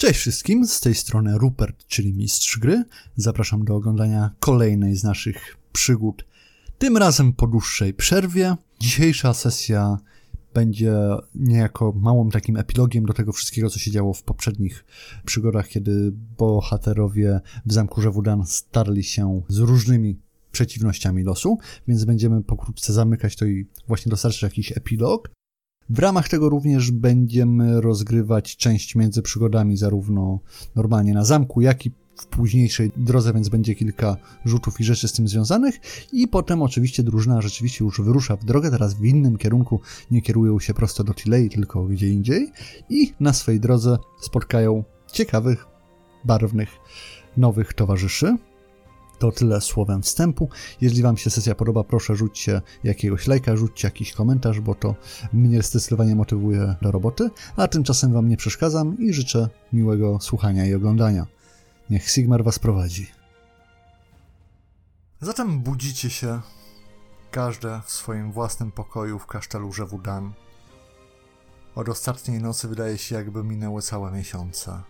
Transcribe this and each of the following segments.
Cześć wszystkim, z tej strony Rupert, czyli Mistrz Gry. Zapraszam do oglądania kolejnej z naszych przygód, tym razem po dłuższej przerwie. Dzisiejsza sesja będzie niejako małym takim epilogiem do tego wszystkiego, co się działo w poprzednich przygodach, kiedy bohaterowie w Zamku Żewudan starli się z różnymi przeciwnościami losu, więc będziemy pokrótce zamykać to i właśnie dostarczyć jakiś epilog. W ramach tego również będziemy rozgrywać część między przygodami zarówno normalnie na zamku, jak i w późniejszej drodze, więc będzie kilka rzutów i rzeczy z tym związanych i potem oczywiście drużyna rzeczywiście już wyrusza w drogę, teraz w innym kierunku, nie kierują się prosto do Tilei, tylko gdzie indziej i na swej drodze spotkają ciekawych, barwnych, nowych towarzyszy. To tyle słowem wstępu. Jeżeli wam się sesja podoba, proszę rzućcie jakiegoś lajka, rzućcie jakiś komentarz, bo to mnie zdecydowanie motywuje do roboty, a tymczasem wam nie przeszkadzam i życzę miłego słuchania i oglądania. Niech Sigmar was prowadzi. Zatem budzicie się, każde w swoim własnym pokoju w kasztelu Żewudan. Od ostatniej nocy wydaje się, jakby minęły całe miesiące.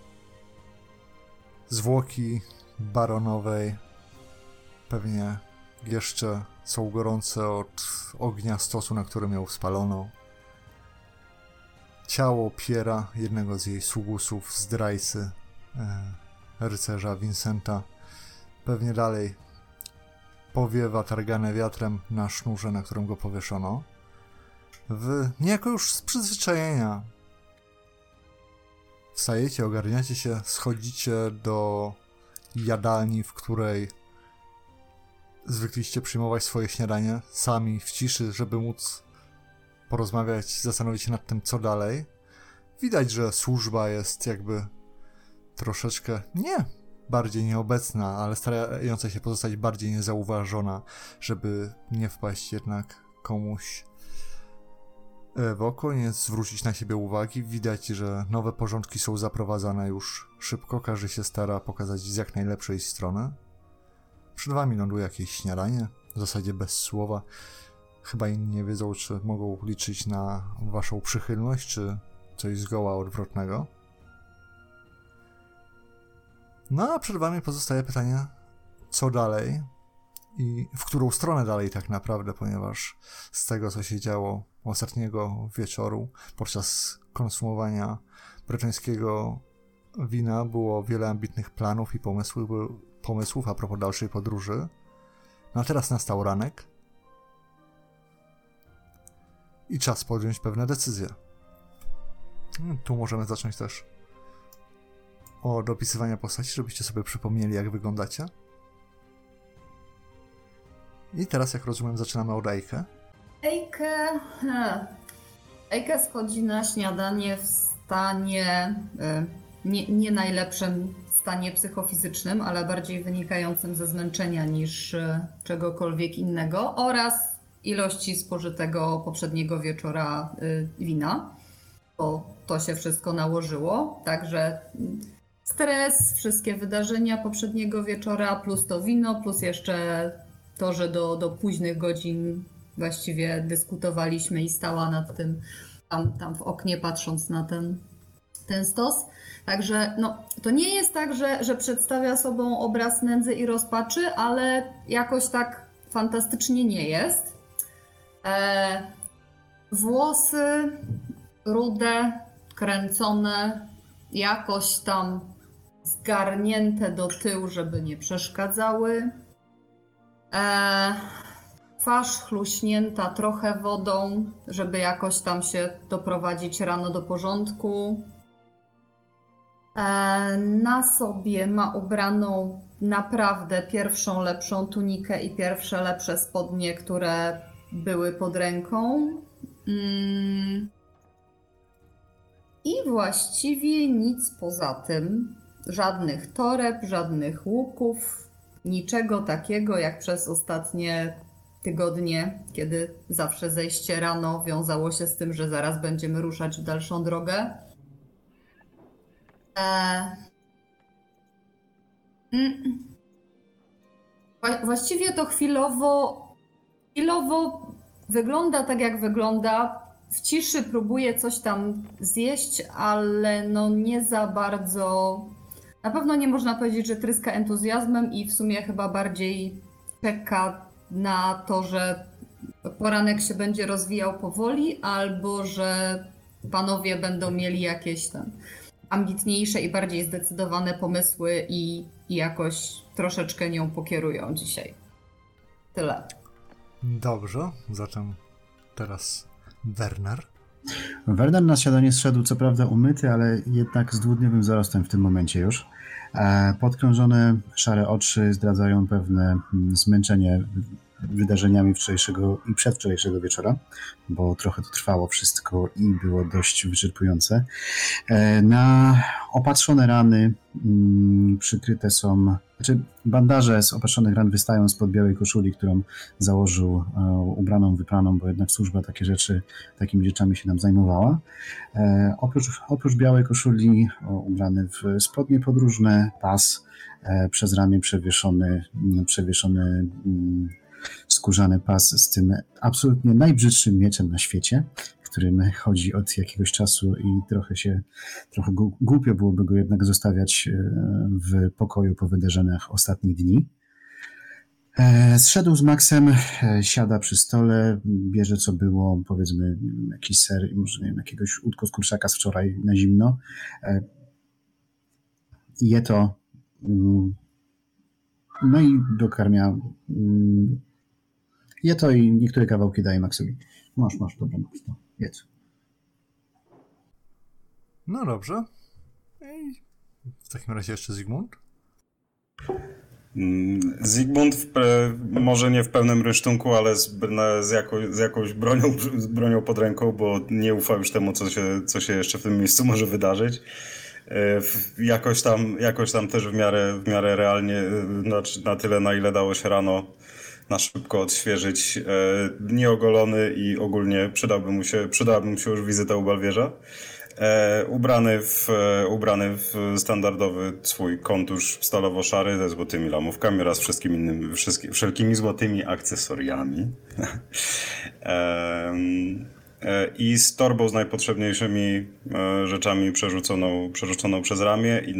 Zwłoki baronowej pewnie jeszcze są gorące od ognia stosu, na którym ją spalono. Ciało Piera, jednego z jej sługusów, zdrajcy, rycerza Vincenta, pewnie dalej powiewa targane wiatrem na sznurze, na którym go powieszono. Niejako już z przyzwyczajenia wstajecie, ogarniacie się, schodzicie do jadalni, w której zwykliście przyjmować swoje śniadanie sami w ciszy, żeby móc porozmawiać, zastanowić się nad tym, co dalej. Widać, że służba jest jakby troszeczkę bardziej nieobecna, ale starająca się pozostać bardziej niezauważona, żeby nie wpaść jednak komuś w oko, nie zwrócić na siebie uwagi. Widać, że nowe porządki są zaprowadzane już szybko, każdy się stara pokazać z jak najlepszej strony. Przed wami ląduje jakieś śniadanie, w zasadzie bez słowa. Chyba inni nie wiedzą, czy mogą liczyć na waszą przychylność, czy coś zgoła odwrotnego. No a przed wami pozostaje pytanie, co dalej i w którą stronę dalej tak naprawdę, ponieważ z tego, co się działo ostatniego wieczoru podczas konsumowania breczeńskiego wina, było wiele ambitnych planów i pomysłów a propos dalszej podróży. No a teraz nastał ranek i czas podjąć pewne decyzje. Tu możemy zacząć też od opisywania postaci, żebyście sobie przypomnieli, jak wyglądacie. I teraz, jak rozumiem, zaczynamy od Eike. Eike schodzi na śniadanie w stanie nie najlepszym stanie psychofizycznym, ale bardziej wynikającym ze zmęczenia niż czegokolwiek innego oraz ilości spożytego poprzedniego wieczora wina, bo to się wszystko nałożyło, także stres, wszystkie wydarzenia poprzedniego wieczora, plus to wino, plus jeszcze to, że do późnych godzin właściwie dyskutowaliśmy i stała nad tym tam w oknie, patrząc na ten stos. Także to nie jest tak, że przedstawia sobą obraz nędzy i rozpaczy, ale jakoś tak fantastycznie nie jest. Włosy rude, kręcone, jakoś tam zgarnięte do tyłu, żeby nie przeszkadzały. Twarz chluśnięta trochę wodą, żeby jakoś tam się doprowadzić rano do porządku. Na sobie ma ubraną naprawdę pierwszą lepszą tunikę i pierwsze lepsze spodnie, które były pod ręką. I właściwie nic poza tym. Żadnych toreb, żadnych łuków, niczego takiego jak przez ostatnie tygodnie, kiedy zawsze zejście rano wiązało się z tym, że zaraz będziemy ruszać w dalszą drogę. Właściwie to chwilowo wygląda tak, jak wygląda. w ciszy próbuje coś tam zjeść, ale no nie za bardzo. Na pewno nie można powiedzieć, że tryska entuzjazmem i w sumie chyba bardziej czeka na to, że poranek się będzie rozwijał powoli, albo że panowie będą mieli jakieś tam ambitniejsze i bardziej zdecydowane pomysły i jakoś troszeczkę nią pokierują dzisiaj. Tyle. Dobrze, zatem teraz Werner. Werner na śniadanie zszedł co prawda umyty, ale jednak z dwudniowym zarostem w tym momencie już. Podkrążone szare oczy zdradzają pewne zmęczenie wydarzeniami wczorajszego i przedwczorajszego wieczora, bo trochę to trwało wszystko i było dość wyczerpujące. Na opatrzone rany przykryte są, bandaże z opatrzonych ran wystają spod białej koszuli, którą założył ubraną, wypraną, bo jednak służba takimi rzeczami się nam zajmowała. Oprócz białej koszuli ubrany w spodnie podróżne, pas, przez ramię przewieszony skórzany pas z tym absolutnie najbrzydszym mieczem na świecie, którym chodzi od jakiegoś czasu i trochę głupio byłoby go jednak zostawiać w pokoju po wydarzeniach ostatnich dni. Zszedł z Maxem, siada przy stole, bierze co było, powiedzmy jakiś ser i może nie wiem, jakiegoś łódko z kurczaka z wczoraj na zimno. Je to, no i dokarmia. Je to i niektóre kawałki daje Maxowi. Masz, dobra, Max, to jedz. No dobrze. I w takim razie jeszcze Zygmunt? Zygmunt może nie w pełnym rynsztunku, ale z jakąś bronią pod ręką, bo nie ufa już temu, co się jeszcze w tym miejscu może wydarzyć. Jakoś tam też w miarę realnie, na tyle, na ile dało się rano na szybko odświeżyć, nieogolony i ogólnie przydałaby mu się już wizyta u Balwierza. Ubrany w standardowy swój kontusz stalowo-szary ze złotymi lamówkami oraz wszelkimi złotymi akcesoriami. I z torbą z najpotrzebniejszymi rzeczami przerzuconą przez ramię i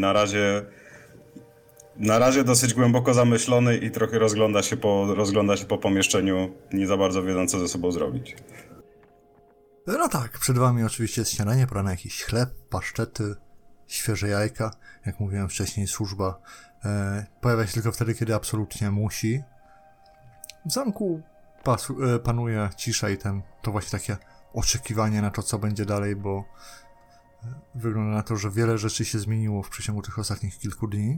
na razie dosyć głęboko zamyślony i trochę rozgląda się po pomieszczeniu, nie za bardzo wiedząc, co ze sobą zrobić. No tak, przed wami oczywiście jest śniadanie, pora na jakiś chleb, pasztety, świeże jajka. Jak mówiłem wcześniej, służba pojawia się tylko wtedy, kiedy absolutnie musi. W zamku panuje cisza i to właśnie takie oczekiwanie na to, co będzie dalej, bo wygląda na to, że wiele rzeczy się zmieniło w przeciągu tych ostatnich kilku dni.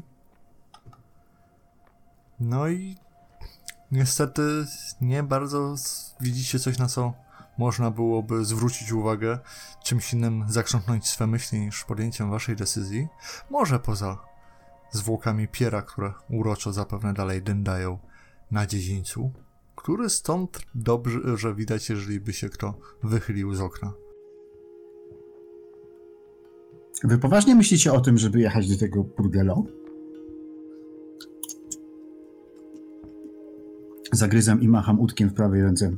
No i niestety nie bardzo widzicie coś, na co można byłoby zwrócić uwagę, czymś innym zakrzątnąć swe myśli niż podjęciem waszej decyzji. Może poza zwłokami Piera, które uroczo zapewne dalej dyndają na dziedzińcu, który stąd dobrze widać, jeżeli by się kto wychylił z okna. Wy poważnie myślicie o tym, żeby jechać do tego burdelu? Zagryzam i macham łódkiem w prawej ręce.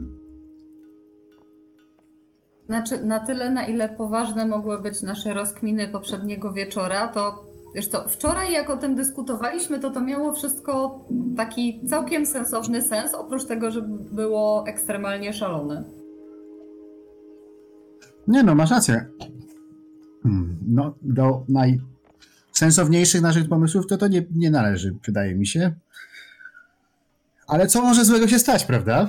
Znaczy, na tyle, na ile poważne mogły być nasze rozkminy poprzedniego wieczora, to wiesz co, wczoraj jak o tym dyskutowaliśmy, to miało wszystko taki całkiem sensowny sens, oprócz tego, że było ekstremalnie szalone. Nie no, masz rację. No, do najsensowniejszych naszych pomysłów to nie należy, wydaje mi się. Ale co może złego się stać, prawda?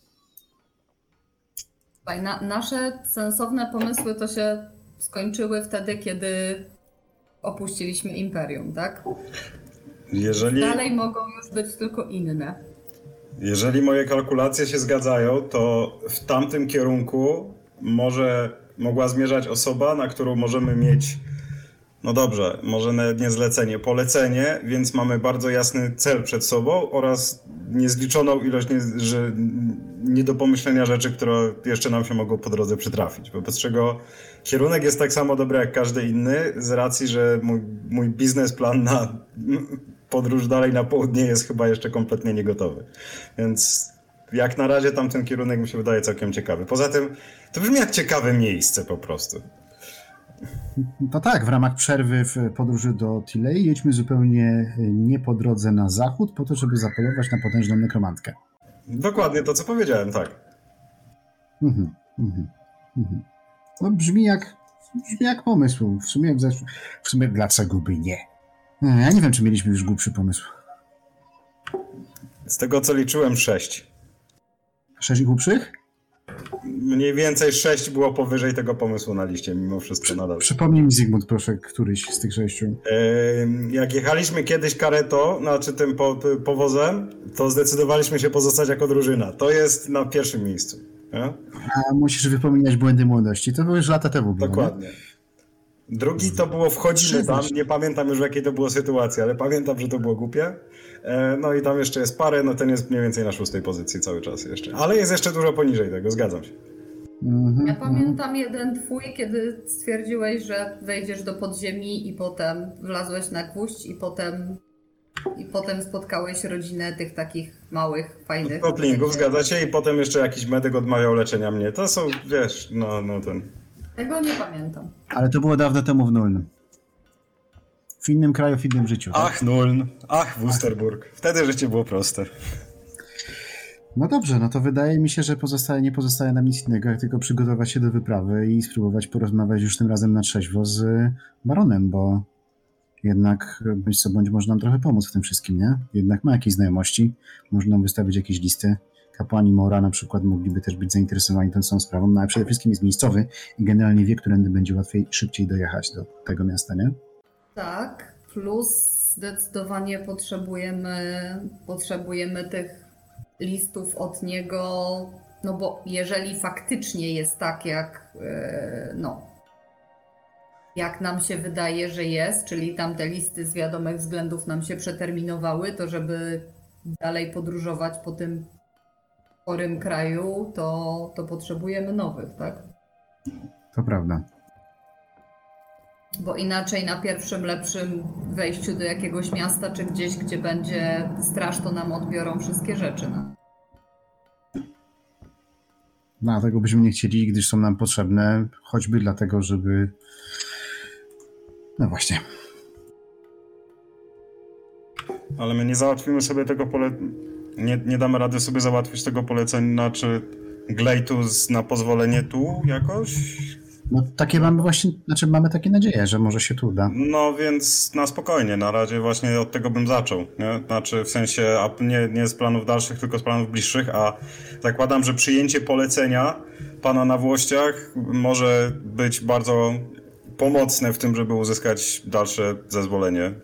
Nasze sensowne pomysły to się skończyły wtedy, kiedy opuściliśmy Imperium, tak? Dalej mogą już być tylko inne. Jeżeli moje kalkulacje się zgadzają, to w tamtym kierunku mogła zmierzać osoba, na którą możemy mieć, no dobrze, może nawet nie zlecenie, polecenie, więc mamy bardzo jasny cel przed sobą oraz niezliczoną ilość nie do pomyślenia rzeczy, które jeszcze nam się mogą po drodze przytrafić. Wobec czego kierunek jest tak samo dobry jak każdy inny, z racji, że mój biznesplan na podróż dalej na południe jest chyba jeszcze kompletnie niegotowy. Więc jak na razie tamten kierunek mi się wydaje całkiem ciekawy. Poza tym to brzmi jak ciekawe miejsce po prostu. To tak, w ramach przerwy w podróży do Tilei jedźmy zupełnie nie po drodze na zachód, po to, żeby zapolować na potężną nekromantkę. Dokładnie to, co powiedziałem, tak. No brzmi jak pomysł. W sumie dlaczego by nie? Ja nie wiem, czy mieliśmy już głupszy pomysł. Z tego, co liczyłem, 6. 6 głupszych? Mniej więcej 6 było powyżej tego pomysłu na liście, mimo wszystko nadal. Przypomnij mi, Zygmunt, proszę, któryś z tych 6. Jak jechaliśmy kiedyś karetą, znaczy tym powozem, to zdecydowaliśmy się pozostać jako drużyna. To jest na pierwszym miejscu. Nie? A musisz wypominać błędy młodości. To było już lata temu. Było, dokładnie. Nie? Drugi to było wchodzimy tam, nie pamiętam już w jakiej to było sytuacji, ale pamiętam, że to było głupie. No i tam jeszcze jest parę, no ten jest mniej więcej na 6. pozycji cały czas jeszcze. Ale jest jeszcze dużo poniżej tego, zgadzam się. Ja pamiętam jeden twój, kiedy stwierdziłeś, że wejdziesz do podziemi i potem wlazłeś na gwóźdź i potem spotkałeś rodzinę tych takich małych, fajnych... Koplingów, zgadza się, i potem jeszcze jakiś medyk odmawiał leczenia mnie. To są, wiesz, no ten... Tego nie pamiętam. Ale to było dawno temu w Nuln. W innym kraju, w innym życiu. Tak? Ach, Nuln, ach, Wusterburg. Wtedy życie było proste. No dobrze, no to wydaje mi się, że nie pozostaje nam nic innego, jak tylko przygotować się do wyprawy i spróbować porozmawiać już tym razem na trzeźwo z baronem, bo jednak bądź co bądź może nam trochę pomóc w tym wszystkim, nie? Jednak ma jakieś znajomości, można nam wystawić jakieś listy. Kapłani Mora na przykład mogliby też być zainteresowani tą samą sprawą, no ale przede wszystkim jest miejscowy i generalnie wie, którędy będzie łatwiej, szybciej dojechać do tego miasta, nie? Tak, plus zdecydowanie potrzebujemy tych listów od niego, no bo jeżeli faktycznie jest tak, jak nam się wydaje, że jest, czyli tamte listy z wiadomych względów nam się przeterminowały, to żeby dalej podróżować po tym chorym kraju, to potrzebujemy nowych, tak? To prawda. Bo inaczej na pierwszym lepszym wejściu do jakiegoś miasta, czy gdzieś, gdzie będzie straż, to nam odbiorą wszystkie rzeczy. No. No, tego byśmy nie chcieli, gdyż są nam potrzebne, choćby dlatego, żeby... No właśnie. Ale my nie załatwimy sobie tego nie damy rady sobie załatwić tego polecenia, czy glejtu na pozwolenie tu jakoś? No takie mamy właśnie, mamy takie nadzieje, że może się tu uda. No więc na spokojnie, na razie właśnie od tego bym zaczął, nie? Znaczy w sensie nie z planów dalszych, tylko z planów bliższych, a zakładam, że przyjęcie polecenia pana na Włościach może być bardzo pomocne w tym, żeby uzyskać dalsze zezwolenie.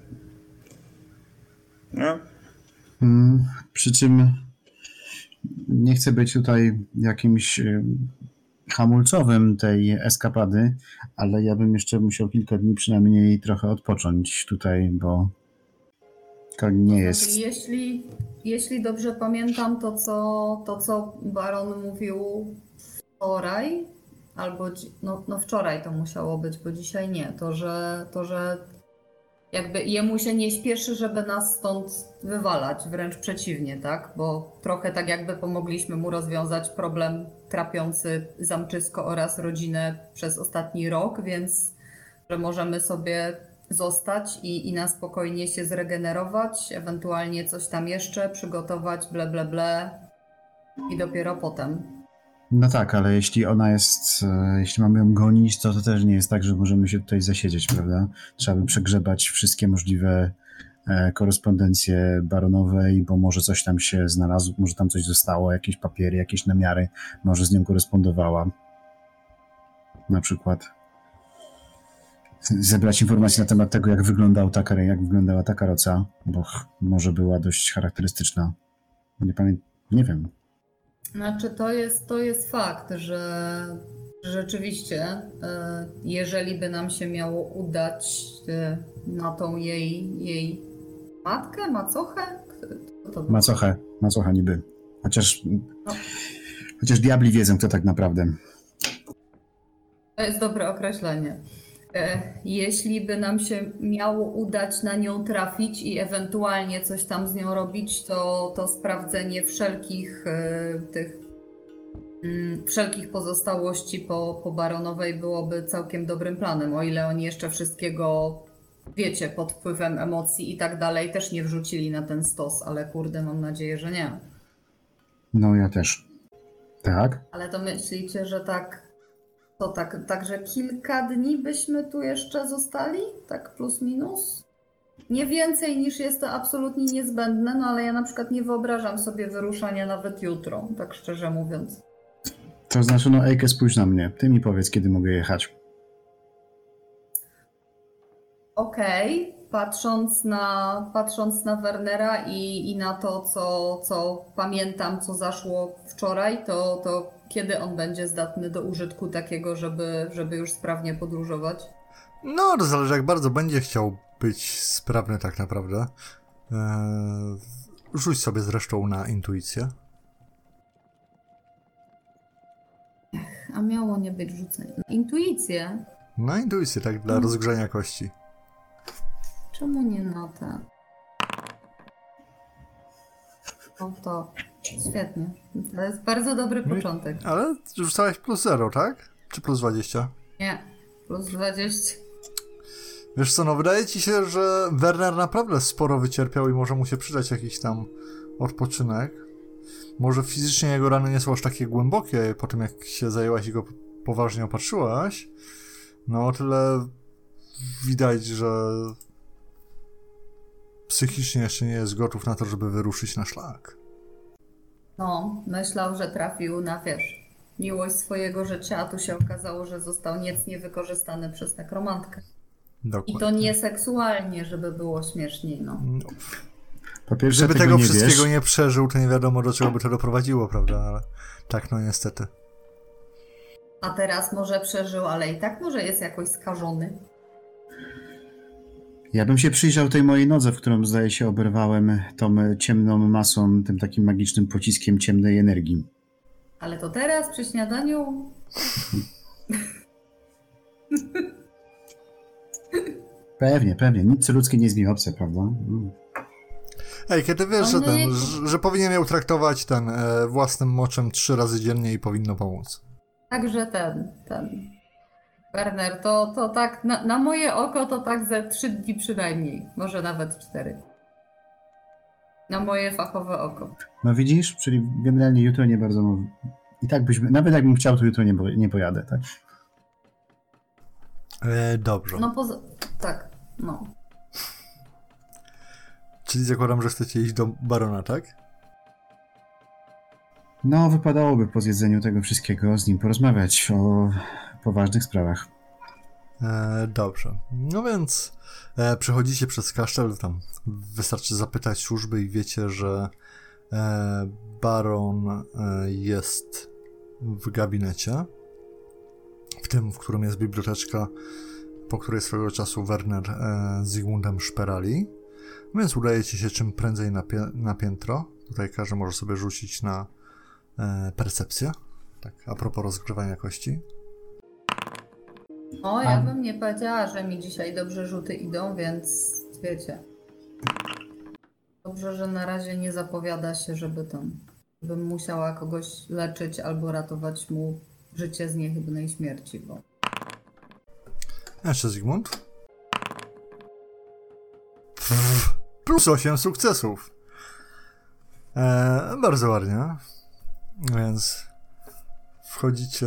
Nie? Przy czym nie chcę być tutaj jakimś hamulcowym tej eskapady, ale ja bym jeszcze musiał kilka dni przynajmniej trochę odpocząć tutaj, bo to nie jest... Jeśli dobrze pamiętam to, co Baron mówił wczoraj, albo wczoraj to musiało być, bo dzisiaj nie, to, że jakby jemu się nie śpieszy, żeby nas stąd wywalać, wręcz przeciwnie, tak? Bo trochę tak jakby pomogliśmy mu rozwiązać problem trapiący Zamczysko oraz rodzinę przez ostatni rok, więc że możemy sobie zostać i na spokojnie się zregenerować, ewentualnie coś tam jeszcze przygotować, ble, i dopiero potem. No tak, ale jeśli ona jest, jeśli mamy ją gonić, to też nie jest tak, że możemy się tutaj zasiedzieć, prawda? Trzeba by przegrzebać wszystkie możliwe korespondencje baronowej, bo może coś tam się znalazło, może tam coś zostało, jakieś papiery, jakieś namiary, może z nią korespondowała. Na przykład zebrać informacje na temat tego, jak wyglądała ta karoca, bo może była dość charakterystyczna. Nie wiem. Znaczy to jest fakt, że rzeczywiście, jeżeli by nam się miało udać na tą jej matkę, macochę? Macocha niby. Chociaż diabli wiedzą, kto tak naprawdę. To jest dobre określenie. Jeśli by nam się miało udać na nią trafić i ewentualnie coś tam z nią robić, to sprawdzenie wszelkich pozostałości po Baronowej byłoby całkiem dobrym planem, o ile oni jeszcze wszystkiego, wiecie, pod wpływem emocji i tak dalej też nie wrzucili na ten stos, ale kurde, mam nadzieję, że nie. No ja też. Tak? Ale to myślicie, że także kilka dni byśmy tu jeszcze zostali? Tak plus minus? Nie więcej niż jest to absolutnie niezbędne, no ale ja na przykład nie wyobrażam sobie wyruszania nawet jutro, tak szczerze mówiąc. To znaczy, no Ejke, spójrz na mnie. Ty mi powiedz, kiedy mogę jechać. Okej, patrząc na Wernera i na to, co pamiętam, co zaszło wczoraj, to kiedy on będzie zdatny do użytku takiego, żeby już sprawnie podróżować? No, to zależy, jak bardzo będzie chciał być sprawny tak naprawdę. Rzuć sobie zresztą na intuicję. A miało nie być rzucenie. Intuicję? Na intuicję, tak, dla rozgrzania kości. Czemu nie na ten? No to świetnie. To jest bardzo dobry początek. Ale rzucałeś plus 0, tak? Czy plus 20? Nie, plus 20. Wiesz co, no wydaje ci się, że Werner naprawdę sporo wycierpiał i może mu się przydać jakiś tam odpoczynek. Może fizycznie jego rany nie są aż takie głębokie po tym, jak się zajęłaś i go poważnie opatrzyłaś. No o tyle widać, że psychicznie jeszcze nie jest gotów na to, żeby wyruszyć na szlak. No, myślał, że trafił na, miłość swojego życia, a tu się okazało, że został niecnie wykorzystany przez nekromantkę. Dokładnie. I to nie seksualnie, żeby było śmieszniej, no. Po pierwsze, Żeby tego nie wszystkiego wiesz. nie przeżył, to nie wiadomo, do czego by to doprowadziło, prawda? Ale tak, no niestety. A teraz może przeżył, ale i tak może jest jakoś skażony. Ja bym się przyjrzał tej mojej nodze, w którą zdaje się oberwałem tą ciemną masą, tym takim magicznym pociskiem ciemnej energii. Ale to teraz przy śniadaniu... Pewnie. Nic ludzkie nie jest mi obce, prawda? Ej, kiedy wiesz, że powinien ją traktować własnym moczem 3 razy dziennie i powinno pomóc. Także ten Werner, to tak, na moje oko to tak ze 3 dni przynajmniej, może nawet 4. Na moje fachowe oko. No widzisz, czyli generalnie jutro nie bardzo... I tak byśmy, nawet jakbym chciał, to jutro nie pojadę, tak? Dobrze. No tak, no. Czyli zakładam, że chcecie iść do Barona, tak? No, wypadałoby po zjedzeniu tego wszystkiego z nim porozmawiać o poważnych sprawach. Dobrze. No więc przechodzicie przez kasztel, tam wystarczy zapytać służby i wiecie, że Baron jest w gabinecie, w tym, w którym jest biblioteczka, po której swego czasu Werner z Zygmuntem szperali. Więc udajecie się czym prędzej na piętro. Tutaj każdy może sobie rzucić na percepcję. Tak, a propos rozgrzewania kości. O, ja bym nie powiedziała, że mi dzisiaj dobrze rzuty idą, więc wiecie. Dobrze, że na razie nie zapowiada się, żebym musiała kogoś leczyć albo ratować mu życie z niechybnej śmierci, bo... Jeszcze Zygmunt. Plus 8 sukcesów. Bardzo ładnie. Więc wchodzicie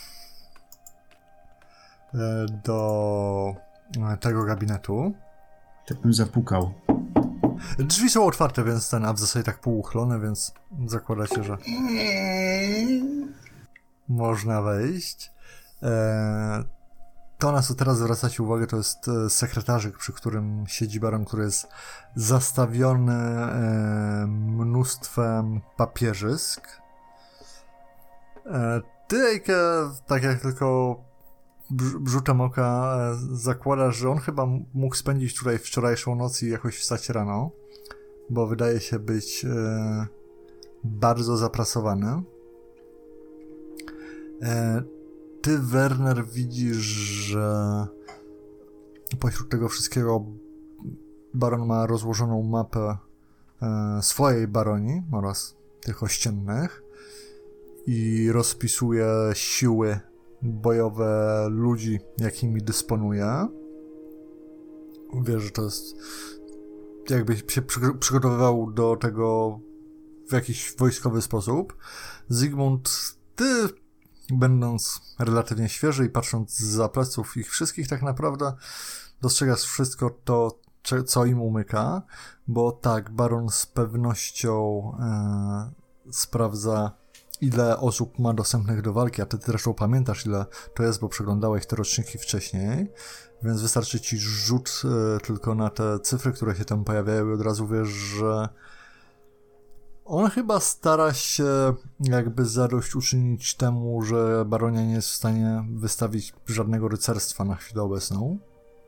do tego gabinetu. Tak bym zapukał. Drzwi są otwarte, więc a w zasadzie tak półuchylone, więc zakłada się, że można wejść. To, na co teraz zwracacie uwagę, to jest sekretarzyk, przy którym siedzi Baron, który jest zastawiony mnóstwem papierzysk. Ty, Ejke, tak jak tylko rzutem oka zakładasz, że on chyba mógł spędzić tutaj wczorajszą noc i jakoś wstać rano, bo wydaje się być bardzo zapracowany. Ty, Werner, widzisz, że Pośród tego wszystkiego baron ma rozłożoną mapę swojej baronii oraz tych ościennych i rozpisuje siły bojowe ludzi, jakimi dysponuje. Wie, że to jest jakby się przygotowywał do tego w jakiś wojskowy sposób. Zygmunt, ty, będąc relatywnie świeży i patrząc za pleców ich wszystkich, tak naprawdę dostrzegasz wszystko to, co im umyka, bo tak, baron z pewnością sprawdza, ile osób ma dostępnych do walki, a ty zresztą pamiętasz, ile to jest, bo przeglądałeś te roczniki wcześniej, więc wystarczy ci rzut tylko na te cyfry, które się tam pojawiają i od razu wiesz, że on chyba stara się jakby zadośćuczynić temu, że baronia nie jest w stanie wystawić żadnego rycerstwa na chwilę obecną.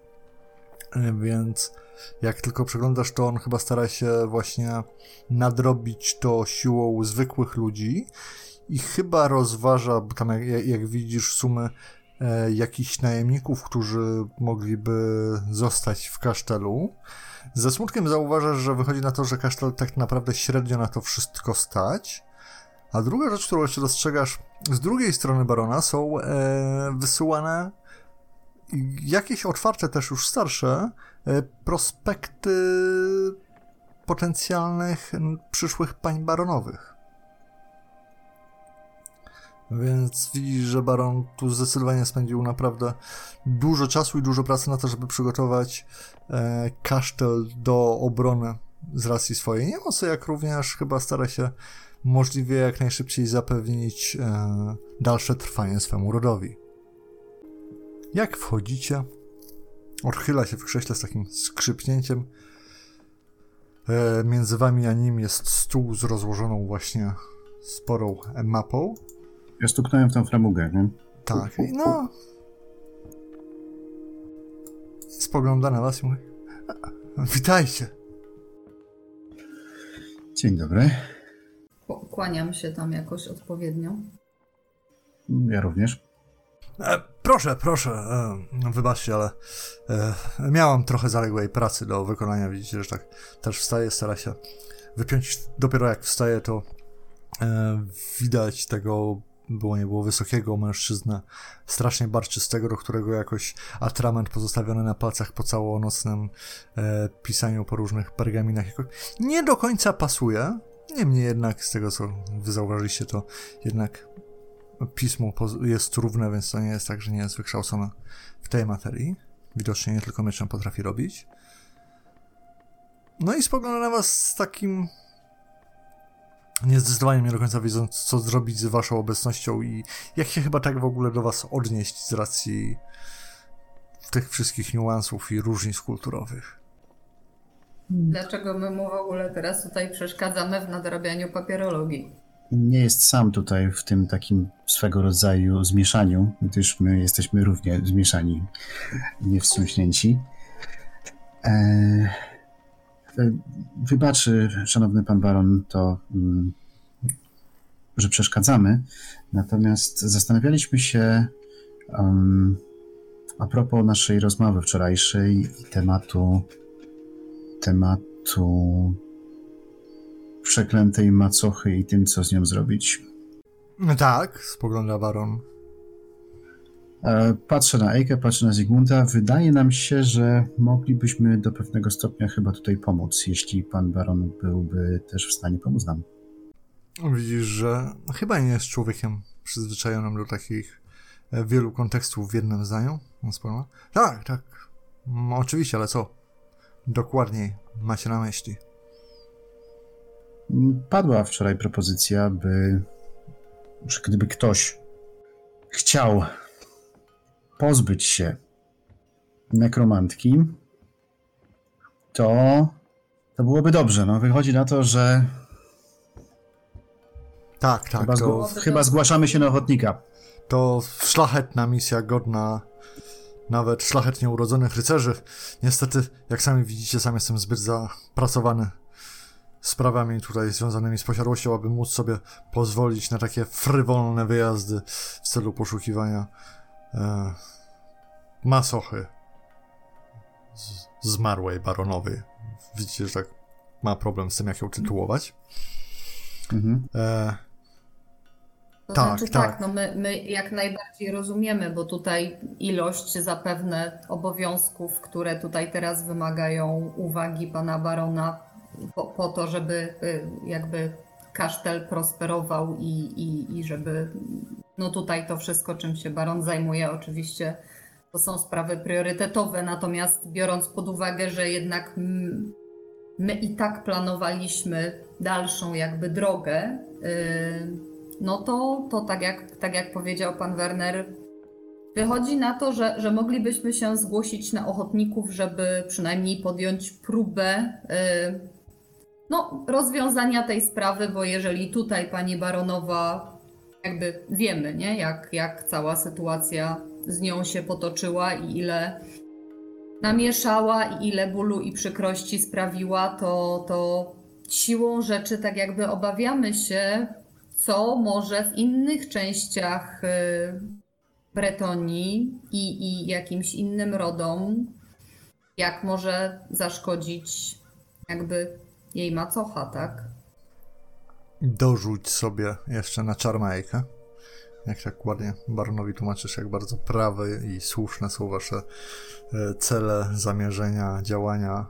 Więc jak tylko przeglądasz, to on chyba stara się właśnie nadrobić to siłą zwykłych ludzi i chyba rozważa, bo tam jak widzisz sumy jakichś najemników, którzy mogliby zostać w kasztelu. Ze smutkiem zauważasz, że wychodzi na to, że kasztel tak naprawdę średnio na to wszystko stać. A druga rzecz, którą jeszcze dostrzegasz, z drugiej strony barona są wysyłane jakieś otwarte, też już starsze, prospekty potencjalnych przyszłych pań baronowych. Więc widzisz, że baron tu zdecydowanie spędził naprawdę dużo czasu i dużo pracy na to, żeby przygotować kasztel do obrony z racji swojej niemocy, jak również chyba stara się możliwie jak najszybciej zapewnić dalsze trwanie swemu rodowi. Jak wchodzicie, odchyla się w krześle z takim skrzypnięciem. Między wami a nim jest stół z rozłożoną właśnie sporą mapą. Ja stuknąłem w tą framugę, nie? Tak, no. Spogląda na was i mówi: witajcie. Dzień dobry. Kłaniam się tam jakoś odpowiednio. Ja również. Proszę, wybaczcie, ale miałam trochę zaległej pracy do wykonania. Widzicie, że tak też wstaje, stara się wypiąć. Dopiero jak wstaje, to widać tego nie było wysokiego mężczyznę, strasznie barczystego, do którego jakoś atrament pozostawiony na palcach po całonocnym pisaniu po różnych pergaminach jakoś nie do końca pasuje. Niemniej jednak z tego, co wy zauważyliście, to jednak pismo jest równe, więc to nie jest tak, że nie jest wykształcone w tej materii. Widocznie nie tylko mieczem potrafi robić. No i spogląda na was z takim niezdecydowanie nie do końca wiedząc, co zrobić z waszą obecnością i jak się chyba tak w ogóle do was odnieść z racji tych wszystkich niuansów i różnic kulturowych. Dlaczego my mu w ogóle teraz tutaj przeszkadzamy w nadrabianiu papierologii? Nie jest sam tutaj w tym takim swego rodzaju zmieszaniu, gdyż my jesteśmy równie zmieszani, nie wstrząśnięci. Wybaczy, szanowny pan baron, to, że przeszkadzamy, natomiast zastanawialiśmy się a propos naszej rozmowy wczorajszej i tematu przeklętej macochy i tym, co z nią zrobić. Tak, spogląda baron. Patrzę na Ejkę, patrzę na Zygmunta. Wydaje nam się, że moglibyśmy do pewnego stopnia chyba tutaj pomóc, jeśli pan baron byłby też w stanie pomóc nam. Widzisz, że chyba nie jest człowiekiem przyzwyczajonym do takich wielu kontekstów w jednym zdaniu. Tak. Oczywiście, ale co dokładniej macie na myśli? Padła wczoraj propozycja, że gdyby ktoś chciał pozbyć się nekromantki, to byłoby dobrze. No, wychodzi na to, że tak. Chyba zgłaszamy się na ochotnika. To szlachetna misja, godna nawet szlachetnie urodzonych rycerzy. Niestety, jak sami widzicie, sam jestem zbyt zapracowany sprawami tutaj związanymi z posiadłością, aby móc sobie pozwolić na takie frywolne wyjazdy w celu poszukiwania macochy. zmarłej baronowej. Widzicie, że tak ma problem z tym, jak ją tytułować. Mhm. To Tak, znaczy tak. no my jak najbardziej rozumiemy, bo tutaj ilość zapewne obowiązków, które tutaj teraz wymagają uwagi pana barona po to, żeby jakby kasztel prosperował i żeby no tutaj to wszystko, czym się baron zajmuje, oczywiście to są sprawy priorytetowe, natomiast biorąc pod uwagę, że jednak my i tak planowaliśmy dalszą jakby drogę, no to tak jak powiedział pan Werner, wychodzi na to, że moglibyśmy się zgłosić na ochotników, żeby przynajmniej podjąć próbę no, rozwiązania tej sprawy, bo jeżeli tutaj pani baronowa, jakby wiemy, nie, jak cała sytuacja z nią się potoczyła i ile namieszała i ile bólu i przykrości sprawiła, to siłą rzeczy tak jakby obawiamy się, co może w innych częściach Bretonii i jakimś innym rodom, jak może zaszkodzić jakby jej macocha, tak? Dorzuć sobie jeszcze na czarmajkę. Jak tak ładnie baronowi tłumaczysz, jak bardzo prawe i słuszne są wasze cele, zamierzenia, działania.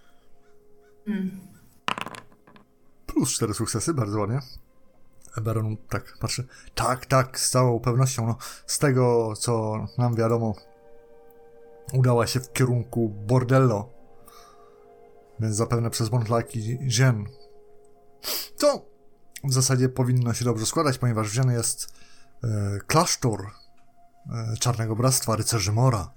Plus 4 sukcesy, bardzo ładnie. Baron tak patrzy. Tak, z całą pewnością. No, z tego, co nam wiadomo, udała się w kierunku Bordello. Więc zapewne przez Montlaki Jean. Co w zasadzie powinno się dobrze składać, ponieważ w Jean jest klasztor Czarnego Bractwa Rycerzy Mora.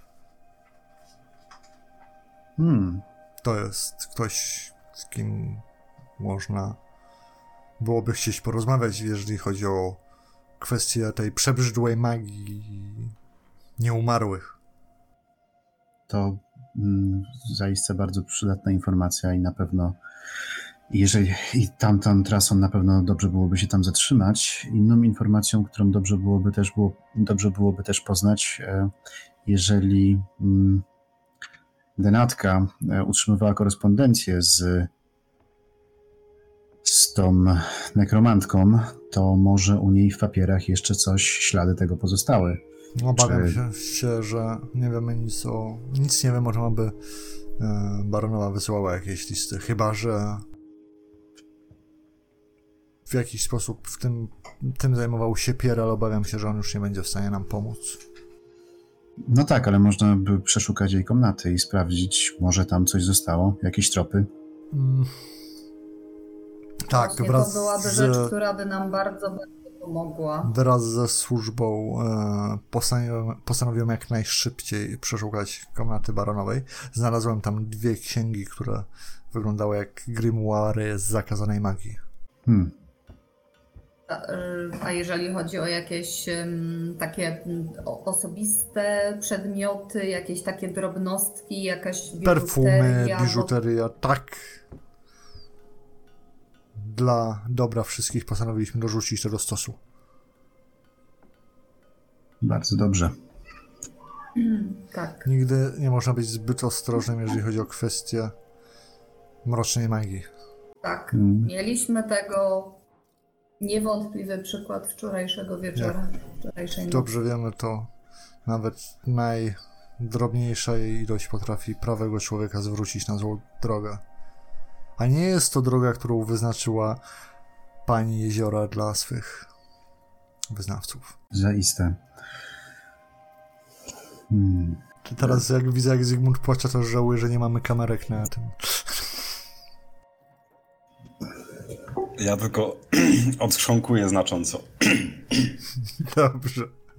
To jest ktoś, z kim można byłoby chcieć porozmawiać, jeżeli chodzi o kwestię tej przebrzydłej magii nieumarłych. To zaiste bardzo przydatna informacja i na pewno, jeżeli i tamtą trasą na pewno dobrze byłoby się tam zatrzymać. Inną informacją, którą dobrze byłoby też poznać, jeżeli Denatka utrzymywała korespondencję z tą nekromantką, to może u niej w papierach jeszcze ślady tego pozostały. Obawiam się, że nie wiemy nic nie wiem o tym, aby baronowa wysyłała jakieś listy, chyba że w jakiś sposób tym zajmował się Pierre, ale obawiam się, że on już nie będzie w stanie nam pomóc. No tak, ale można by przeszukać jej komnaty i sprawdzić, może tam coś zostało, jakieś tropy. Tak, właśnie wraz to byłaby rzecz, która by nam bardzo, bardzo pomogła. Wraz ze służbą postanowiłem jak najszybciej przeszukać komnaty baronowej. Znalazłem tam 2 księgi, które wyglądały jak grimoire z zakazanej magii. A jeżeli chodzi o jakieś takie osobiste przedmioty, jakieś takie drobnostki, jakaś biżuteria? Perfumy, biżuteria, tak. Dla dobra wszystkich postanowiliśmy dorzucić to do stosu. Bardzo dobrze. Tak. Nigdy nie można być zbyt ostrożnym, jeżeli chodzi o kwestię mrocznej magii. Tak. Mieliśmy tego niewątpliwy przykład wczorajszego wieczora. Wczorajszej nocy. Dobrze wiemy to. Nawet najdrobniejsza jej ilość potrafi prawego człowieka zwrócić na złą drogę. A nie jest to droga, którą wyznaczyła pani Jeziora dla swych wyznawców. Zaiste. Teraz jak widzę, jak Zygmunt płacze, to żałuję, że nie mamy kamerek na tym. Ja tylko odchrząkuję znacząco. Dobrze.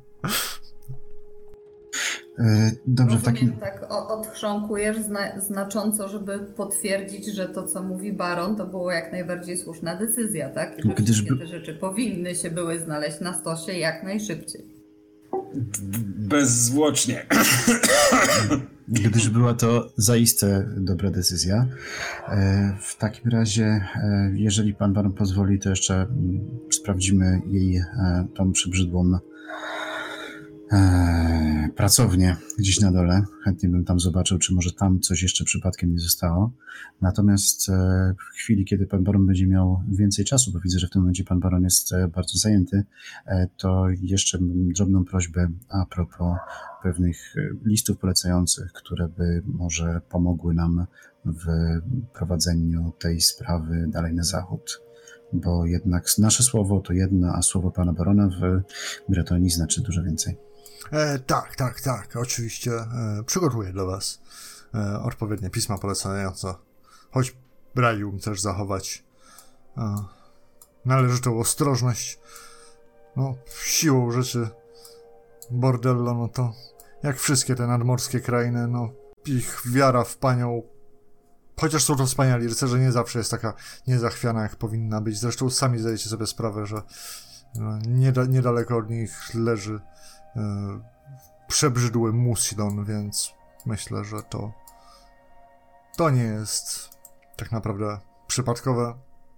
Dobrze, w Rozumiem, takim... tak odchrząkujesz znacząco, żeby potwierdzić, że to, co mówi baron, to było jak najbardziej słuszna decyzja, tak? I że wszystkie te rzeczy powinny się były znaleźć na stosie jak najszybciej. Bezzwłocznie. Gdyż była to zaiste dobra decyzja. W takim razie, jeżeli pan baron pozwoli, to jeszcze sprawdzimy jej tą przybrzydłą pracownię gdzieś na dole. Chętnie bym tam zobaczył, czy może tam coś jeszcze przypadkiem nie zostało. Natomiast w chwili, kiedy pan baron będzie miał więcej czasu, bo widzę, że w tym momencie pan baron jest bardzo zajęty, to jeszcze mam drobną prośbę a propos pewnych listów polecających, które by może pomogły nam w prowadzeniu tej sprawy dalej na zachód. Bo jednak nasze słowo to jedno, a słowo pana barona w Bretonii znaczy dużo więcej. Tak, oczywiście przygotuję dla was odpowiednie pisma polecające, choć radziłbym też zachować należytą ostrożność. No, siłą rzeczy bordello, no to jak wszystkie te nadmorskie krainy, no ich wiara w panią, chociaż są to wspaniali rycerze, nie zawsze jest taka niezachwiana, jak powinna być. Zresztą sami zdajecie sobie sprawę, że niedaleko od nich leży przebrzydły Musidon, więc myślę, że to nie jest tak naprawdę przypadkowe.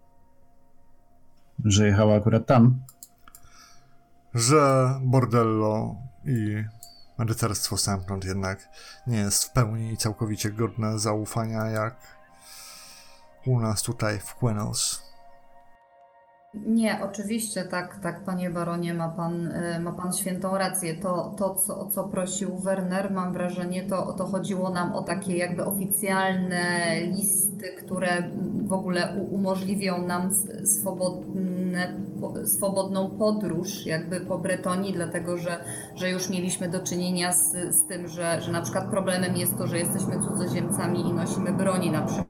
Że jechała akurat tam? Że bordello i rycerstwo stamtąd jednak nie jest w pełni i całkowicie godne zaufania jak u nas tutaj w Quenos. Nie, oczywiście tak, panie baronie, ma pan świętą rację. O co prosił Werner, mam wrażenie, to chodziło nam o takie jakby oficjalne listy, które w ogóle umożliwią nam swobodną podróż jakby po Bretonii, dlatego że już mieliśmy do czynienia z tym, że na przykład problemem jest to, że jesteśmy cudzoziemcami i nosimy broni na przykład.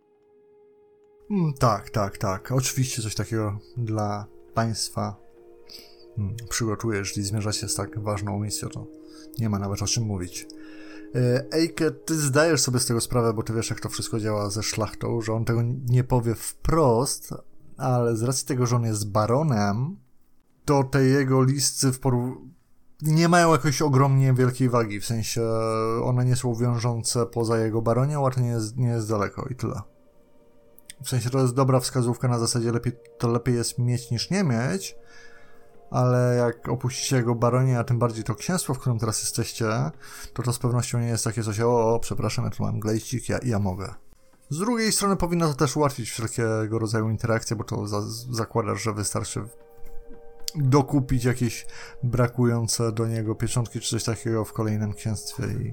Tak. Oczywiście coś takiego dla państwa przygotuję, jeżeli zmierzacie z tak ważną misją, to nie ma nawet o czym mówić. Eike, ty zdajesz sobie z tego sprawę, bo ty wiesz, jak to wszystko działa ze szlachtą, że on tego nie powie wprost, ale z racji tego, że on jest baronem, to te jego listy nie mają jakoś ogromnie wielkiej wagi, w sensie one nie są wiążące poza jego baronią, a to nie jest daleko i tyle. W sensie to jest dobra wskazówka na zasadzie lepiej jest mieć niż nie mieć, ale jak opuścicie jego baronię, a tym bardziej to księstwo, w którym teraz jesteście, to z pewnością nie jest takie coś, przepraszam, ja tu mam glejcik, ja mogę. Z drugiej strony powinno to też ułatwić wszelkiego rodzaju interakcje, bo to zakładasz, że wystarczy dokupić jakieś brakujące do niego pieczątki czy coś takiego w kolejnym księstwie i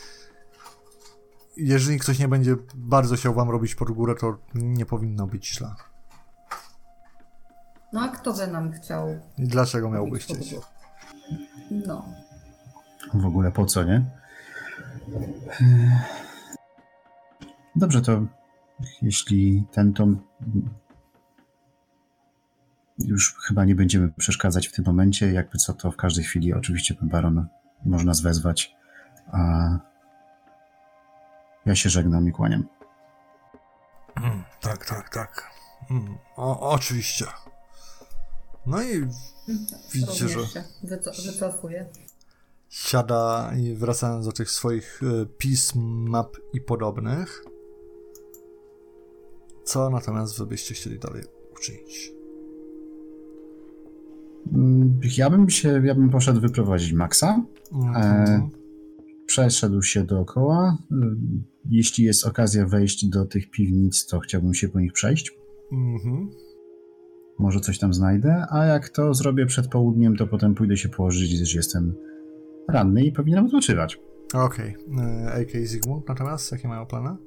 jeżeli ktoś nie będzie bardzo chciał wam robić pod górę, to nie powinno być źle. No a kto by nam chciał? I dlaczego miałby chcieć? No. W ogóle po co, nie? Dobrze, to jeśli ten tom już chyba nie będziemy przeszkadzać w tym momencie, jakby co, to w każdej chwili oczywiście pan baron może nas wezwać, a ja się żegnam i kłaniam. Tak. Oczywiście. No i widzicie, że się wycofuje. siada i wracając do tych swoich pism, map i podobnych. Co natomiast wy byście chcieli dalej uczynić? Ja bym poszedł wyprowadzić Maxa. Przeszedł się dookoła. Jeśli jest okazja wejść do tych piwnic, to chciałbym się po nich przejść. Może coś tam znajdę, a jak to zrobię przed południem, to potem pójdę się położyć, gdyż jestem ranny i powinienem odpoczywać. Okej. AK i Zygmunt natomiast, jakie mają plany?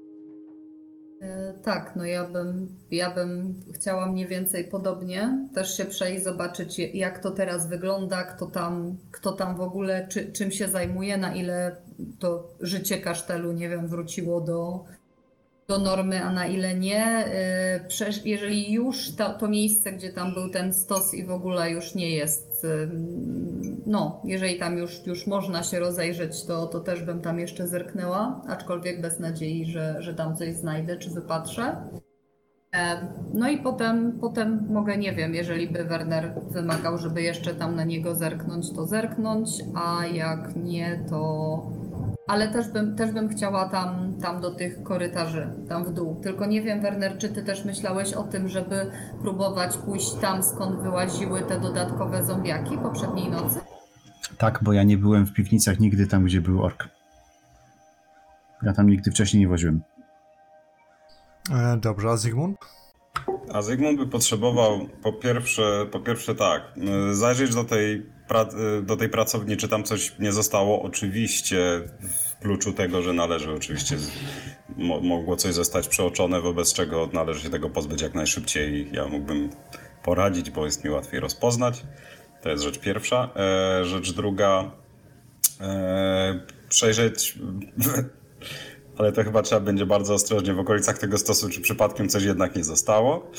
Tak, no ja bym chciała mniej więcej podobnie też się przejść, zobaczyć jak to teraz wygląda, kto tam w ogóle czym się zajmuje, na ile to życie kasztelu, nie wiem, wróciło do normy, a na ile nie. Jeżeli już to miejsce, gdzie tam był ten stos i w ogóle już nie jest, no, jeżeli tam już można się rozejrzeć, to też bym tam jeszcze zerknęła, aczkolwiek bez nadziei, że tam coś znajdę czy wypatrzę. No i potem mogę, nie wiem, jeżeli by Werner wymagał, żeby jeszcze tam na niego zerknąć, to zerknąć, a jak nie, to... Ale też bym chciała tam do tych korytarzy, tam w dół. Tylko nie wiem, Werner, czy ty też myślałeś o tym, żeby próbować pójść tam, skąd wyłaziły te dodatkowe zombiaki poprzedniej nocy? Tak, bo ja nie byłem w piwnicach nigdy tam, gdzie był ork. Ja tam nigdy wcześniej nie woziłem. Dobrze, a Zygmunt? A Zygmunt by potrzebował po pierwsze tak, zajrzeć do tej pracowni, czy tam coś nie zostało, oczywiście w kluczu tego, że należy oczywiście, mogło coś zostać przeoczone, wobec czego należy się tego pozbyć jak najszybciej. Ja mógłbym poradzić, bo jest mi łatwiej rozpoznać. To jest rzecz pierwsza. Rzecz druga, przejrzeć... Ale to chyba trzeba będzie bardzo ostrożnie w okolicach tego stosu, czy przypadkiem coś jednak nie zostało.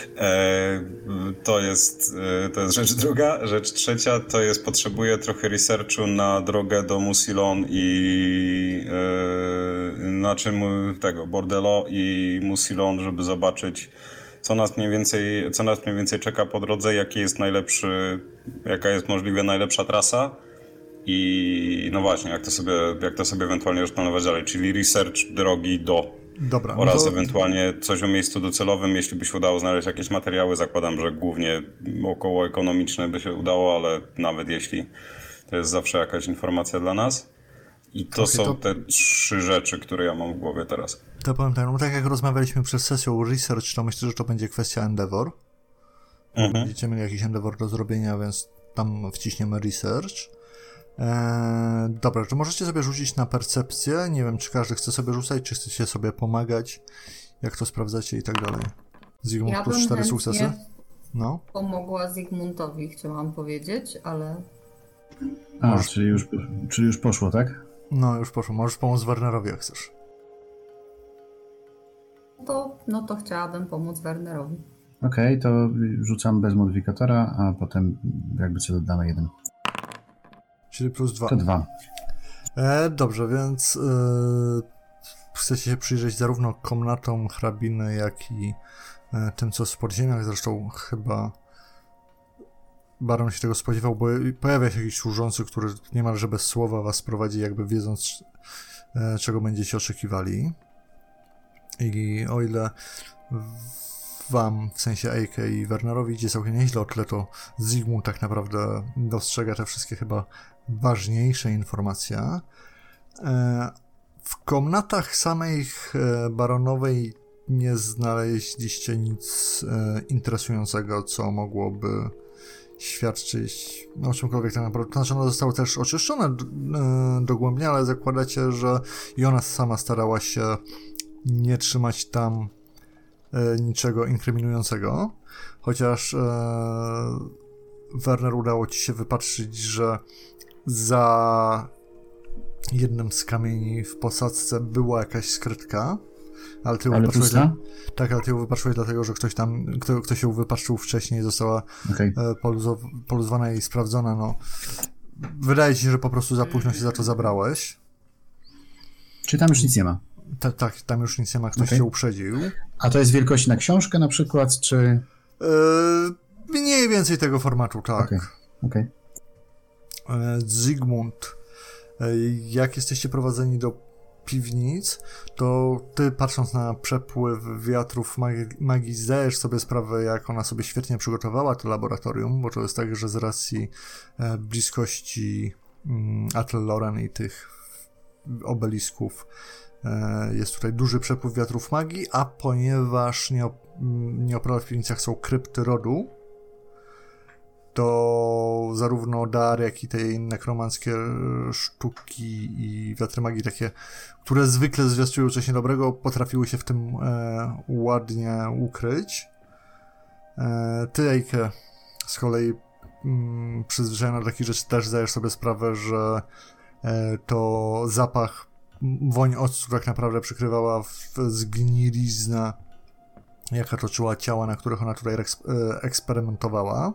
To jest rzecz druga. Rzecz trzecia to jest, potrzebuję trochę researchu na drogę do Musilon i na czym tego Bordello i Musilon, żeby zobaczyć, co nas mniej więcej czeka po drodze, jaka jest możliwie najlepsza trasa. I no właśnie, jak to sobie ewentualnie rozplanować dalej, czyli research drogi do. Dobra, oraz ewentualnie coś o miejscu docelowym, jeśli by się udało znaleźć jakieś materiały, zakładam, że głównie około ekonomiczne by się udało, ale nawet jeśli, to jest zawsze jakaś informacja dla nas. I to są te 3 rzeczy, które ja mam w głowie teraz. To powiem tak, no tak jak rozmawialiśmy przed sesją research, to myślę, że to będzie kwestia Endeavor. Będziecie mieli jakiś Endeavor do zrobienia, więc tam wciśniemy research. Dobra, czy możecie sobie rzucić na percepcję? Nie wiem, czy każdy chce sobie rzucać, czy chcecie sobie pomagać, jak to sprawdzacie i tak dalej. Zygmunt Ja plus 4 sukcesy. No. Pomogła Zygmuntowi, chciałam powiedzieć, ale... Czyli już poszło, tak? No, już poszło. Możesz pomóc Wernerowi, jak chcesz. No to chciałabym pomóc Wernerowi. Okej, to rzucam bez modyfikatora, a potem jakby co dodamy 1. Czyli plus 2. To 2. Dobrze, więc chcecie się przyjrzeć zarówno komnatom hrabiny, jak i tym, co w podziemiach. Zresztą chyba baron się tego spodziewał, bo pojawia się jakiś służący, który niemalże bez słowa was prowadzi, jakby wiedząc, czego będziecie oczekiwali. I o ile wam, w sensie Eike i Wernerowi idzie całkiem nieźle, o tyle to Zygmunt tak naprawdę dostrzega te wszystkie chyba ważniejsze informacje. W komnatach samej baronowej nie znaleźliście nic interesującego, co mogłoby świadczyć o czymkolwiek tak naprawdę. To znaczy, one zostały też oczyszczone dogłębnie, ale zakładacie, że i ona sama starała się nie trzymać tam niczego inkryminującego, chociaż Werner, udało ci się wypatrzyć, że za jednym z kamieni w posadzce była jakaś skrytka, ale ty ją wypatrzyłeś, ale ty ją wypatrzyłeś dlatego, że ktoś ją wypatrzył wcześniej, została poluzowana i sprawdzona. No, wydaje ci się, że po prostu za późno się za to zabrałeś. Czy tam już nic nie ma? Tak, tam już nic nie ma, ktoś cię uprzedził. A to jest wielkości na książkę na przykład, czy... Mniej więcej tego formatu, tak. Okej. Zygmunt, jak jesteście prowadzeni do piwnic, to ty, patrząc na przepływ wiatrów magii, zdajesz sobie sprawę, jak ona sobie świetnie przygotowała to laboratorium, bo to jest tak, że z racji bliskości Atel Loren i tych obelisków jest tutaj duży przepływ wiatrów magii, a ponieważ nieopodal w piwnicach są krypty rodu, to zarówno dar, jak i te nekromanckie sztuki i wiatry magii takie, które zwykle zwiastują coś niedobrego, potrafiły się w tym ładnie ukryć. Ty, Eike, z kolei przyzwyczajona do takich rzeczy, też zdajesz sobie sprawę, że to zapach, woń octu tak naprawdę przykrywała zgnilizna, jaka toczyła ciała, na których ona tutaj eksperymentowała.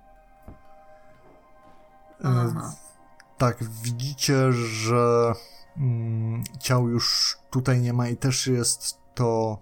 Tak, widzicie, że ciał już tutaj nie ma i też jest to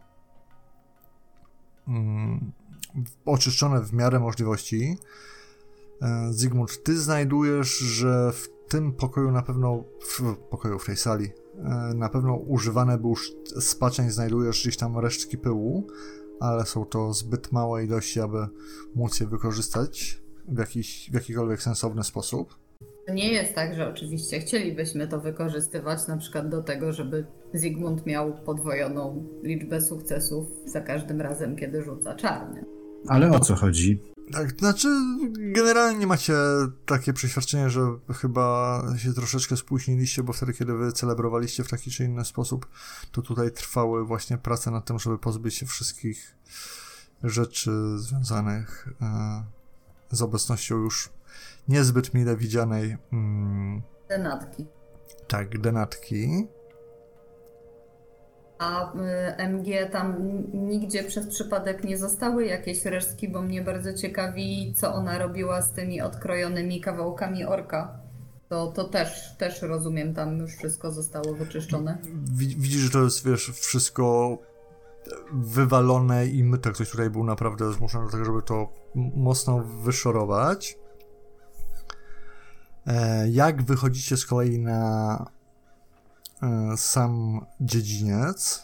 oczyszczone w miarę możliwości. Zygmunt, ty znajdujesz, że w tym pokoju na pewno, w tej sali, na pewno używane był spaczeń, znajdujesz gdzieś tam resztki pyłu, ale są to zbyt małe ilości, aby móc je wykorzystać w jakikolwiek sensowny sposób. To nie jest tak, że oczywiście chcielibyśmy to wykorzystywać na przykład do tego, żeby Zygmunt miał podwojoną liczbę sukcesów za każdym razem, kiedy rzuca czarny. Ale o co chodzi? Tak, znaczy generalnie macie takie przeświadczenie, że chyba się troszeczkę spóźniliście, bo wtedy, kiedy wy celebrowaliście w taki czy inny sposób, to tutaj trwały właśnie prace nad tym, żeby pozbyć się wszystkich rzeczy związanych z obecnością już niezbyt mile widzianej Denatki. tak, denatki. A MG tam nigdzie przez przypadek nie zostały jakieś resztki, bo mnie bardzo ciekawi, co ona robiła z tymi odkrojonymi kawałkami orka. To też rozumiem, tam już wszystko zostało wyczyszczone. Widzisz, że to jest, wiesz, wszystko wywalone i myte. Ktoś tutaj był naprawdę zmuszony do tego, żeby to mocno wyszorować. Jak wychodzicie z kolei na sam dziedziniec,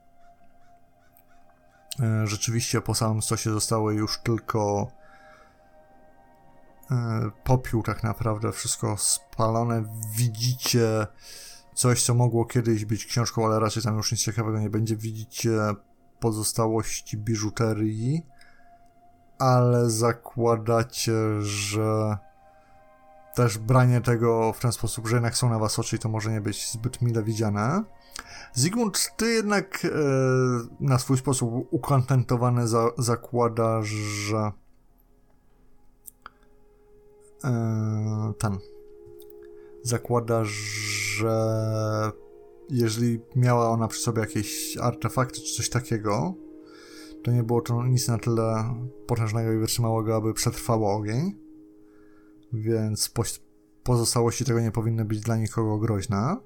rzeczywiście po samym stosie zostały już tylko popiół tak naprawdę, wszystko spalone. Widzicie coś, co mogło kiedyś być książką, ale raczej tam już nic ciekawego nie będzie. Widzicie pozostałości biżuterii, ale zakładacie, że też branie tego w ten sposób, że jednak są na was oczy i to może nie być zbyt mile widziane. Zygmunt, ty jednak na swój sposób ukontentowany zakładasz, że zakładasz, że jeżeli miała ona przy sobie jakieś artefakty czy coś takiego, to nie było to nic na tyle potężnego i wytrzymałego, aby przetrwało ogień. Więc pozostałości tego nie powinny być dla nikogo groźne.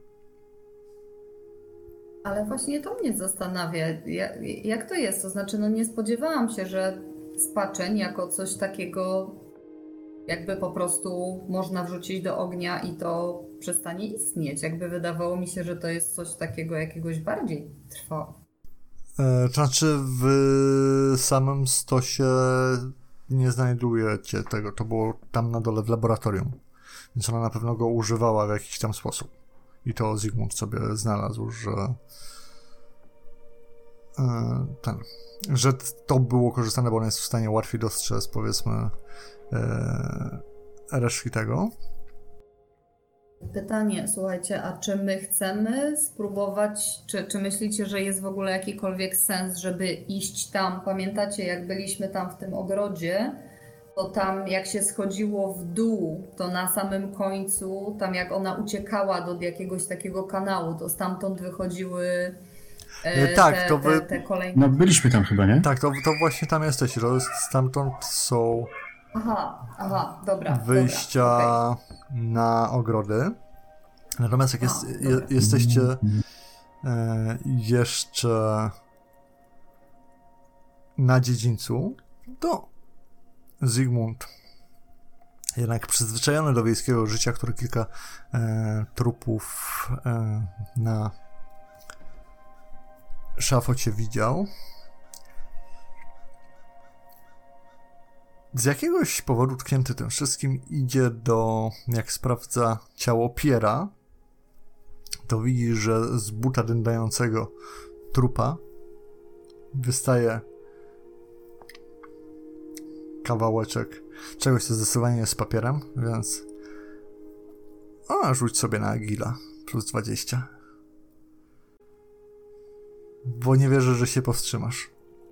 Ale właśnie to mnie zastanawia, jak to jest? To znaczy, no nie spodziewałam się, że spaczeń jako coś takiego jakby po prostu można wrzucić do ognia i to przestanie istnieć. Jakby wydawało mi się, że to jest coś takiego jakiegoś bardziej trwałego. To znaczy w samym stosie nie znajdujecie tego, to było tam na dole w laboratorium, więc ona na pewno go używała w jakiś tam sposób i to Zygmunt sobie znalazł, że to było korzystane, bo on jest w stanie łatwiej dostrzec, powiedzmy, resztki tego. Pytanie, słuchajcie, a czy my chcemy spróbować, czy myślicie, że jest w ogóle jakikolwiek sens, żeby iść tam? Pamiętacie, jak byliśmy tam w tym ogrodzie, to tam jak się schodziło w dół, to na samym końcu, tam jak ona uciekała do jakiegoś takiego kanału, to stamtąd wychodziły te kolejne... No byliśmy tam chyba, nie? Tak, to właśnie tam jesteście, to jest, stamtąd są Aha, dobra. wyjścia na ogrody. Natomiast jak jesteście jeszcze na dziedzińcu, to Zygmunt, jednak przyzwyczajony do wiejskiego życia, który kilka trupów na szafocie widział, z jakiegoś powodu tknięty tym wszystkim idzie jak sprawdza ciało Piera, to widzi, że z buta dyndającego trupa wystaje kawałeczek czegoś, co zdecydowanie jest papierem, więc rzuć sobie na Agila plus 20. Bo nie wierzę, że się powstrzymasz.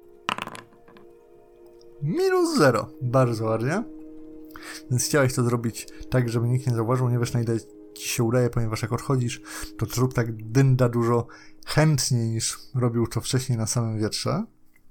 Minus 0. Bardzo ładnie. Więc chciałeś to zrobić tak, żeby nikt nie zauważył. Nie wiesz, na ile ci się udaje, ponieważ jak odchodzisz, to trup tak dynda dużo chętniej niż robił to wcześniej na samym wietrze.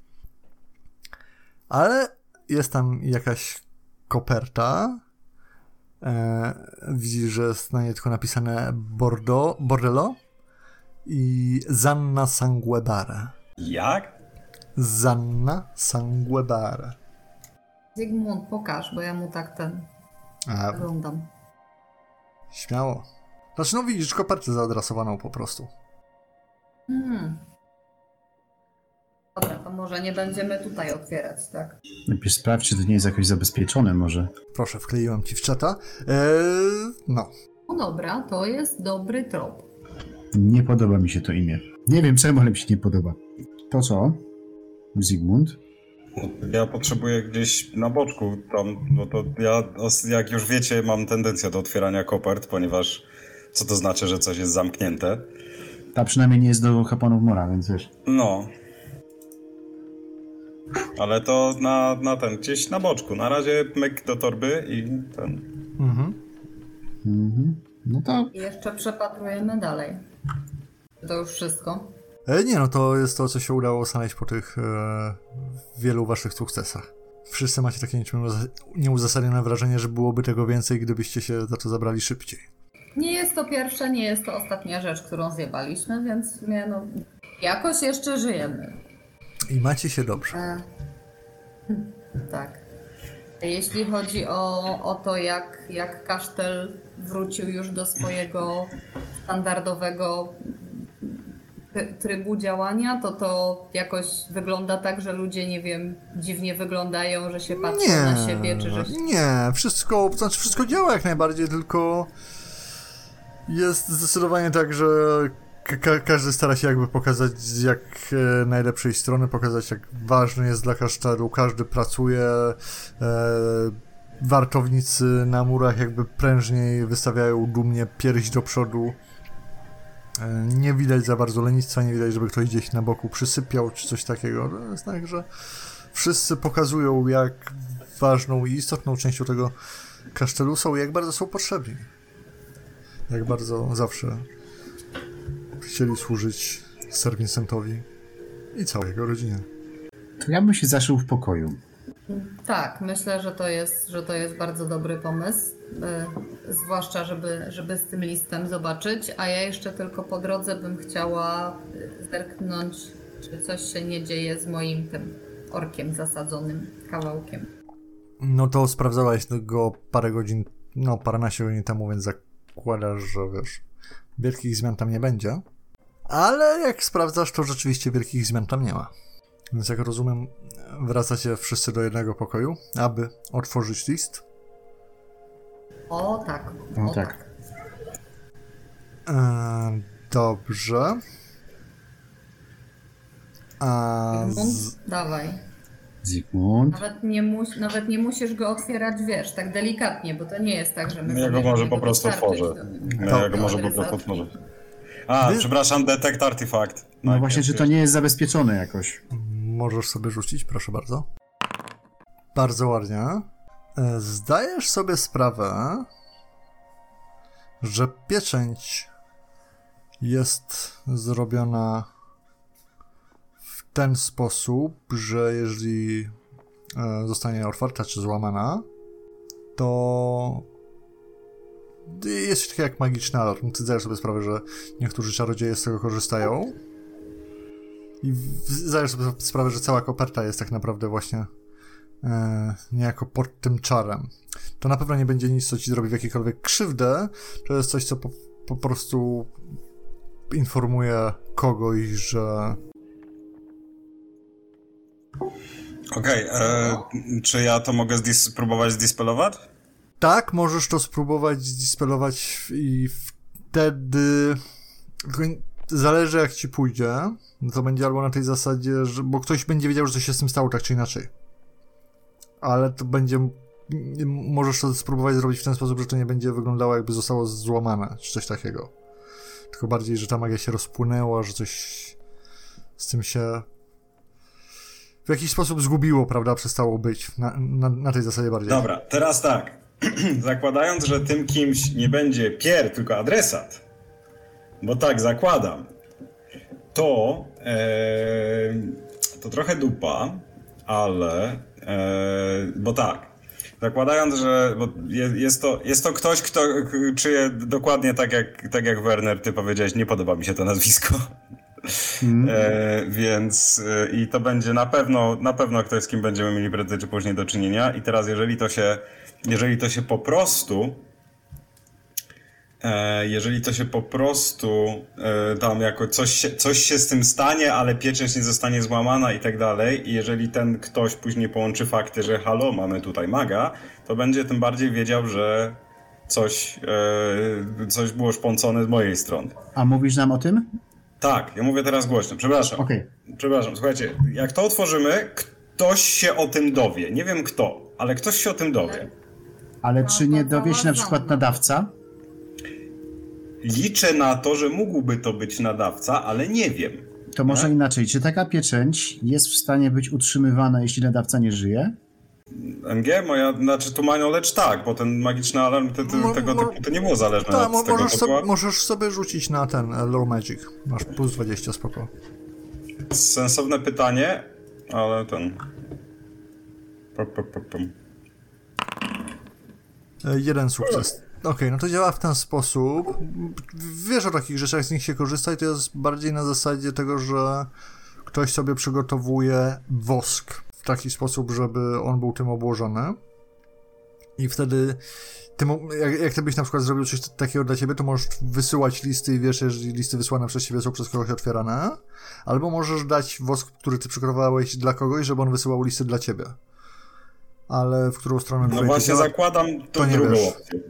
Ale jest tam jakaś koperta. Widzisz, że jest na niej tylko napisane Bordello i Zanna Sanguebare. Jak? Zanna Sanguebare. Zygmunt, pokaż, bo ja mu tak oglądam. Śmiało. Znaczy, no widzisz kopertę zaadresowaną po prostu. Dobra, to może nie będziemy tutaj otwierać, tak? Najpierw sprawdź, czy to nie jest jakoś zabezpieczone może. Proszę, wkleiłem ci w czata. No. No dobra, to jest dobry trop. Nie podoba mi się to imię. Nie wiem czemu, ale mi się nie podoba. To co? Zygmunt? Ja potrzebuję gdzieś na boczku tam, bo to ja, jak już wiecie, mam tendencję do otwierania kopert, ponieważ co to znaczy, że coś jest zamknięte? Ta przynajmniej nie jest do kapłanów mora, więc wiesz. No. Ale to na ten, gdzieś na boczku. Na razie myk do torby i ten. No to I jeszcze przepatrujemy dalej. To już wszystko. Nie, no to jest to, co się udało znaleźć po tych wielu waszych sukcesach. Wszyscy macie takie niczym nieuzasadnione wrażenie, że byłoby tego więcej, gdybyście się za to zabrali szybciej. Nie jest to pierwsza, nie jest to ostatnia rzecz, którą zjebaliśmy, więc no, jakoś jeszcze żyjemy. I macie się dobrze. Tak. Jeśli chodzi o to, jak kasztel wrócił już do swojego standardowego trybu działania, to jakoś wygląda tak, że ludzie, nie wiem, dziwnie wyglądają, że się patrzą na siebie, czy że się... Nie, wszystko działa jak najbardziej, tylko jest zdecydowanie tak, że każdy stara się jakby pokazać z jak najlepszej strony, pokazać jak ważny jest dla kasztelu, każdy pracuje, wartownicy na murach jakby prężniej wystawiają dumnie pierś do przodu. Nie widać za bardzo lenistwa, nie widać, żeby ktoś gdzieś na boku przysypiał czy coś takiego. To jest tak, że wszyscy pokazują, jak ważną i istotną częścią tego kasztelu są i jak bardzo są potrzebni. Jak bardzo zawsze chcieli służyć Sir Vincentowi i całej jego rodzinie. to ja bym się zaszył w pokoju. Tak, myślę, że to jest bardzo dobry pomysł, zwłaszcza żeby z tym listem zobaczyć, a ja jeszcze tylko po drodze bym chciała zerknąć, czy coś się nie dzieje z moim tym orkiem zasadzonym kawałkiem. No to sprawdzałaś go paręnaście godzin temu, więc zakładasz, że wiesz, wielkich zmian tam nie będzie, ale jak sprawdzasz, to rzeczywiście wielkich zmian tam nie ma. Więc jak rozumiem, wracacie wszyscy do jednego pokoju, aby otworzyć list. O tak. O tak. Dobrze. Zygmunt, dawaj. Zygmunt. Nawet nie musisz go otwierać, wiesz, tak delikatnie, bo to nie jest tak, że my... Ja go może po prostu otworzę. Ja go może po prostu otworzę. Przepraszam, detect artifact. No właśnie, czy to nie jest zabezpieczone jakoś? Możesz sobie rzucić, proszę bardzo. Bardzo ładnie. Zdajesz sobie sprawę, że pieczęć jest zrobiona w ten sposób, że jeżeli zostanie otwarta czy złamana, to jest coś takiego jak magiczny alarm. Ty zdajesz sobie sprawę, że niektórzy czarodzieje z tego korzystają. I zdajesz sobie sprawę, że cała koperta jest tak naprawdę właśnie niejako pod tym czarem. To na pewno nie będzie nic, co ci zrobi w jakiejkolwiek krzywdę. To jest coś, co po prostu informuje kogoś, że... Okej, czy ja to mogę spróbować zdispelować? Tak, możesz to spróbować zdispelować i wtedy... Zależy jak ci pójdzie. To będzie albo na tej zasadzie, że... bo ktoś będzie wiedział, że coś się z tym stało tak czy inaczej. Ale to będzie... Możesz to spróbować zrobić w ten sposób, że to nie będzie wyglądało jakby zostało złamane, czy coś takiego. Tylko bardziej, że ta magia się rozpłynęła, że coś z tym się w jakiś sposób zgubiło, prawda? Przestało być. Na tej zasadzie bardziej. Dobra, teraz tak. Zakładając, że tym kimś nie będzie Pierre, tylko adresat, bo tak zakładam, to trochę dupa, ale bo tak, zakładając, że bo jest to ktoś, kto czyje dokładnie tak jak Werner, ty powiedziałeś, nie podoba mi się to nazwisko. Więc i to będzie na pewno ktoś, z kim będziemy mieli prędzej czy później do czynienia. I teraz jeżeli to się po prostu Jeżeli to się po prostu tam jako coś się z tym stanie, ale pieczęć nie zostanie złamana i tak dalej, i jeżeli ten ktoś później połączy fakty, że halo, mamy tutaj maga, to będzie tym bardziej wiedział, że coś było szpącone z mojej strony. A mówisz nam o tym? Tak, ja mówię teraz głośno, przepraszam. Okej. Przepraszam, słuchajcie, jak to otworzymy, ktoś się o tym dowie. Nie wiem kto, ale ktoś się o tym dowie. Ale No, czy nie to dowie się na przykład zamknę. nadawca? Liczę na to, że mógłby to być nadawca, ale nie wiem. To może inaczej. Czy taka pieczęć jest w stanie być utrzymywana, jeśli nadawca nie żyje? MG? Znaczy tu ma knowledge tak, bo ten magiczny alarm tego typu to nie było zależne Tak, od tego, co była. możesz sobie rzucić na ten Lore Magic. Masz plus 20, spoko. Sensowne pytanie, ale ten... Jeden sukces. Okej, no to działa w ten sposób. Wiesz o takich rzeczach, z nich się korzysta i to jest bardziej na zasadzie tego, że ktoś sobie przygotowuje wosk w taki sposób, żeby on był tym obłożony. I wtedy, jak ty byś na przykład zrobił coś takiego dla ciebie, to możesz wysyłać listy i wiesz, jeżeli listy wysłane przez ciebie są przez kogoś otwierane. Albo możesz dać wosk, który ty przygotowałeś dla kogoś, żeby on wysyłał listy dla ciebie. Ale w którą stronę... No właśnie działa, zakładam to to nie drugą wiesz. opcję.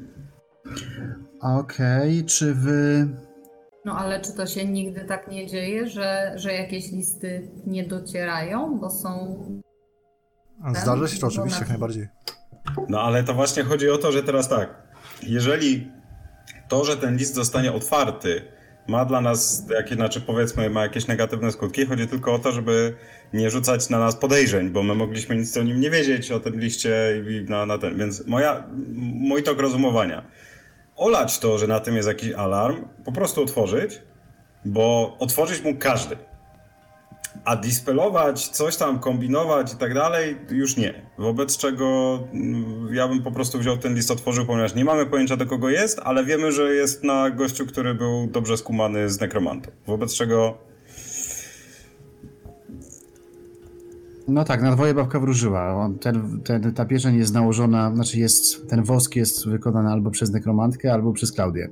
Okej, czy wy... No ale czy to się nigdy tak nie dzieje, że jakieś listy nie docierają, bo są... Zdarza się to Bo oczywiście, na- jak najbardziej. No ale to właśnie chodzi o to, że teraz tak, jeżeli to, że ten list zostanie otwarty, ma dla nas, znaczy powiedzmy, ma jakieś negatywne skutki, chodzi tylko o to, żeby nie rzucać na nas podejrzeń, bo my mogliśmy nic o nim nie wiedzieć, o tym liście i na ten, więc mój tok rozumowania. Olać to, że na tym jest jakiś alarm, po prostu otworzyć, bo otworzyć mógł każdy. A dispelować, coś tam kombinować i tak dalej, już nie. Wobec czego ja bym po prostu wziął ten list, otworzył, ponieważ nie mamy pojęcia, do kogo jest, ale wiemy, że jest na gościu, który był dobrze skumany z nekromantą. Wobec czego... No tak, na dwoje babka wróżyła. Ta pieczęć jest nałożona, znaczy ten wosk jest wykonany albo przez nekromantkę, albo przez Klaudię.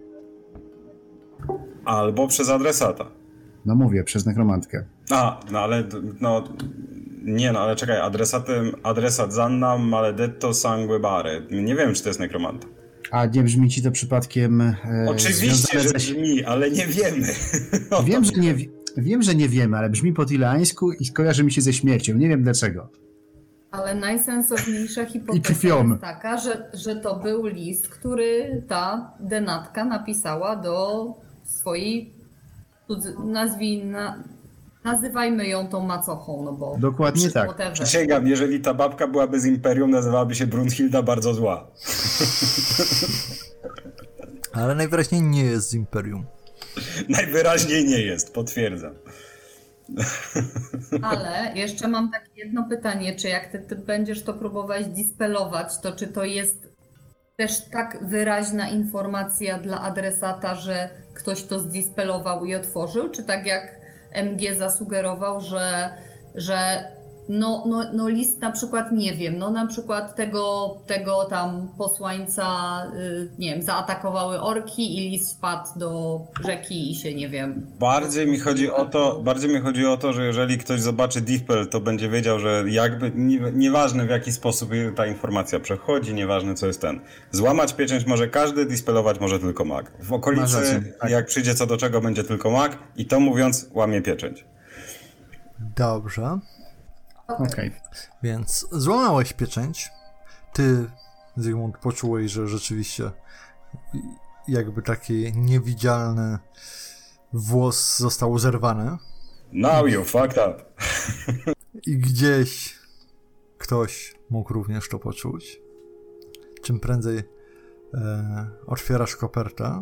Albo przez adresata. No mówię, przez nekromantkę. Ale czekaj, adresat Zanna maledetto sangue bare. Nie wiem, czy to jest nekromanta. A nie brzmi ci to przypadkiem... Oczywiście, że brzmi, ale nie wiemy. Wiem, że nie wiemy, ale brzmi po tilańsku i kojarzy mi się ze śmiercią. Nie wiem dlaczego. Ale najsensowniejsza I hipoteza krwią. jest taka, że to był list, który ta denatka napisała do swojej, nazywajmy ją tą macochą, no bo... Dokładnie tak. whatever. Przysięgam, jeżeli ta babka byłaby z Imperium, nazywałaby się Brunhilda bardzo zła. Ale najwyraźniej nie jest z Imperium. Najwyraźniej nie jest, potwierdzam. Ale jeszcze mam takie jedno pytanie, czy jak ty będziesz to próbować dispelować, to czy to jest też tak wyraźna informacja dla adresata, że ktoś to zdispelował i otworzył, czy tak jak MG zasugerował, że list na przykład, nie wiem, no na przykład tego tam posłańca, nie wiem, zaatakowały orki i list wpadł do rzeki i się, nie wiem... Bardziej mi chodzi o to, że jeżeli ktoś zobaczy Dispel, to będzie wiedział, że jakby, nieważne w jaki sposób ta informacja przechodzi, nieważne co jest ten. Złamać pieczęć może każdy, dispelować może tylko mag. W okolicy, tak. jak przyjdzie co do czego, będzie tylko mag i to mówiąc, łamie pieczęć. Dobrze. Okej. Więc złamałeś pieczęć. Ty, Zygmunt, poczułeś, że rzeczywiście jakby taki niewidzialny włos został zerwany. Now you fucked up. I gdzieś ktoś mógł również to poczuć. Czym prędzej otwierasz kopertę.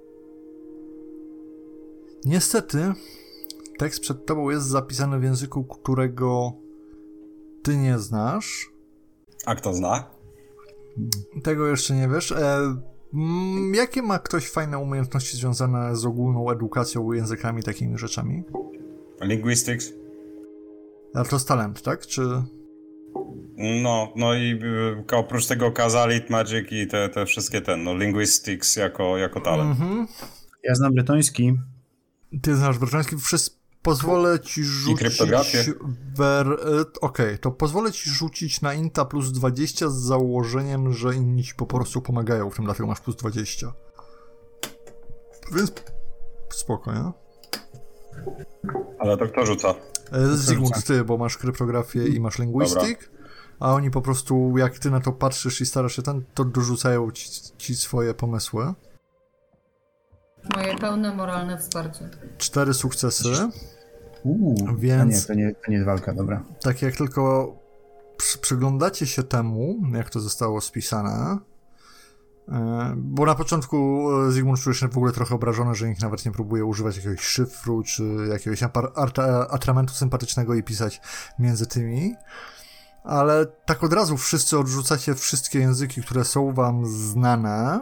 Niestety tekst przed tobą jest zapisany w języku, którego ty nie znasz. A kto zna? Tego jeszcze nie wiesz. Jakie ma ktoś fajne umiejętności związane z ogólną edukacją, językami, takimi rzeczami? Linguistics? Ale to jest talent, tak? Czy... No i oprócz tego Kazalit, Magic i te wszystkie linguistics jako talent. Ja znam bretoński. Ty znasz bretoński, pozwolę ci rzucić... I kryptografię. Okej, to pozwolę ci rzucić na Inta plus 20 z założeniem, że inni ci po prostu pomagają w tym, dlatego masz plus 20. Więc spoko, nie? Ale to kto rzuca? Zygmunt, ty, bo masz kryptografię i masz linguistic, a oni po prostu, jak ty na to patrzysz i starasz się to dorzucają ci swoje pomysły. Moje pełne moralne wsparcie. 4 sukcesy. Więc... To nie walka, dobra. Tak jak tylko przyglądacie się temu, jak to zostało spisane, bo na początku Zygmunt czuje się w ogóle trochę obrażony, że nikt nawet nie próbuje używać jakiegoś szyfru, czy jakiegoś atramentu sympatycznego i pisać między tymi, ale tak od razu wszyscy odrzucacie wszystkie języki, które są wam znane,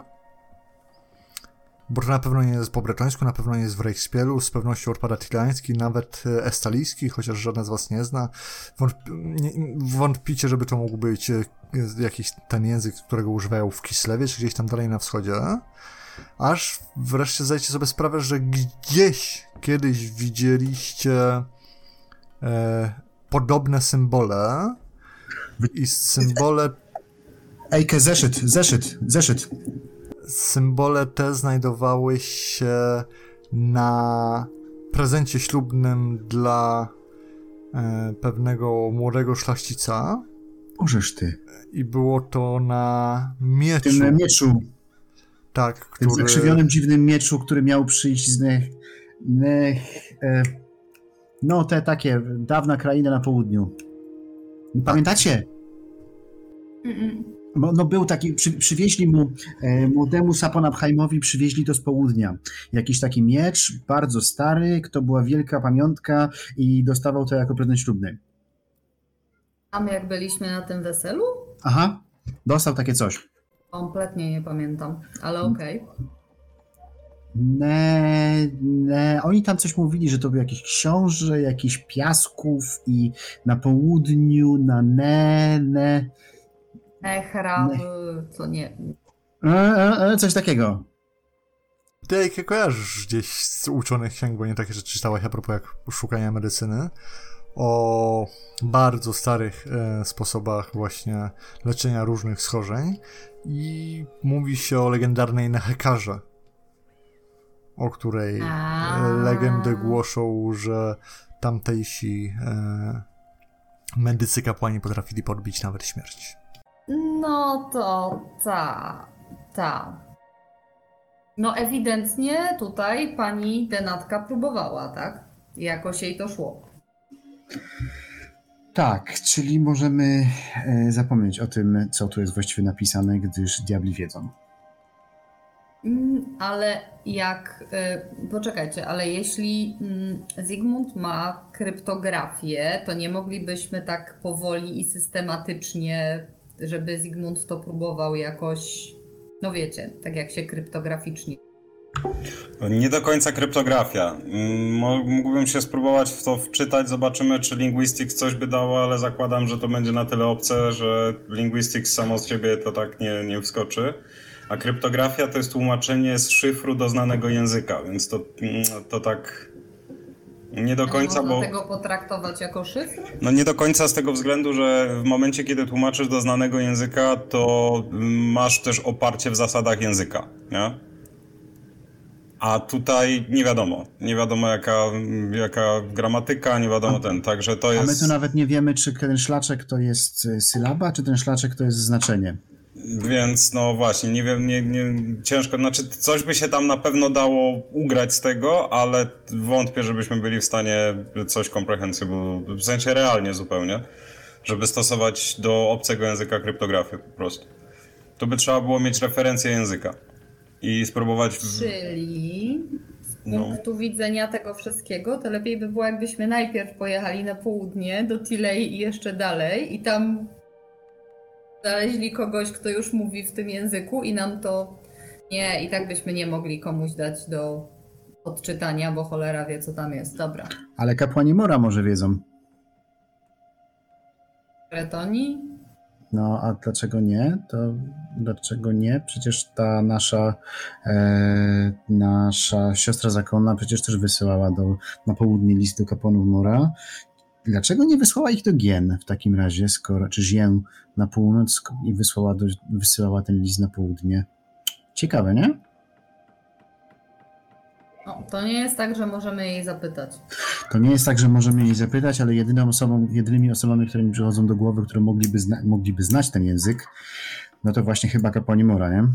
bo to na pewno nie jest po bretońsku, na pewno nie jest w Reichspielu, z pewnością odpada tilański, nawet estalijski, chociaż żaden z was nie zna. Wątpicie, żeby to mógł być jakiś ten język, którego używają w Kislewie, czy gdzieś tam dalej na wschodzie. Aż wreszcie zdajecie sobie sprawę, że gdzieś kiedyś widzieliście podobne symbole i symbole... Ejke, zeszyt. Symbole te znajdowały się na prezencie ślubnym dla pewnego młodego szlachcica. Możesz ty. I było to na mieczu. W tym mieczu. Tak, w tym zakrzywionym, dziwnym mieczu, który miał przyjść z te takie, dawna kraina na południu. Pamiętacie? No był taki, przywieźli mu, młodemu Saponabheimowi przywieźli to z południa. Jakiś taki miecz, bardzo stary, to była wielka pamiątka i dostawał to jako prezent ślubny. Tam jak byliśmy na tym weselu? Aha, dostał takie coś. Kompletnie nie pamiętam, ale okej. Oni tam coś mówili, że to był jakiś książę, jakiś piasków i na południu, co nie. Coś takiego. Ty, jakie kojarzysz gdzieś z uczonych księg, bo nie takie rzeczy czytałaś a propos jak szukania medycyny, o bardzo starych sposobach właśnie leczenia różnych schorzeń i mówi się o legendarnej Nehekarze, o której legendy głoszą, że tamtejsi medycy kapłani potrafili podbić nawet śmierć. No to ta. No ewidentnie tutaj pani Denatka próbowała, tak? Jakoś jej to szło. Tak, czyli możemy zapomnieć o tym, co tu jest właściwie napisane, gdyż diabli wiedzą. Ale jak... Poczekajcie, ale jeśli Zygmunt ma kryptografię, to nie moglibyśmy tak powoli i systematycznie, żeby Zygmunt to próbował jakoś, no wiecie, tak jak się kryptograficznie. Nie do końca kryptografia. Mógłbym się spróbować w to wczytać, zobaczymy, czy Linguistics coś by dało, ale zakładam, że to będzie na tyle obce, że Linguistics samo z siebie to tak nie wskoczy. A kryptografia to jest tłumaczenie z szyfru do znanego języka, więc to tak nie do końca, bo... tego potraktować jako szyfr? No nie do końca z tego względu, że w momencie, kiedy tłumaczysz do znanego języka, to masz też oparcie w zasadach języka, nie? A tutaj nie wiadomo jaka gramatyka, nie wiadomo także to jest... A my tu nawet nie wiemy, czy ten szlaczek to jest sylaba, czy ten szlaczek to jest znaczenie. Więc no właśnie, nie wiem, ciężko, znaczy coś by się tam na pewno dało ugrać z tego, ale wątpię, żebyśmy byli w stanie coś comprehensible, w sensie realnie zupełnie, żeby stosować do obcego języka kryptografię po prostu. Tu by trzeba było mieć referencję języka i spróbować... Czyli z punktu widzenia tego wszystkiego, to lepiej by było, jakbyśmy najpierw pojechali na południe, do Tilei i jeszcze dalej i tam znaleźli kogoś, kto już mówi w tym języku i nam to... Nie, i tak byśmy nie mogli komuś dać do odczytania, bo cholera wie, co tam jest. Dobra. Ale kapłani Mora może wiedzą. Bretonii? No, a dlaczego nie? To dlaczego nie? Przecież ta nasza siostra zakonna przecież też wysyłała na południe list do kapłanów Mora. Dlaczego nie wysłała ich do Gien w takim razie, czy Gien na północ i wysyłała ten list na południe? Ciekawe, nie? No, to nie jest tak, że możemy jej zapytać. To nie jest tak, że możemy jej zapytać, ale jedynymi osobami, które mi przychodzą do głowy, które mogliby znać ten język, no to właśnie chyba kapłani Mora, nie?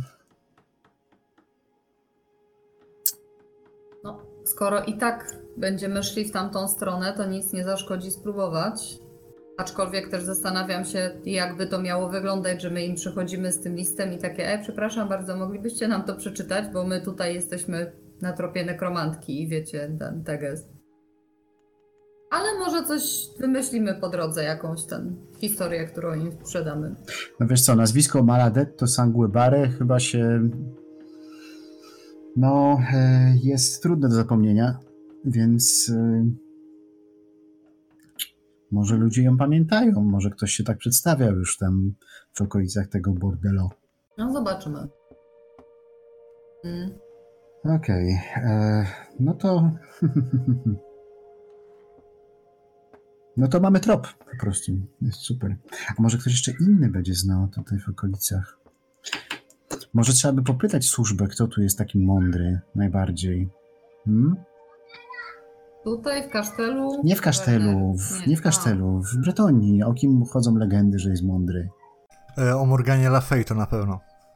No, skoro i tak będziemy szli w tamtą stronę, to nic nie zaszkodzi spróbować. Aczkolwiek też zastanawiam się, jakby to miało wyglądać, że my im przychodzimy z tym listem i takie, przepraszam bardzo, moglibyście nam to przeczytać, bo my tutaj jesteśmy na tropie nekromantki i wiecie, ten teges. Ale może coś wymyślimy po drodze, jakąś historię, którą im sprzedamy. No wiesz co, nazwisko Maladetto Sanguebare chyba się jest trudne do zapomnienia, więc może ludzie ją pamiętają, może ktoś się tak przedstawiał już tam w okolicach tego bordelu. No zobaczymy. Okej, no to no to mamy trop po prostu, jest super. A może ktoś jeszcze inny będzie znał tutaj w okolicach? Może trzeba by popytać służbę, kto tu jest taki mądry najbardziej. Tutaj w kasztelu? Nie w kasztelu, nie w kasztelu, w Bretonii. O kim chodzą legendy, że jest mądry? O Morganie Le Fay to na pewno.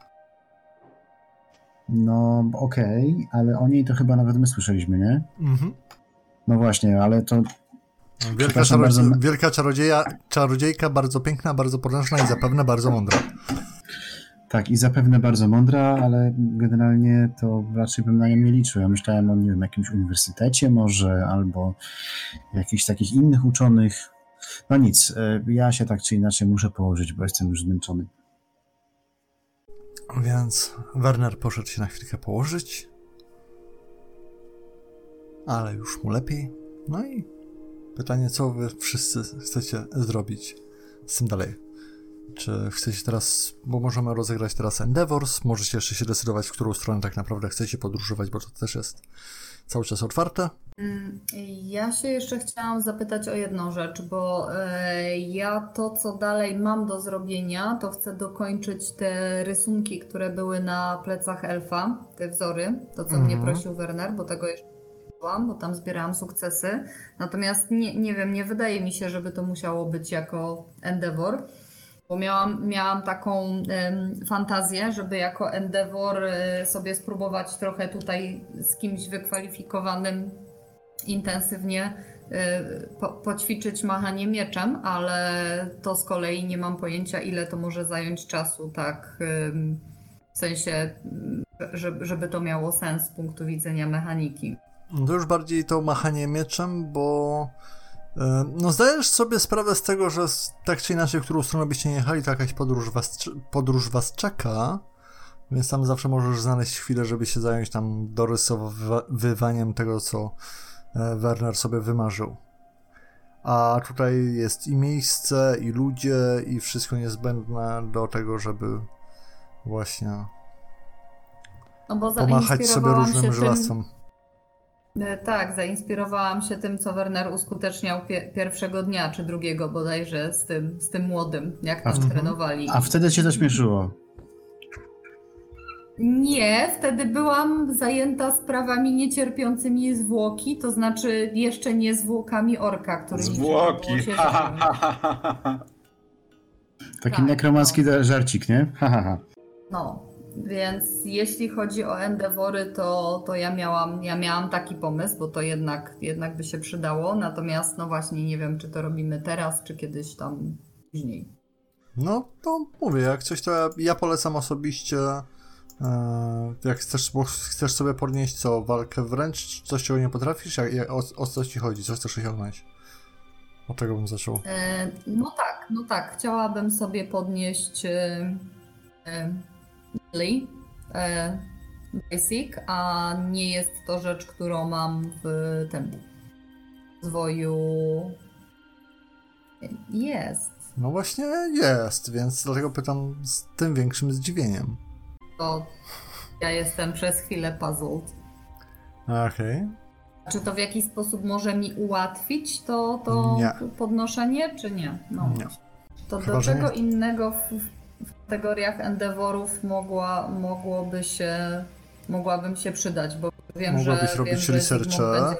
No okej, ale o niej to chyba nawet my słyszeliśmy, nie? Mhm. No właśnie, ale to... Wielka czarodziejka, bardzo piękna, bardzo potężna i zapewne bardzo mądra. Tak, i zapewne bardzo mądra, ale generalnie to raczej bym na nią nie liczył. Ja myślałem o, nie wiem, jakimś uniwersytecie może, albo jakichś takich innych uczonych. No nic, ja się tak czy inaczej muszę położyć, bo jestem już zmęczony. Więc Werner poszedł się na chwilkę położyć, ale już mu lepiej. No i pytanie, co wy wszyscy chcecie zrobić z tym dalej? Czy chcecie teraz, bo możemy rozegrać teraz Endeavors, możecie jeszcze się decydować, w którą stronę tak naprawdę chcecie podróżować, bo to też jest cały czas otwarte. Ja się jeszcze chciałam zapytać o jedną rzecz, bo ja to, co dalej mam do zrobienia, to chcę dokończyć te rysunki, które były na plecach elfa, te wzory, to co mnie prosił Werner, bo tego jeszcze nie robiłam, bo tam zbierałam sukcesy. Natomiast nie wiem, nie wydaje mi się, żeby to musiało być jako Endeavor. Bo miałam taką fantazję, żeby jako Endeavor sobie spróbować trochę tutaj z kimś wykwalifikowanym intensywnie poćwiczyć machanie mieczem, ale to z kolei nie mam pojęcia, ile to może zająć czasu, tak w sensie, żeby to miało sens z punktu widzenia mechaniki. To już bardziej to machanie mieczem, bo no zdajesz sobie sprawę z tego, że tak czy inaczej, w którą stronę byście nie jechali, to jakaś podróż was czeka, więc tam zawsze możesz znaleźć chwilę, żeby się zająć tam dorysowywaniem tego, co Werner sobie wymarzył. A tutaj jest i miejsce, i ludzie, i wszystko niezbędne do tego, żeby właśnie pomachać sobie różnym żelastwem. Tak, zainspirowałam się tym, co Werner uskuteczniał pierwszego dnia, czy drugiego bodajże z tym młodym, jak nas trenowali. A wtedy cię to śmieszyło? Nie, wtedy byłam zajęta sprawami niecierpiącymi zwłoki, to znaczy jeszcze nie zwłokami orka, który zwłoki! Taki nekromancki żarcik, nie? No. Więc jeśli chodzi o Endeavory, to ja miałam taki pomysł, bo to jednak by się przydało, natomiast no właśnie nie wiem, czy to robimy teraz, czy kiedyś tam później. No to mówię, jak coś to ja polecam osobiście, jak chcesz sobie podnieść walkę wręcz, coś czego nie potrafisz, o co ci chodzi, co chcesz osiągnąć? Od czego bym zaczął? No tak, chciałabym sobie podnieść basic, a nie jest to rzecz, którą mam w tym rozwoju. Jest. No właśnie jest, więc dlatego pytam z tym większym zdziwieniem. To ja jestem przez chwilę puzzled. Okej. Czy to w jakiś sposób może mi ułatwić to Nie. podnoszenie, czy nie? No. Nie. To Chyba, do że czego nie. innego w kategoriach endeavorów mogłabym się przydać, bo wiem, Mogłabyś że robić wiem, że Zygmunt researche. będzie...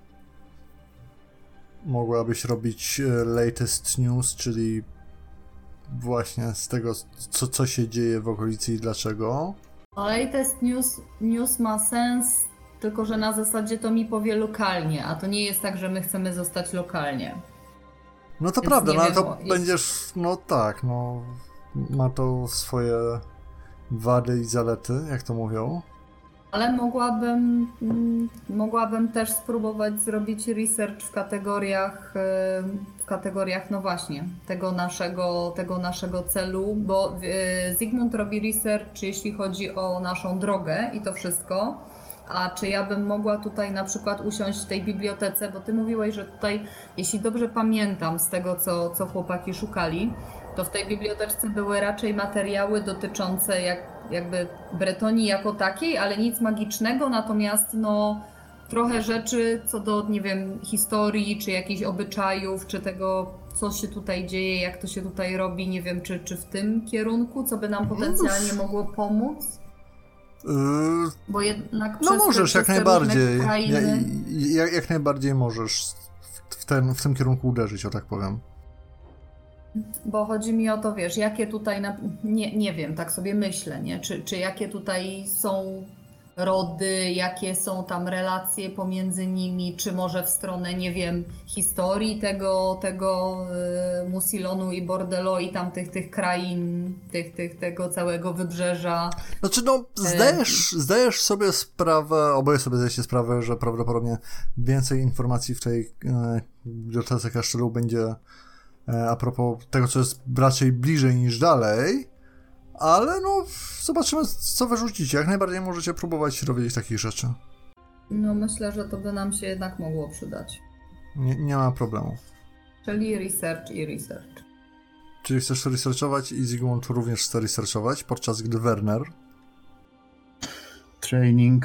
Mogłabyś robić latest news, czyli właśnie z tego, co się dzieje w okolicy i dlaczego. Latest news ma sens, tylko że na zasadzie to mi powie lokalnie, a to nie jest tak, że my chcemy zostać lokalnie. No to Więc prawda, nie no ale wiem, to będziesz, no tak, no ma to swoje wady i zalety, jak to mówią. Ale mogłabym też spróbować zrobić research w kategoriach, no właśnie, tego naszego celu, bo Zygmunt robi research, jeśli chodzi o naszą drogę i to wszystko. A czy ja bym mogła tutaj na przykład usiąść w tej bibliotece, bo ty mówiłeś, że tutaj, jeśli dobrze pamiętam z tego, co chłopaki szukali, to w tej bibliotece były raczej materiały dotyczące jakby Bretonii jako takiej, ale nic magicznego, natomiast no trochę rzeczy co do, nie wiem, historii, czy jakichś obyczajów, czy tego, co się tutaj dzieje, jak to się tutaj robi, nie wiem, czy w tym kierunku, co by nam potencjalnie mogło pomóc? Bo jednak No możesz, jak te najbardziej. różne krainy... Jak najbardziej możesz w tym kierunku uderzyć, o tak powiem. Bo chodzi mi o to, wiesz, jakie tutaj, nie wiem, tak sobie myślę, nie? Czy jakie tutaj są rody, jakie są tam relacje pomiędzy nimi, czy może w stronę, nie wiem, historii tego Musilonu i Bordello i tam tych krain, tego całego wybrzeża. Znaczy no, zdajesz sobie sprawę, oboje sobie zdajecie sprawę, że prawdopodobnie więcej informacji w tej bibliotece kasztelu będzie a propos tego, co jest raczej bliżej niż dalej, ale no, zobaczymy, co wyrzucicie. Jak najbardziej możecie próbować dowiedzieć takich rzeczy. No myślę, że to by nam się jednak mogło przydać. Nie ma problemu. Czyli research i research. Czyli chcesz researchować i Zygmunt również chce researchować, podczas gdy Werner... Training.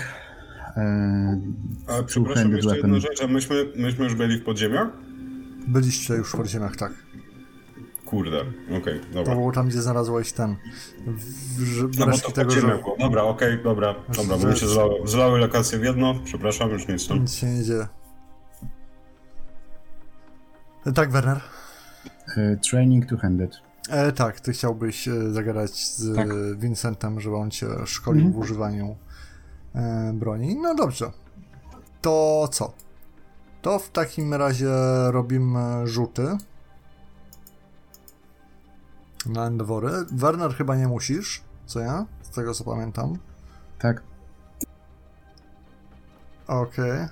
A przepraszam, jeszcze jedną rzecz, a myśmy już byli w podziemiach? Byliście już w podziemiach, tak. Kurde, okej, dobra. To było tam, gdzie znalazłeś ten... No bo to podziemiach było. Dobra, dobra, bo mi się zlały lokacje w jedno. Przepraszam, już nic tam. Nic się nie dzieje. Tak, Werner? Training two-handed. Tak, ty chciałbyś zagadać z Tak. Vincentem, żeby on cię szkolił w używaniu broni. No dobrze. To co? To w takim razie robimy rzuty na endeavory. Werner chyba nie musisz, co ja? Z tego co pamiętam. Tak. Okej.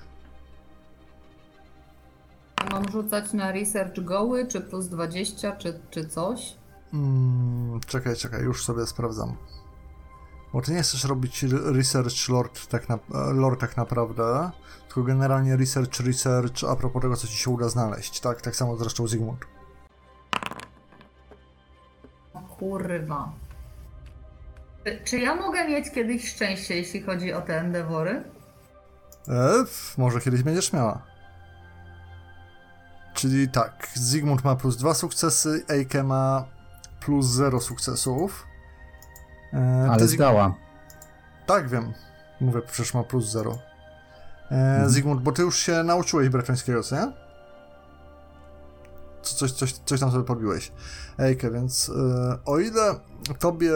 Mam rzucać na research goły, czy plus 20, czy coś? Czekaj, już sobie sprawdzam. Bo ty nie chcesz robić research lore tak naprawdę, tylko generalnie research a propos tego, co ci się uda znaleźć, tak? Tak samo zresztą Zygmunt. O kurwa. Czy ja mogę mieć kiedyś szczęście, jeśli chodzi o te endeavory? Może kiedyś będziesz miała. Czyli tak, Zygmunt ma plus 2 sukcesy, Eike ma plus 0 sukcesów. Ale zdała. Tak, wiem. Mówię, przecież ma plus 0. Zygmunt, bo ty już się nauczyłeś bretońskiego, co nie? Coś tam sobie podbiłeś. Eike, więc o ile tobie,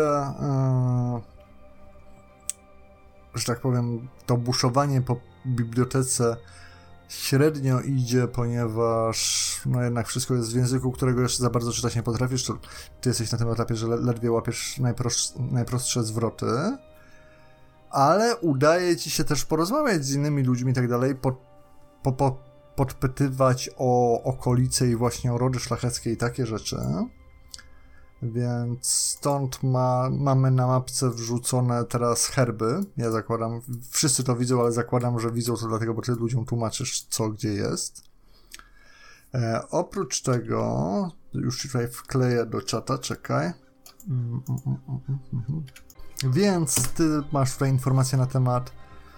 że tak powiem, to buszowanie po bibliotece średnio idzie, ponieważ no jednak wszystko jest w języku, którego jeszcze za bardzo czytać nie potrafisz, to ty jesteś na tym etapie, że ledwie łapiesz najprostsze zwroty, ale udaje ci się też porozmawiać z innymi ludźmi i tak dalej, podpytywać o okolice i właśnie o rody szlacheckie i takie rzeczy. Więc stąd mamy na mapce wrzucone teraz herby. Ja zakładam, wszyscy to widzą, ale zakładam, że widzą to dlatego, bo ty ludziom tłumaczysz, co gdzie jest. Oprócz tego, już ci tutaj wkleję do czata, czekaj. Więc ty masz tutaj informacje na temat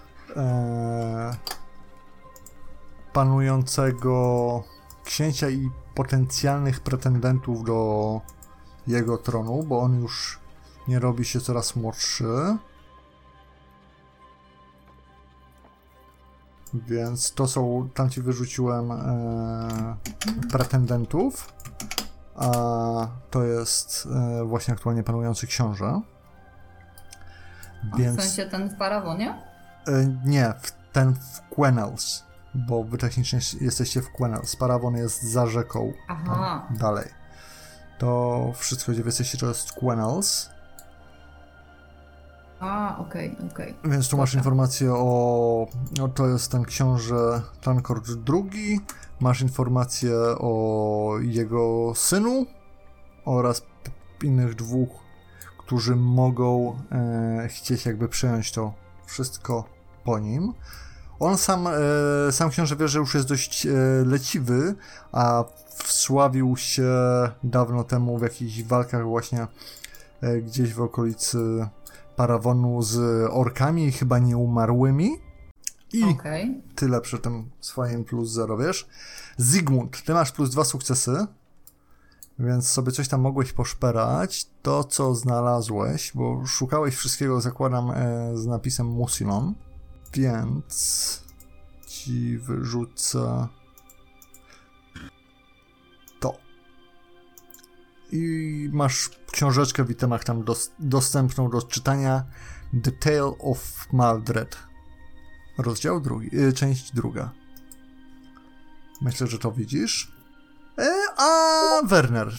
panującego księcia i potencjalnych pretendentów do jego tronu, bo on już nie robi się coraz młodszy. Więc to są, tam ci wyrzuciłem pretendentów, a to jest właśnie aktualnie panujący książę. Więc... W sensie ten w Parawonie? Nie, ten w Quenels, bo wy technicznie jesteście w Quenels. Parawon jest za rzeką. Aha. Dalej. To wszystko, gdzie wy jesteście, to jest Quenels. A, okej. Więc tu masz informację o to jest ten książę Tankord II. Masz informację o jego synu oraz innych dwóch, którzy mogą chcieć jakby przejąć to wszystko po nim. On sam książę wie, że już jest dość leciwy, a wsławił się dawno temu w jakichś walkach właśnie gdzieś w okolicy Parawonu z orkami, chyba nieumarłymi. I tyle przy tym swoim +0, wiesz. Zygmunt, ty masz +2 sukcesy, więc sobie coś tam mogłeś poszperać. To, co znalazłeś, bo szukałeś wszystkiego, zakładam, z napisem Musilon, więc ci wyrzucę to. I masz książeczkę w itemach tam dostępną do czytania. The Tale of Maldred. Rozdział 2, część 2. Myślę, że to widzisz. A Werner,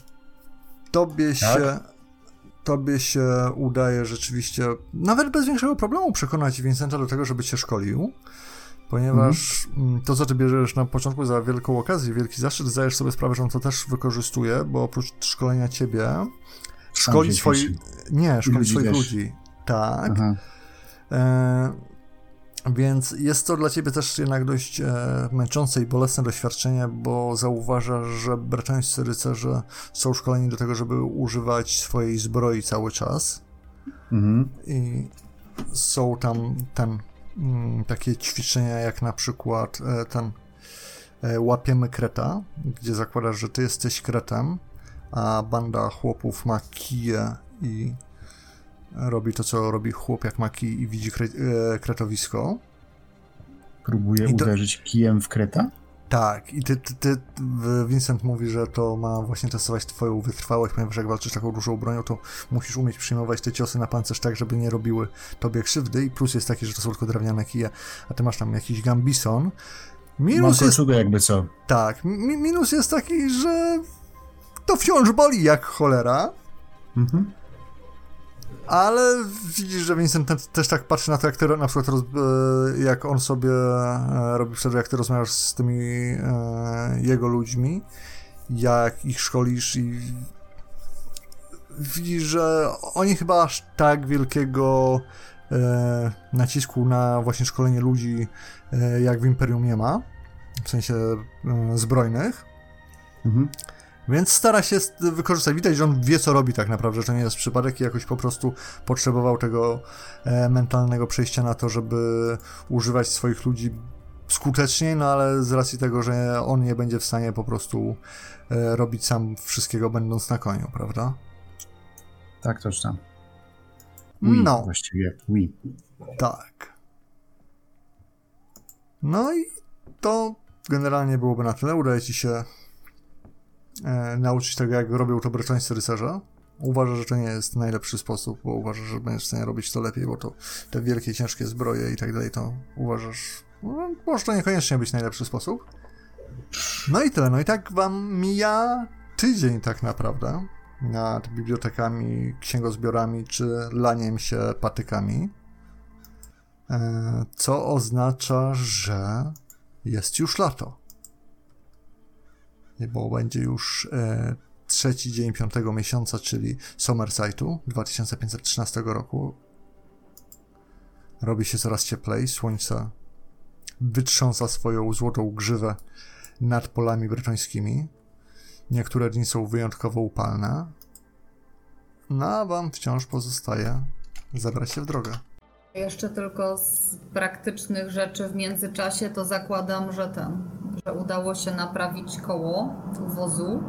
tobie się udaje rzeczywiście nawet bez większego problemu przekonać Vincenta do tego, żeby cię szkolił, ponieważ to, co ty bierzesz na początku za wielką okazję, wielki zaszczyt, zdajesz sobie sprawę, że on to też wykorzystuje, bo oprócz szkolenia ciebie szkoli swoich ludzi. Tak. Więc jest to dla ciebie też jednak dość męczące i bolesne doświadczenie, bo zauważasz, że bretońscy rycerze są szkoleni do tego, żeby używać swojej zbroi cały czas. I są tam takie ćwiczenia, jak na przykład łapiemy kreta, gdzie zakładasz, że ty jesteś kretem, a banda chłopów ma kije i robi to, co robi chłop, jak ma kij i widzi kretowisko. Próbuje uderzyć kijem w kreta? Tak, i ty Vincent mówi, że to ma właśnie testować twoją wytrwałość, ponieważ jak walczysz taką dużą bronią, to musisz umieć przyjmować te ciosy na pancerz tak, żeby nie robiły tobie krzywdy, i plus jest taki, że to są tylko drewniane kije, a ty masz tam jakiś gambison. Mam kolczugę jakby co. Tak, minus jest taki, że to wciąż boli jak cholera. Ale widzisz, że Vincent też tak patrzy na to, jak ty na przykład jak on sobie robi wtedy, jak ty rozmawiasz z tymi jego ludźmi, jak ich szkolisz, i widzisz, że oni chyba aż tak wielkiego nacisku na właśnie szkolenie ludzi jak w Imperium nie ma, w sensie zbrojnych. Więc stara się wykorzystać. Widać, że on wie, co robi tak naprawdę, że to nie jest przypadek i jakoś po prostu potrzebował tego mentalnego przejścia na to, żeby używać swoich ludzi skuteczniej, no ale z racji tego, że on nie będzie w stanie po prostu robić sam wszystkiego, będąc na koniu, prawda? Tak, toczna. No. Właściwie, Tak. No i to generalnie byłoby na tyle. Udaje ci się nauczyć tego, jak robią to bretońscy rycerze. Uważasz, że to nie jest najlepszy sposób, bo uważasz, że będziesz w stanie robić to lepiej, bo to te wielkie, ciężkie zbroje i tak dalej, to uważasz, może to niekoniecznie być najlepszy sposób. No i tyle. No i tak wam mija tydzień tak naprawdę nad bibliotekami, księgozbiorami czy laniem się patykami, co oznacza, że jest już lato. Bo będzie już trzeci dzień 5 miesiąca, czyli Summersightu 2513 roku. Robi się coraz cieplej, słońce wytrząsa swoją złotą grzywę nad polami bretońskimi. Niektóre dni są wyjątkowo upalne. No a wam wciąż pozostaje zabrać się w drogę. Jeszcze tylko z praktycznych rzeczy w międzyczasie to zakładam, że udało się naprawić koło wozu.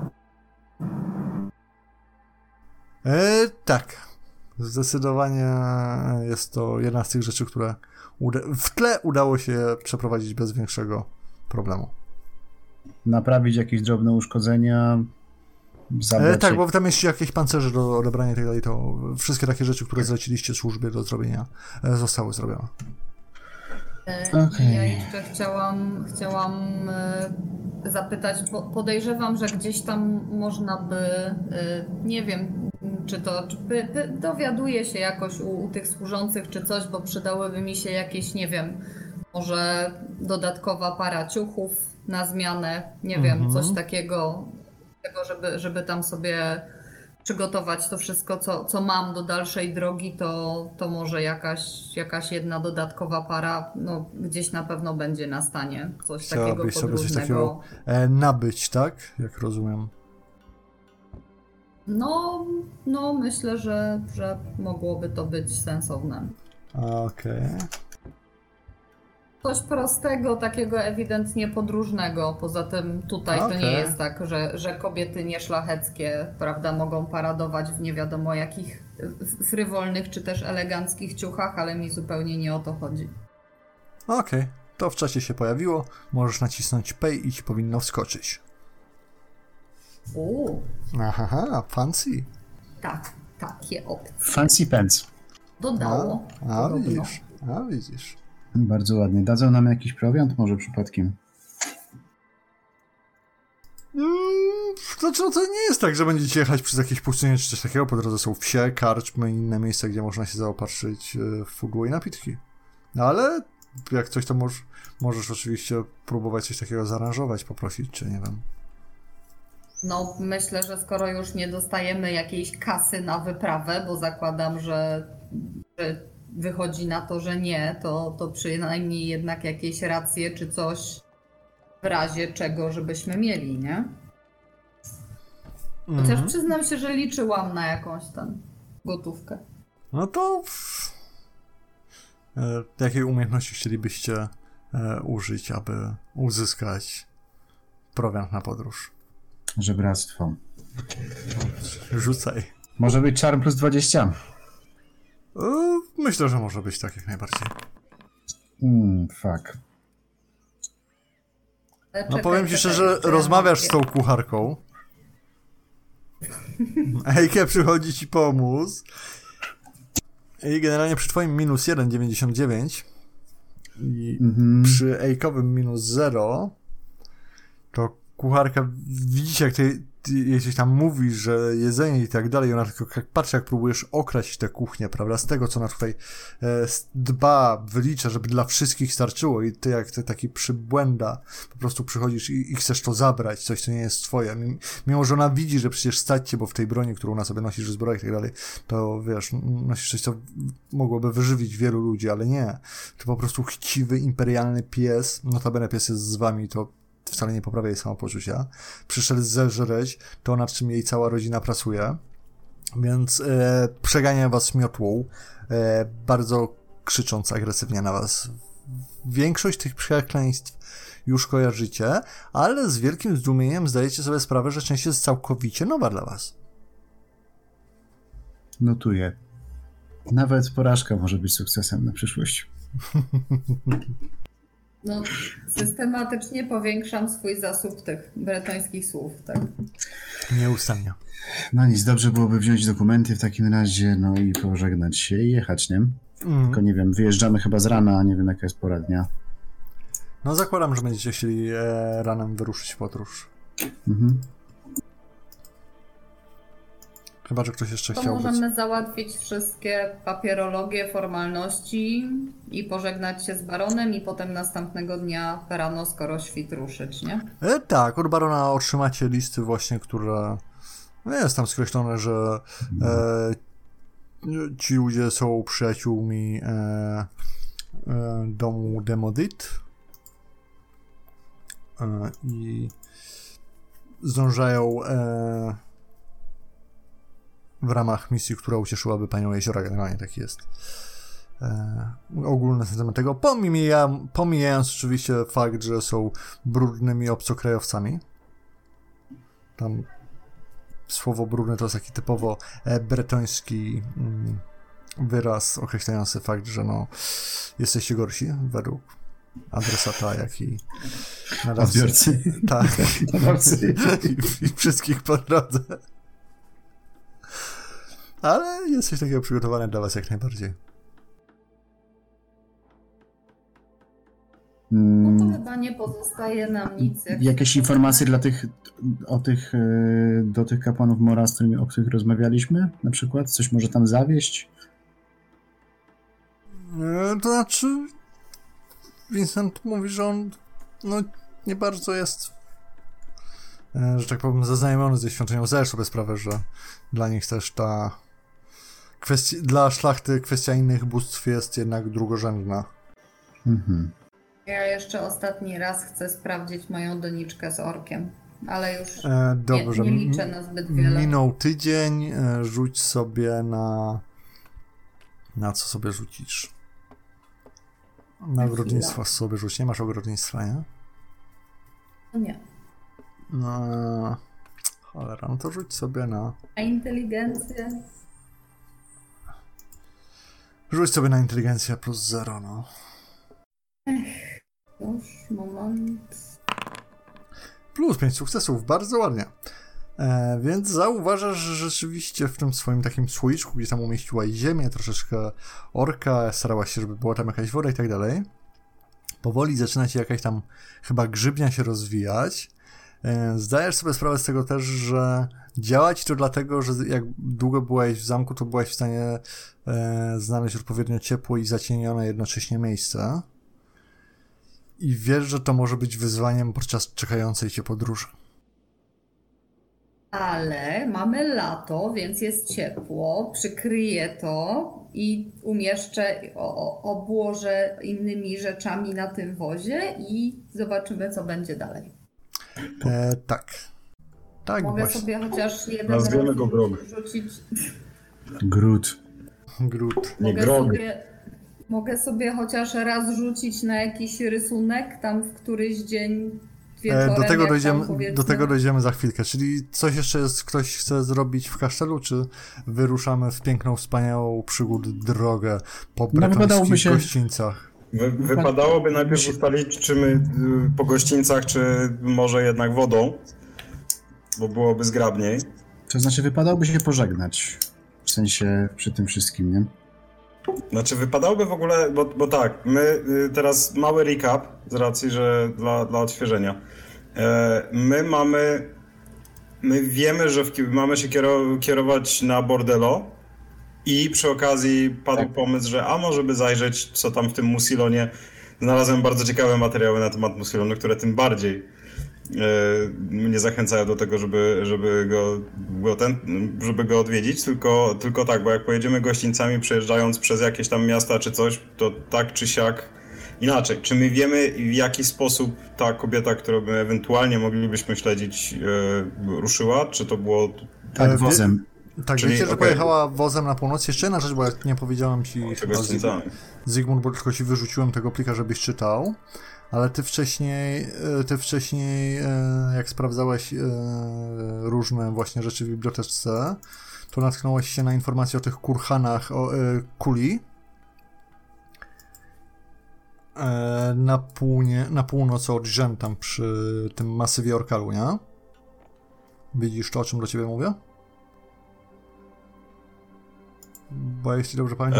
Tak. Zdecydowanie jest to jedna z tych rzeczy, które w tle udało się przeprowadzić bez większego problemu. Naprawić jakieś drobne uszkodzenia, zabrać tak, bo tam jest jakieś pancerze do odebrania i tak dalej, to wszystkie takie rzeczy, które zleciliście służbie do zrobienia, zostały zrobione. Ja jeszcze chciałam zapytać, bo podejrzewam, że gdzieś tam można by, nie wiem, czy dowiaduje się jakoś u tych służących czy coś, bo przydałyby mi się jakieś, nie wiem, może dodatkowa para ciuchów na zmianę, nie wiem, coś takiego, żeby tam sobie przygotować to wszystko, co mam do dalszej drogi, to może jakaś jedna dodatkowa para, no gdzieś na pewno będzie na stanie. Coś takiego podróżnego. Sobie coś takiego nabyć, tak? Jak rozumiem. No myślę, że mogłoby to być sensowne. Okej. Coś prostego, takiego ewidentnie podróżnego. Poza tym tutaj to nie jest tak, że kobiety nieszlacheckie, prawda, mogą paradować w nie wiadomo jakich frywolnych czy też eleganckich ciuchach, ale mi zupełnie nie o to chodzi. Okej. To w czasie się pojawiło. Możesz nacisnąć pay i ci powinno wskoczyć. Aha, fancy. Tak, takie opcje. Fancy pants. Dodało. Widzisz. Bardzo ładnie. Dadzą nam jakiś prowiant może przypadkiem? Znaczy, no to nie jest tak, że będziecie jechać przez jakieś pustynie czy coś takiego. Po drodze są wsie, karczmy i inne miejsca, gdzie można się zaopatrzyć w pudło i napitki. No ale jak coś, to możesz oczywiście próbować coś takiego zaaranżować, poprosić, czy nie wiem. No myślę, że skoro już nie dostajemy jakiejś kasy na wyprawę, bo zakładam, że wychodzi na to, że nie, to przynajmniej jednak jakieś racje czy coś w razie czego, żebyśmy mieli, nie? Chociaż przyznam się, że liczyłam na jakąś tam gotówkę. No to jakiej umiejętności chcielibyście użyć, aby uzyskać prowiant na podróż? Żebractwo. Rzucaj. Może być charm plus 20. Myślę, że może być tak jak najbardziej. Fuck. No powiem ci szczerze, rozmawiasz z tą kucharką. Ejke przychodzi ci pomóc. I generalnie przy twoim minus 1,99 i przy Ejkowym minus 0 to kucharka, widzicie jak ty jej coś tam mówisz, że jedzenie i tak dalej, ona tylko patrzy jak próbujesz okraść tę kuchnię, prawda, z tego co ona tutaj dba, wylicza, żeby dla wszystkich starczyło i ty jak ty taki przybłęda po prostu przychodzisz i chcesz to zabrać, coś co nie jest twoje, mimo że ona widzi, że przecież stać cię, bo w tej broni, którą na sobie nosisz, zbrojach i tak dalej, to wiesz, nosisz coś, co mogłoby wyżywić wielu ludzi, ale nie, to po prostu chciwy, imperialny pies, notabene pies jest z wami, to wcale nie poprawia jej samopoczucia. Przyszedł zeżreć to, nad czym jej cała rodzina pracuje, więc przegania was miotłą, bardzo krzycząc agresywnie na was. Większość tych przekleństw już kojarzycie, ale z wielkim zdumieniem zdajecie sobie sprawę, że część jest całkowicie nowa dla was. Notuję. Nawet porażka może być sukcesem na przyszłość. No, systematycznie powiększam swój zasób tych bretońskich słów, tak? Nieustannie. No nic, dobrze byłoby wziąć dokumenty w takim razie, no i pożegnać się i jechać, nie? Tylko nie wiem, wyjeżdżamy chyba z rana, nie wiem jaka jest pora dnia. No zakładam, że będziecie chcieli ranem wyruszyć w podróż. Chyba, że ktoś jeszcze chciał możemy załatwić wszystkie papierologie, formalności i pożegnać się z baronem i potem następnego dnia rano, skoro świt, ruszyć, nie? Tak, od barona otrzymacie listy właśnie, które jest tam skreślone, że ci ludzie są przyjaciółmi domu Demodit i zdążają w ramach misji, która ucieszyłaby panią Jeziora. Generalnie taki jest ogólny sentyment tego, pomijając oczywiście fakt, że są brudnymi obcokrajowcami. Tam słowo brudny to jest taki typowo bretoński wyraz określający fakt, że no jesteście gorsi według adresata, jak i nadawcy. Odbiorcy. Tak. Nadawcy. I wszystkich po drodze. Ale jest coś takiego przygotowane dla was jak najbardziej. No to chyba nie pozostaje nam nic. Jakieś informacje do tych kapłanów Mora, o których rozmawialiśmy? Na przykład? Coś może tam zawieść? To znaczy Vincent mówi, że on nie bardzo jest, że tak powiem, zaznajomiony ze świątynią. Zdajesz sobie sprawę, że dla nich też dla szlachty kwestia innych bóstw jest jednak drugorzędna. Mhm. Ja jeszcze ostatni raz chcę sprawdzić moją doniczkę z orkiem, ale już dobrze. Nie liczę na zbyt wiele. Minął tydzień, rzuć sobie na co sobie rzucisz? Na ogrodnictwo sobie rzuć. Nie masz ogrodnictwa, nie? Nie. No, cholera, no to rzuć sobie A inteligencję? Rzuć sobie na inteligencję plus 0, no. Już, moment. Plus 5 sukcesów, bardzo ładnie. Więc zauważasz, że rzeczywiście w tym swoim takim słoiczku, gdzie tam umieściłaś ziemię, troszeczkę orka, starałaś się, żeby była tam jakaś woda i tak dalej. Powoli zaczyna ci jakaś tam chyba grzybnia się rozwijać. Zdajesz sobie sprawę z tego też, że działa ci to dlatego, że jak długo byłeś w zamku, to byłeś w stanie znaleźć odpowiednio ciepłe i zacienione jednocześnie miejsce. I wiesz, że to może być wyzwaniem podczas czekającej cię podróży. Ale mamy lato, więc jest ciepło, przykryję to i umieszczę, obłożę innymi rzeczami na tym wozie i zobaczymy, co będzie dalej. Tak. Tak, mogę właśnie. sobie chociaż jeden Nazwiemy raz go Grog. rzucić. Gród. Nie Grog. Mogę sobie chociaż raz rzucić na jakiś rysunek, tam w któryś dzień wieczorem, do tego dojdziemy za chwilkę. Czyli coś jeszcze jest, ktoś chce zrobić w kasztelu, czy wyruszamy w piękną, wspaniałą drogę po bretońskich gościńcach? Wypadałoby najpierw ustalić, czy my po gościńcach, czy może jednak wodą, bo byłoby zgrabniej. To znaczy wypadałoby się pożegnać, w sensie przy tym wszystkim, nie? Znaczy wypadałoby w ogóle, bo tak, my teraz mały recap z racji, że dla odświeżenia. My wiemy, że mamy się kierować na Bordello i przy okazji padł pomysł, że może by zajrzeć, co tam w tym Musilonie. Znalazłem bardzo ciekawe materiały na temat Musilonu, które tym bardziej mnie zachęcają do tego, żeby go odwiedzić, tylko tak, bo jak pojedziemy gościńcami przejeżdżając przez jakieś tam miasta czy coś, to tak czy siak inaczej. Czy my wiemy, w jaki sposób ta kobieta, którą my ewentualnie moglibyśmy śledzić, ruszyła? Czy to było... Tak, wozem. Tak, czyli, wiecie, że pojechała wozem na północ. Jeszcze jedna rzecz, bo ja nie powiedziałem ci Zygmunt, bo tylko ci wyrzuciłem tego plika, żebyś czytał. Ale ty wcześniej, jak sprawdzałeś różne właśnie rzeczy w bibliotece, to natknąłeś się na informacje o tych kurhanach kuli na północ od Rzym, tam przy tym masywie Orkalu, nie? Widzisz to, o czym do ciebie mówię? Bo jeśli dobrze pamiętam...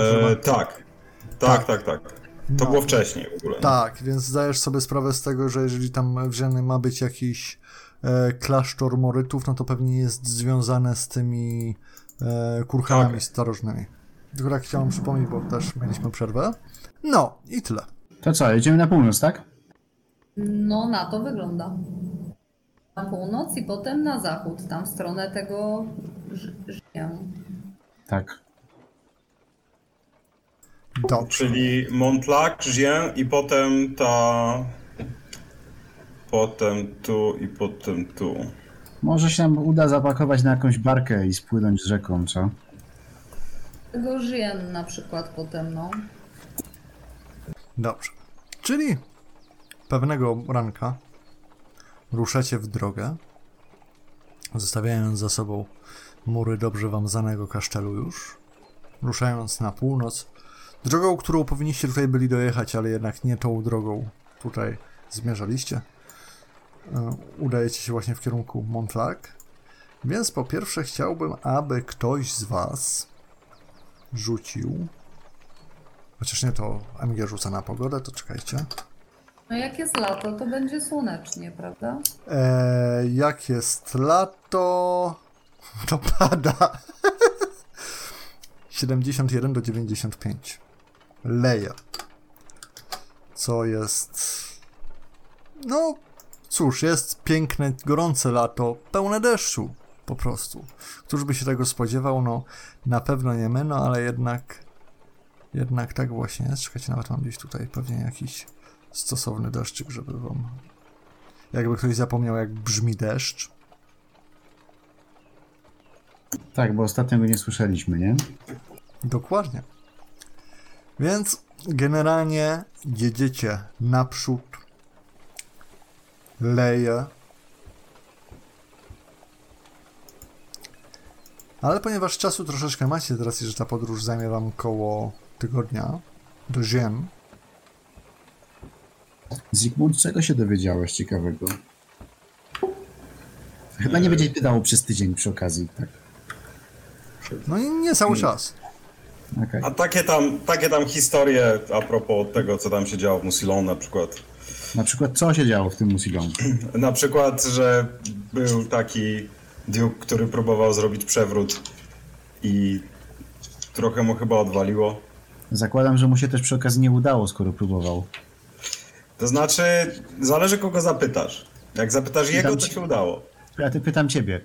Tak. To było wcześniej w ogóle. Tak, więc zdajesz sobie sprawę z tego, że jeżeli tam w Rzymie ma być jakiś klasztor morytów, no to pewnie jest związane z tymi kurhanami starożytnymi. Tylko tak chciałem przypomnieć, bo też mieliśmy przerwę. No i tyle. To co, jedziemy na północ, tak? No, na to wygląda. Na północ i potem na zachód, tam w stronę tego Rzymia. Tak. Dobrze. Czyli Montlac, Gien i potem potem tu i potem tu. Może się nam uda zapakować na jakąś barkę i spłynąć z rzeką, co? Tego żyję na przykład potem, no. Dobrze. Czyli pewnego ranka ruszacie w drogę, zostawiając za sobą mury dobrze wam znanego kasztelu już, ruszając na północ, drogą, którą powinniście tutaj byli dojechać, ale jednak nie tą drogą tutaj zmierzaliście. Udajecie się właśnie w kierunku Montlark, więc po pierwsze chciałbym, aby ktoś z was rzucił, chociaż nie to MG rzuca na pogodę, to czekajcie. No jak jest lato, to będzie słonecznie, prawda? Jak jest lato, to pada. 71 do 95. Leje. Co jest... No, cóż, jest piękne, gorące lato, pełne deszczu, po prostu. Któż by się tego spodziewał? No, na pewno nie my, no, ale jednak tak właśnie jest. Czekajcie, nawet mam gdzieś tutaj pewnie jakiś stosowny deszczyk, żeby wam... Jakby ktoś zapomniał, jak brzmi deszcz. Tak, bo ostatnio go nie słyszeliśmy, nie? Dokładnie. Więc generalnie jedziecie naprzód, leje. Ale ponieważ czasu troszeczkę macie, teraz że ta podróż zajmie wam koło tygodnia do Ziem. Zygmunt, czego się dowiedziałeś ciekawego? Chyba nie będzie pytał przez tydzień przy okazji, tak? No i nie cały czas. Okay. A takie tam historie a propos tego, co tam się działo w Musilon na przykład. Na przykład co się działo w tym Musilon? Na przykład, że był taki Duke, który próbował zrobić przewrót i trochę mu chyba odwaliło. Zakładam, że mu się też przy okazji nie udało, skoro próbował. To znaczy, zależy kogo zapytasz. Jak zapytasz jego, to się udało. Ja pytam ciebie.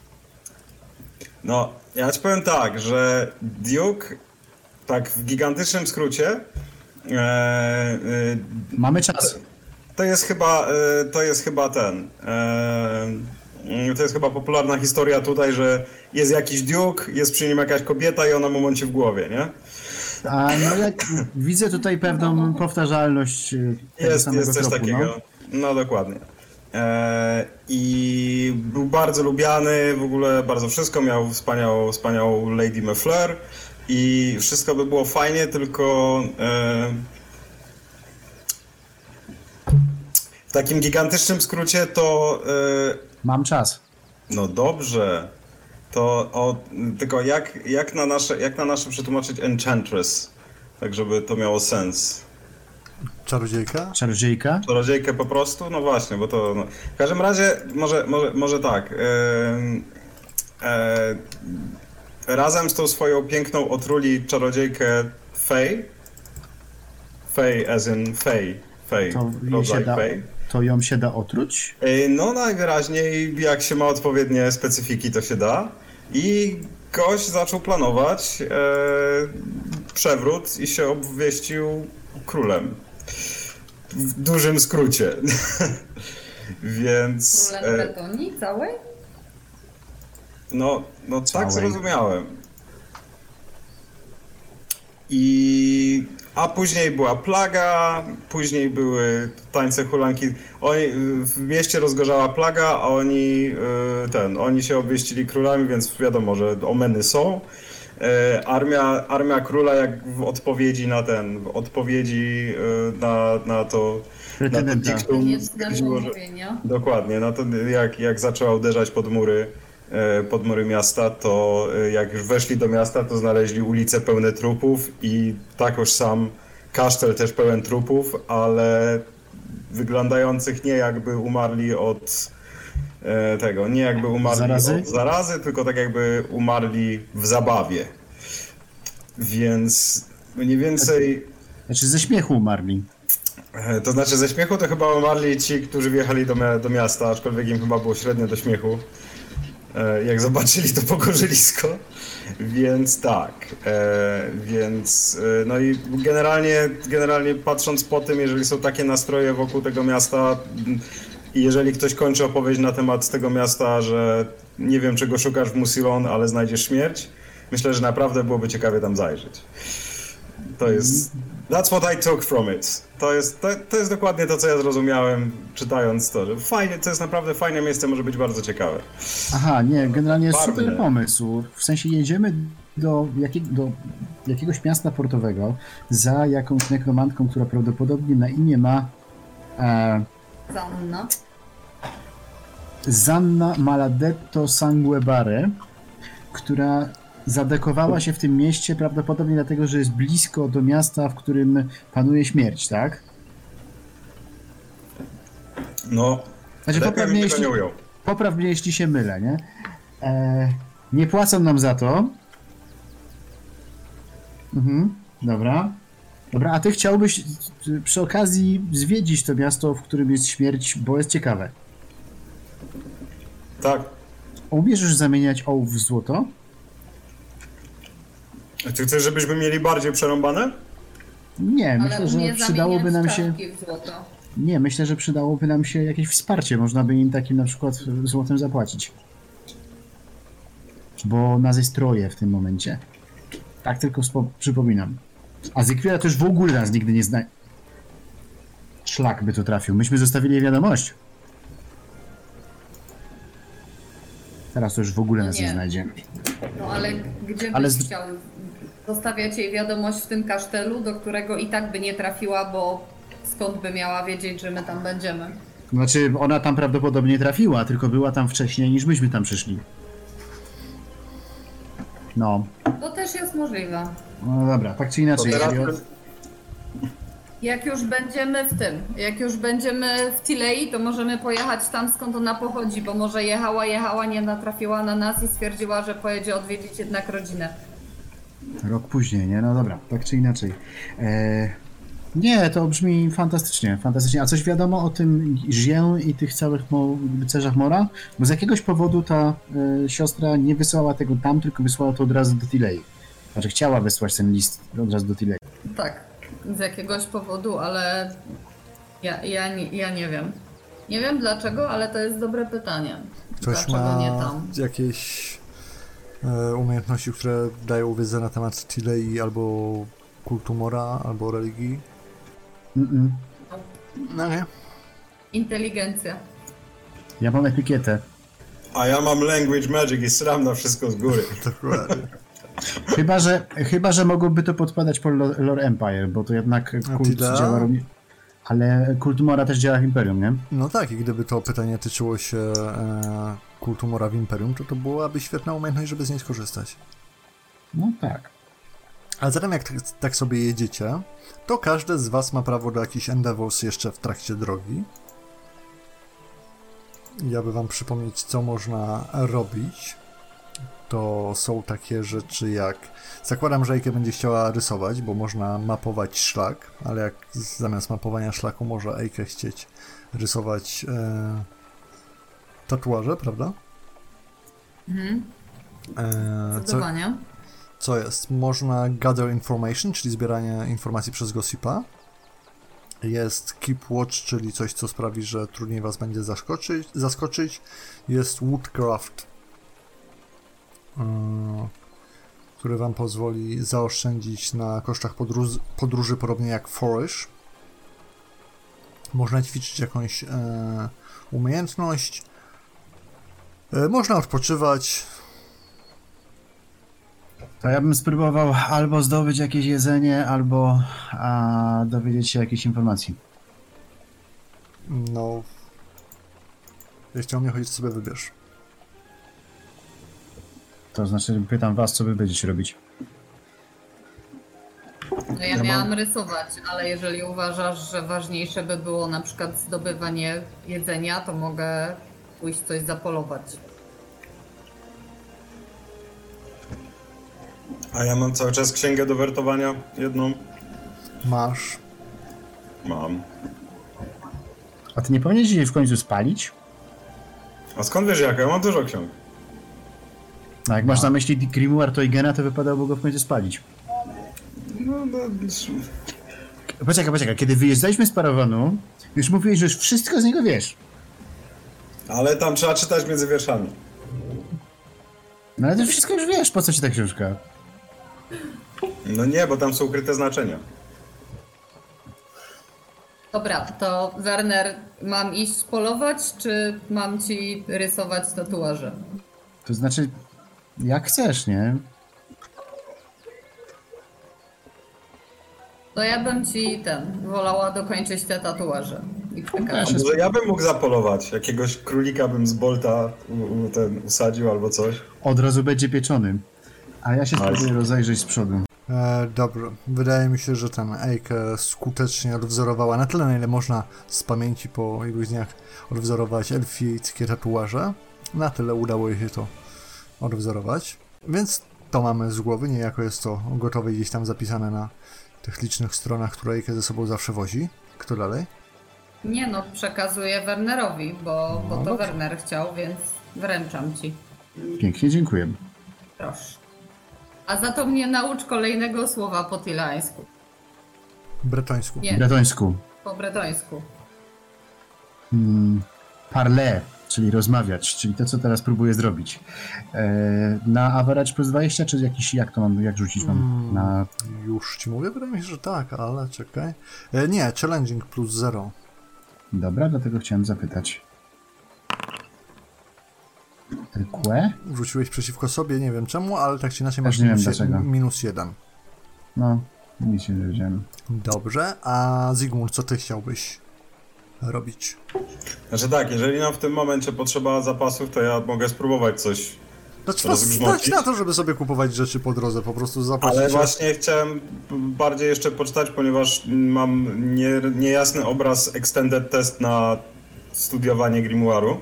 No, ja ci powiem tak, że Duke, tak w gigantycznym skrócie, Mamy czas. to jest chyba popularna historia tutaj, że jest jakiś Duke, jest przy nim jakaś kobieta i ona mu mąci w głowie, nie? A no jak widzę tutaj pewną powtarzalność tego samego Jest coś tropu, takiego. No dokładnie. I był bardzo lubiany, w ogóle bardzo wszystko, miał wspaniałą Lady Mefleur i wszystko by było fajnie, tylko w takim gigantycznym skrócie to... Mam czas. No dobrze, tylko jak na nasze przetłumaczyć Enchantress, tak żeby to miało sens? Czarodziejka? Czarodziejka? Czarodziejkę po prostu? No właśnie, bo to... No. W każdym razie, może tak. Razem z tą swoją piękną otruli czarodziejkę Fey as in Fey, rodzaj Fey. To ją się da otruć? No najwyraźniej, jak się ma odpowiednie specyfiki, to się da. I gość zaczął planować przewrót i się obwieścił królem. W dużym skrócie. Więc... Królem Bretonii całej? No Całej. tak zrozumiałem. A później była plaga, później były tańce hulanki. W mieście rozgorzała plaga, a oni się obwieścili królami, więc wiadomo, że omeny są. Armia króla jak w odpowiedzi na to diktum, dokładnie, na to jak zaczęła uderzać pod mury miasta, to jak już weszli do miasta, to znaleźli ulice pełne trupów i takoż sam kasztel też pełen trupów, ale wyglądających nie jakby umarli od zarazy, tylko tak jakby umarli w zabawie. Więc mniej więcej... Znaczy ze śmiechu umarli. To znaczy ze śmiechu to chyba umarli ci, którzy wjechali do miasta, aczkolwiek im chyba było średnio do śmiechu. Jak zobaczyli to pogorzylisko. Więc tak. No i generalnie patrząc po tym, jeżeli są takie nastroje wokół tego miasta, I jeżeli ktoś kończy opowieść na temat tego miasta, że nie wiem czego szukasz w Musilon, ale znajdziesz śmierć, myślę, że naprawdę byłoby ciekawie tam zajrzeć. To jest... That's what I took from it. To jest dokładnie to, co ja zrozumiałem, czytając to, że fajnie, to jest naprawdę fajne miejsce, może być bardzo ciekawe. Aha, nie, generalnie jest Barwne. super pomysł. W sensie jedziemy do jakiegoś miasta portowego za jakąś nekromantką, która prawdopodobnie na imię ma Zanna. Zanna Maladetto Sanguebare, która zadekowała się w tym mieście prawdopodobnie dlatego, że jest blisko do miasta, w którym panuje śmierć, tak? No, Znaczy, lepiej bym tego nie ujął. popraw mnie, jeśli się mylę, nie? Nie płacą nam za to. Dobra. Dobra, a ty chciałbyś przy okazji zwiedzić to miasto, w którym jest śmierć, bo jest ciekawe. Tak. Umiesz już zamieniać ołów w złoto? A ty chcesz, żebyśmy mieli bardziej przerąbane? Nie, Ale myślę, że umie przydałoby nam się... czaszki w złoto. Nie, myślę, że przydałoby nam się jakieś wsparcie. Można by im takim na przykład złotem zapłacić. Bo nas jest troje w tym momencie. Tak tylko przypominam. A Zykwiela to już w ogóle nas nigdy nie zna... Szlak by to trafił. Myśmy zostawili jej wiadomość. Teraz to już w ogóle nas nie Nie. znajdzie. No ale gdzie Ale byś chciał zostawiać jej wiadomość w tym kasztelu, do którego i tak by nie trafiła, bo skąd by miała wiedzieć, że my tam będziemy? Znaczy, ona tam prawdopodobnie trafiła, tylko była tam wcześniej niż myśmy tam przyszli. No. To też jest możliwe. No dobra, tak czy inaczej. To teraz... Jak już będziemy w Tilei, to możemy pojechać tam, skąd ona pochodzi, bo może jechała, nie natrafiła na nas i stwierdziła, że pojedzie odwiedzić jednak rodzinę. Rok później, nie? No dobra, tak czy inaczej. Nie, to brzmi fantastycznie, fantastycznie. A coś wiadomo o tym Zię i tych całych rycerzach Mora? Bo z jakiegoś powodu ta siostra nie wysłała tego tam, tylko wysłała to od razu do Tilei. Znaczy chciała wysłać ten list od razu do Tilei. Tak, z jakiegoś powodu, ale ja nie wiem. Nie wiem dlaczego, ale to jest dobre pytanie. Ktoś Dlaczego ma nie tam? jakieś umiejętności, które dają wiedzę na temat Tilei albo kultu Mora, albo religii? No nie. Inteligencja. Ja mam etykietę. A ja mam language magic i sram na wszystko z góry. Dokładnie. Chyba, że mogłoby to podpadać pod Lore Empire, bo to jednak kult Attila? działa również... Ale kult Mora też działa w Imperium, nie? No tak, i gdyby to pytanie tyczyło się kultu Mora w Imperium, to byłaby świetna umiejętność, żeby z niej skorzystać. No tak. Ale zatem jak tak sobie jedziecie, to każdy z was ma prawo do jakichś endeavors jeszcze w trakcie drogi. Ja by wam przypomnieć, co można robić. To są takie rzeczy jak... Zakładam, że Eike będzie chciała rysować, bo można mapować szlak, ale jak zamiast mapowania szlaku może Eike chcieć rysować tatuaże, prawda? Zdecydowanie. Co jest? Można gather information, czyli zbieranie informacji przez gossipa. Jest keep watch, czyli coś, co sprawi, że trudniej was będzie zaskoczyć. Jest woodcraft, który wam pozwoli zaoszczędzić na kosztach podróży, podobnie jak forage. Można ćwiczyć jakąś umiejętność. Można odpoczywać. To ja bym spróbował albo zdobyć jakieś jedzenie, albo dowiedzieć się jakiejś informacji. No, jeśli o mnie chodzi, to sobie wybierz. To znaczy, pytam was, co wy będziecie robić. No ja miałam rysować, ale jeżeli uważasz, że ważniejsze by było na przykład zdobywanie jedzenia, to mogę pójść coś zapolować. A ja mam cały czas księgę do wertowania, jedną. Masz. Mam. A ty nie powinieneś jej w końcu spalić? A skąd wiesz jaka? Ja mam dużo ksiąg. No jak masz na myśli Grimoire Toygena, to wypadałoby go w końcu spalić. No, Poczekaj. Kiedy wyjeżdżaliśmy z parawanu, już mówiłeś, że już wszystko z niego wiesz. Ale tam trzeba czytać między wierszami. No ale ty wszystko już wiesz, po co ci ta książka? No nie, bo tam są ukryte znaczenia. Dobra, to Werner, mam iść polować, czy mam ci rysować tatuaże? To znaczy, jak chcesz, nie? To ja bym ci wolała dokończyć te tatuaże i A przekazać. może ja bym mógł zapolować? Jakiegoś królika bym z Bolta usadził albo coś? Od razu będzie pieczony. A ja się spróbuję rozejrzeć z przodu. Dobrze, wydaje mi się, że ten Eike skutecznie odwzorowała na tyle, na ile można z pamięci po iluś dniach odwzorować elfickie tatuaże. Na tyle udało jej się to odwzorować. Więc to mamy z głowy, niejako jest to gotowe gdzieś tam zapisane na tych licznych stronach, które Eike ze sobą zawsze wozi. Kto dalej? Nie no, przekazuję Wernerowi, bo No to dobrze. Werner chciał, więc wręczam ci. Pięknie, dziękuję. Proszę. A za to mnie naucz kolejnego słowa po tilańsku. Bretońsku. Nie, Bretońsku. po bretońsku. Parler, czyli rozmawiać, czyli to, co teraz próbuję zrobić. Na average plus 20, czy jakiś, jak to mam, jak rzucić mam? Na... Już ci mówię, wydaje mi się, że tak, ale czekaj. Nie, challenging plus 0. Dobra, dlatego chciałem zapytać. Kłe? Rzuciłeś przeciwko sobie, nie wiem czemu, ale tak czy inaczej Też masz nie wiem dlaczego. minus 1. No, nic nie wiedziałem. Dobrze, a Zygmunt, co ty chciałbyś robić? Znaczy tak, jeżeli nam w tym momencie potrzeba zapasów, to ja mogę spróbować coś. No trzeba rozgrzmocić. stać na to, żeby sobie kupować rzeczy po drodze, po prostu zapłacić. Ale właśnie chciałem bardziej jeszcze poczytać, ponieważ mam niejasny obraz extended test na studiowanie grimoire'u.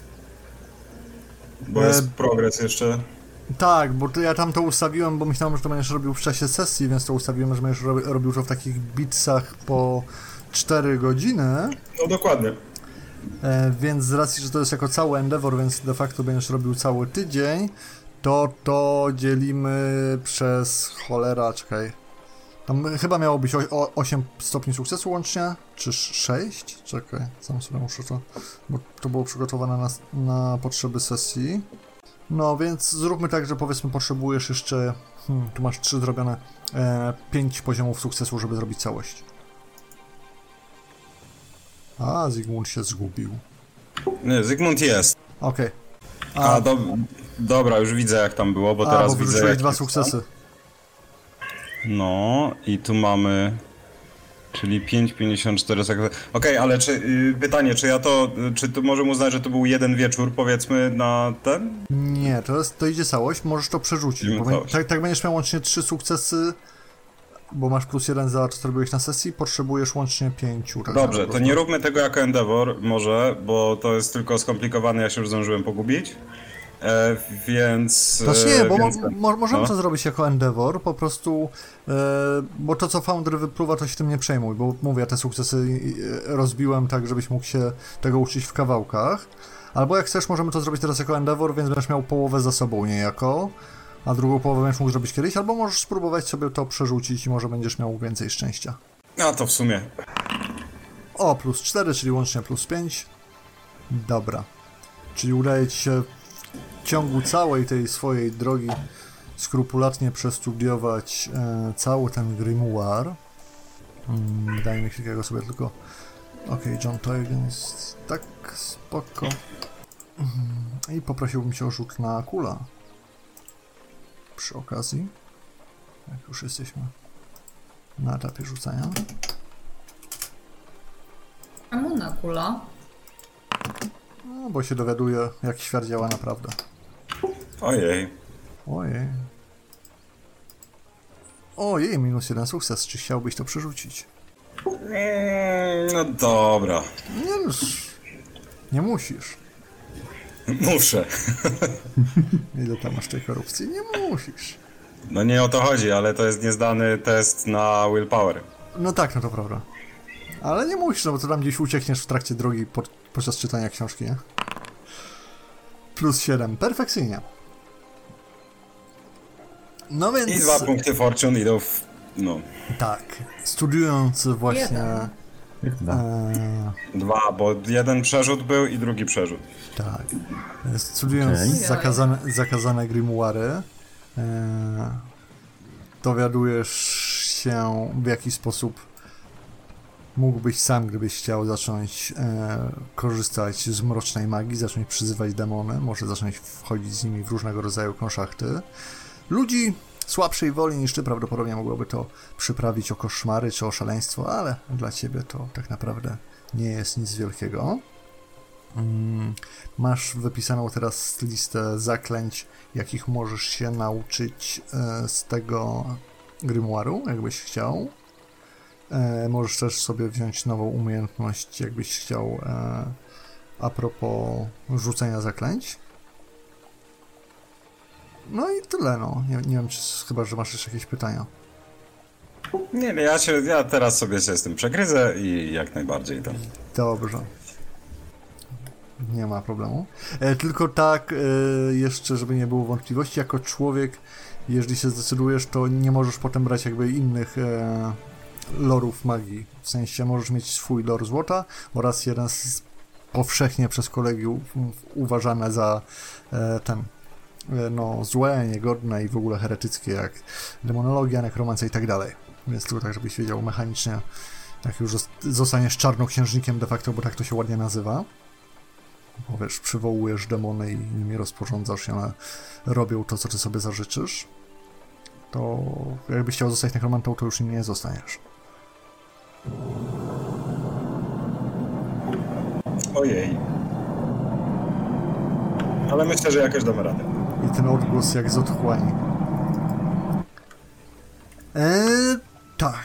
Bo jest progres jeszcze. Tak, bo ja tam to ustawiłem, bo myślałem, że to będziesz robił w czasie sesji, więc to ustawiłem, że będziesz robił to w takich bitsach po 4 godziny. No dokładnie. Więc z racji, że to jest jako cały endeavor, więc de facto będziesz robił cały tydzień, to dzielimy przez cholera, czekaj. Tam chyba miało być 8 stopni sukcesu łącznie, czy 6? Czekaj, sam sobie muszę to, bo to było przygotowane na potrzeby sesji. No więc zróbmy tak, że powiedzmy potrzebujesz jeszcze, tu masz 3 zrobione, 5 poziomów sukcesu, żeby zrobić całość. A, Zygmunt się zgubił. Nie, Zygmunt jest. Okej. Dobra, już widzę jak tam było, bo teraz bo widzę. wyrzuciłeś Jak 2 sukcesy. No i tu mamy. Czyli 5,54 sekundy. Okej, ale pytanie, czy tu możemy uznać, że to był jeden wieczór, powiedzmy, na ten? Nie, to idzie całość, możesz to przerzucić. Idziemy Bo całość. tak będziesz miał łącznie 3 sukcesy, bo masz plus 1 za to, co robiłeś na sesji, potrzebujesz łącznie 5. Tak Dobrze, to nie róbmy tego jako endeavor, może, bo to jest tylko skomplikowane, ja się już zdążyłem pogubić. Więc. Znaczy nie, bo więc, możemy no. to zrobić jako endeavor, po prostu, bo to co Foundry wypluwa, to się tym nie przejmuj, bo mówię, ja te sukcesy rozbiłem tak, żebyś mógł się tego uczyć w kawałkach. Albo jak chcesz, możemy to zrobić teraz jako endeavor, więc będziesz miał połowę za sobą niejako, a drugą połowę będziesz mógł zrobić kiedyś, albo możesz spróbować sobie to przerzucić i może będziesz miał więcej szczęścia. A to w sumie. O, plus 4, czyli łącznie plus 5. Dobra. Czyli udaje ci się w ciągu całej tej swojej drogi skrupulatnie przestudiować cały ten grimoire. Daj mi chwilkę sobie tylko... Okej, John Toygan jest tak spoko. I poprosiłbym cię o rzut na kula. Przy okazji. Jak już jesteśmy na etapie rzucania. Czemu na kula? No, bo się dowiaduję, jak świat działa naprawdę. Ojej. Ojej. Ojej, minus 1 sukces. Czy chciałbyś to przerzucić? No dobra. Nie, nie musisz. Muszę. Ile tam masz tej korupcji? Nie musisz. No nie o to chodzi, ale to jest niezdany test na willpower. No tak, no to prawda. Ale nie musisz, no bo to tam gdzieś uciekniesz w trakcie drogi podczas czytania książki, nie? Plus 7. Perfekcyjnie. No więc... I 2 punkty fortune idą w... no. Tak. Studiując właśnie Jak dwa? 2, bo jeden przerzut był i drugi przerzut. Tak. Studiując zakazane grimoire, dowiadujesz się, w jaki sposób mógłbyś sam, gdybyś chciał zacząć korzystać z mrocznej magii, zacząć przyzywać demony, może zacząć wchodzić z nimi w różnego rodzaju konszachty. Ludzi słabszej woli niż ty prawdopodobnie mogłoby to przyprawić o koszmary czy o szaleństwo, ale dla ciebie to tak naprawdę nie jest nic wielkiego. Masz wypisaną teraz listę zaklęć, jakich możesz się nauczyć z tego grimoiru, jakbyś chciał. Możesz też sobie wziąć nową umiejętność, jakbyś chciał, a propos rzucenia zaklęć. No i tyle, no. Nie wiem, chyba, że masz jeszcze jakieś pytania. Nie, ja teraz sobie się z tym przegryzę i jak najbardziej tam. Dobrze. Nie ma problemu. Tylko tak, jeszcze, żeby nie było wątpliwości, jako człowiek, jeżeli się zdecydujesz, to nie możesz potem brać jakby innych lorów magii. W sensie możesz mieć swój lore złota oraz jeden z powszechnie przez kolegium uważane za złe, niegodne i w ogóle heretyckie, jak demonologia, nekromancja i tak dalej. Więc tylko tak, żebyś wiedział mechanicznie, jak już zostaniesz czarnoksiężnikiem de facto, bo tak to się ładnie nazywa. Bo wiesz, przywołujesz demony i nimi rozporządzasz i one robią to, co ty sobie zażyczysz. To jakbyś chciał zostać nekromantą, to już nim nie zostaniesz. Ojej. Ale myślę, że jakoś damy radę. I ten odgłos jak z otchłani. Tak.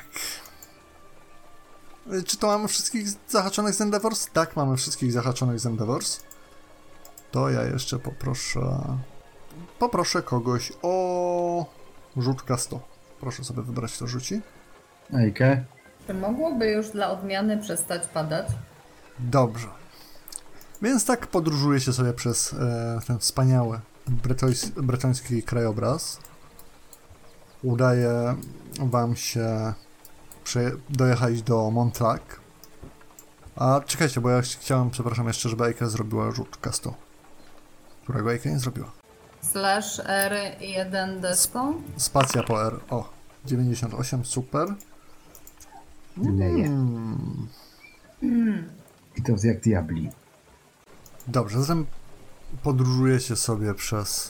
Czy to mamy wszystkich zahaczonych z Endeavors? Tak, mamy wszystkich zahaczonych z Endeavors. To ja jeszcze poproszę kogoś o rzut K100. Proszę sobie wybrać, kto rzuci. Ejkę. Czy mogłoby już dla odmiany przestać padać? Dobrze. Więc tak podróżujecie sobie przez ten wspaniały bretoński krajobraz. Udaje wam się dojechać do Montlac. A czekajcie, bo ja chciałem, przepraszam jeszcze, żeby Eike zrobiła rzut K100. Którego Eike nie zrobiła. /R1D100? Spacja po R. O, 98, super. Nie. I to jak diabli. Dobrze, zatem podróżujecie sobie przez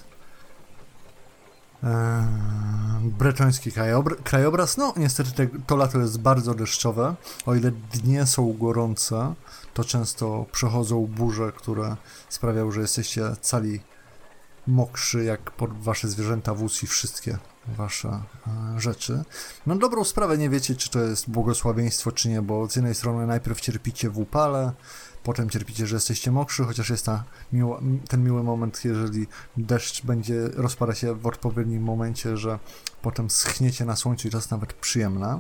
bretoński krajobraz. No, niestety to lato jest bardzo deszczowe. O ile dnie są gorące, to często przechodzą burze, które sprawiają, że jesteście cali mokrzy, jak pod wasze zwierzęta, wóz i wszystkie wasze rzeczy. Na dobrą sprawę nie wiecie, czy to jest błogosławieństwo, czy nie, bo z jednej strony najpierw cierpicie w upale, potem cierpicie, że jesteście mokrzy, chociaż jest ten miły moment, jeżeli deszcz rozpada się w odpowiednim momencie, że potem schniecie na słońcu i to jest nawet przyjemne.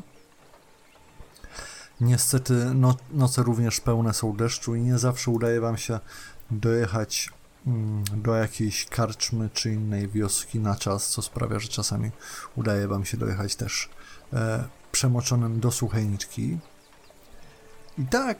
Niestety noce również pełne są deszczu i nie zawsze udaje wam się dojechać do jakiejś karczmy czy innej wioski na czas, co sprawia, że czasami udaje wam się dojechać też przemoczonym do suchej nitki. I tak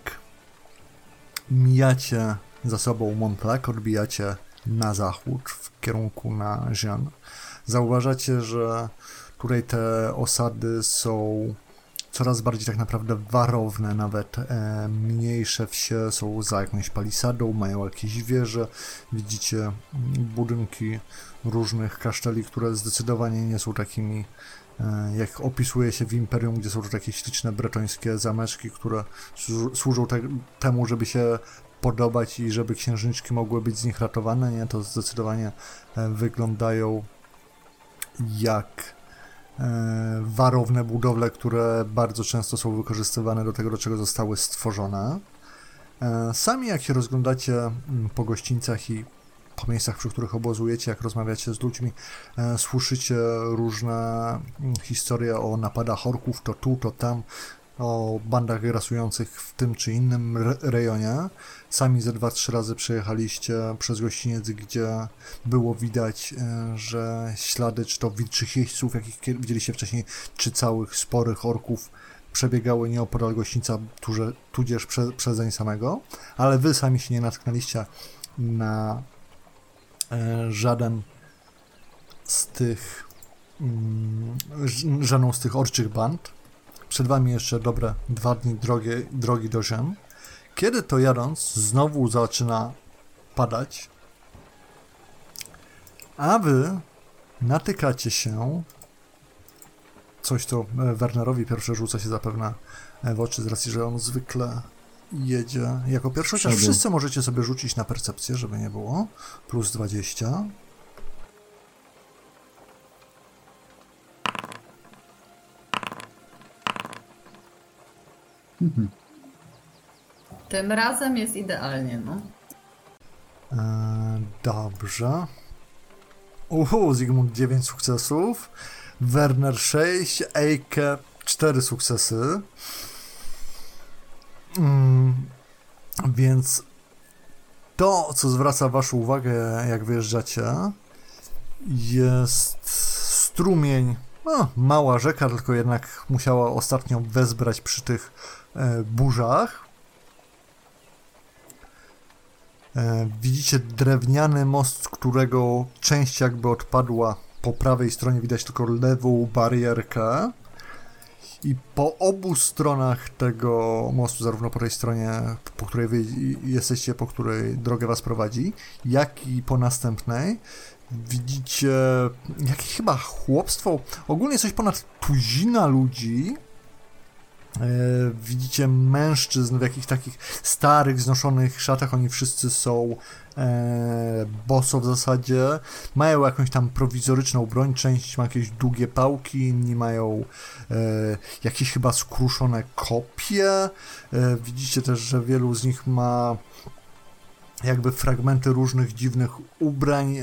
mijacie za sobą Montlac, odbijacie na zachód w kierunku na Jean. Zauważacie, że tutaj te osady są coraz bardziej tak naprawdę warowne, nawet mniejsze wsie są za jakąś palisadą, mają jakieś wieże, widzicie budynki różnych kaszteli, które zdecydowanie nie są takimi, jak opisuje się w Imperium, gdzie są to takie śliczne bretońskie zameczki, które służą temu, żeby się podobać i żeby księżniczki mogły być z nich ratowane, nie, to zdecydowanie wyglądają jak warowne budowle, które bardzo często są wykorzystywane do tego, do czego zostały stworzone. Sami jak się rozglądacie po gościńcach i po miejscach, przy których obozujecie, jak rozmawiacie z ludźmi, słyszycie różne historie o napadach orków, to tu, to tam, o bandach grasujących w tym czy innym rejonie. Sami ze 2-3 razy przejechaliście przez gościniec, gdzie było widać, że ślady czy to wilczych jeźdźców, jakich widzieliście wcześniej, czy całych sporych orków przebiegały nieopodal gościńca, tudzież przezeń samego, ale wy sami się nie natknęliście na żaden z tych żadną z tych orczych band. Przed wami jeszcze dobre 2 dni drogi do ziem. Kiedy to jadąc znowu zaczyna padać, a wy natykacie się coś, co Wernerowi pierwsze rzuca się zapewne w oczy z racji, że on zwykle jedzie jako pierwszy, chociaż wszyscy możecie sobie rzucić na percepcję, żeby nie było. Plus 20. Tym razem jest idealnie, no. Dobrze. Zygmunt 9 sukcesów, Werner 6, Eike 4 sukcesy. Więc to, co zwraca waszą uwagę, jak wyjeżdżacie, jest strumień, mała rzeka, tylko jednak musiała ostatnio wezbrać przy tych burzach. Widzicie drewniany most, z którego część jakby odpadła. Po prawej stronie widać tylko lewą barierkę i po obu stronach tego mostu, zarówno po tej stronie, po której wy jesteście, po której drogę was prowadzi, jak i po następnej, widzicie jakieś chyba chłopstwo, ogólnie coś ponad tuzina ludzi. Widzicie mężczyzn w jakichś takich starych, znoszonych szatach, oni wszyscy są boso w zasadzie, mają jakąś tam prowizoryczną broń, część ma jakieś długie pałki, inni mają jakieś chyba skruszone kopie, widzicie też, że wielu z nich ma jakby fragmenty różnych dziwnych ubrań,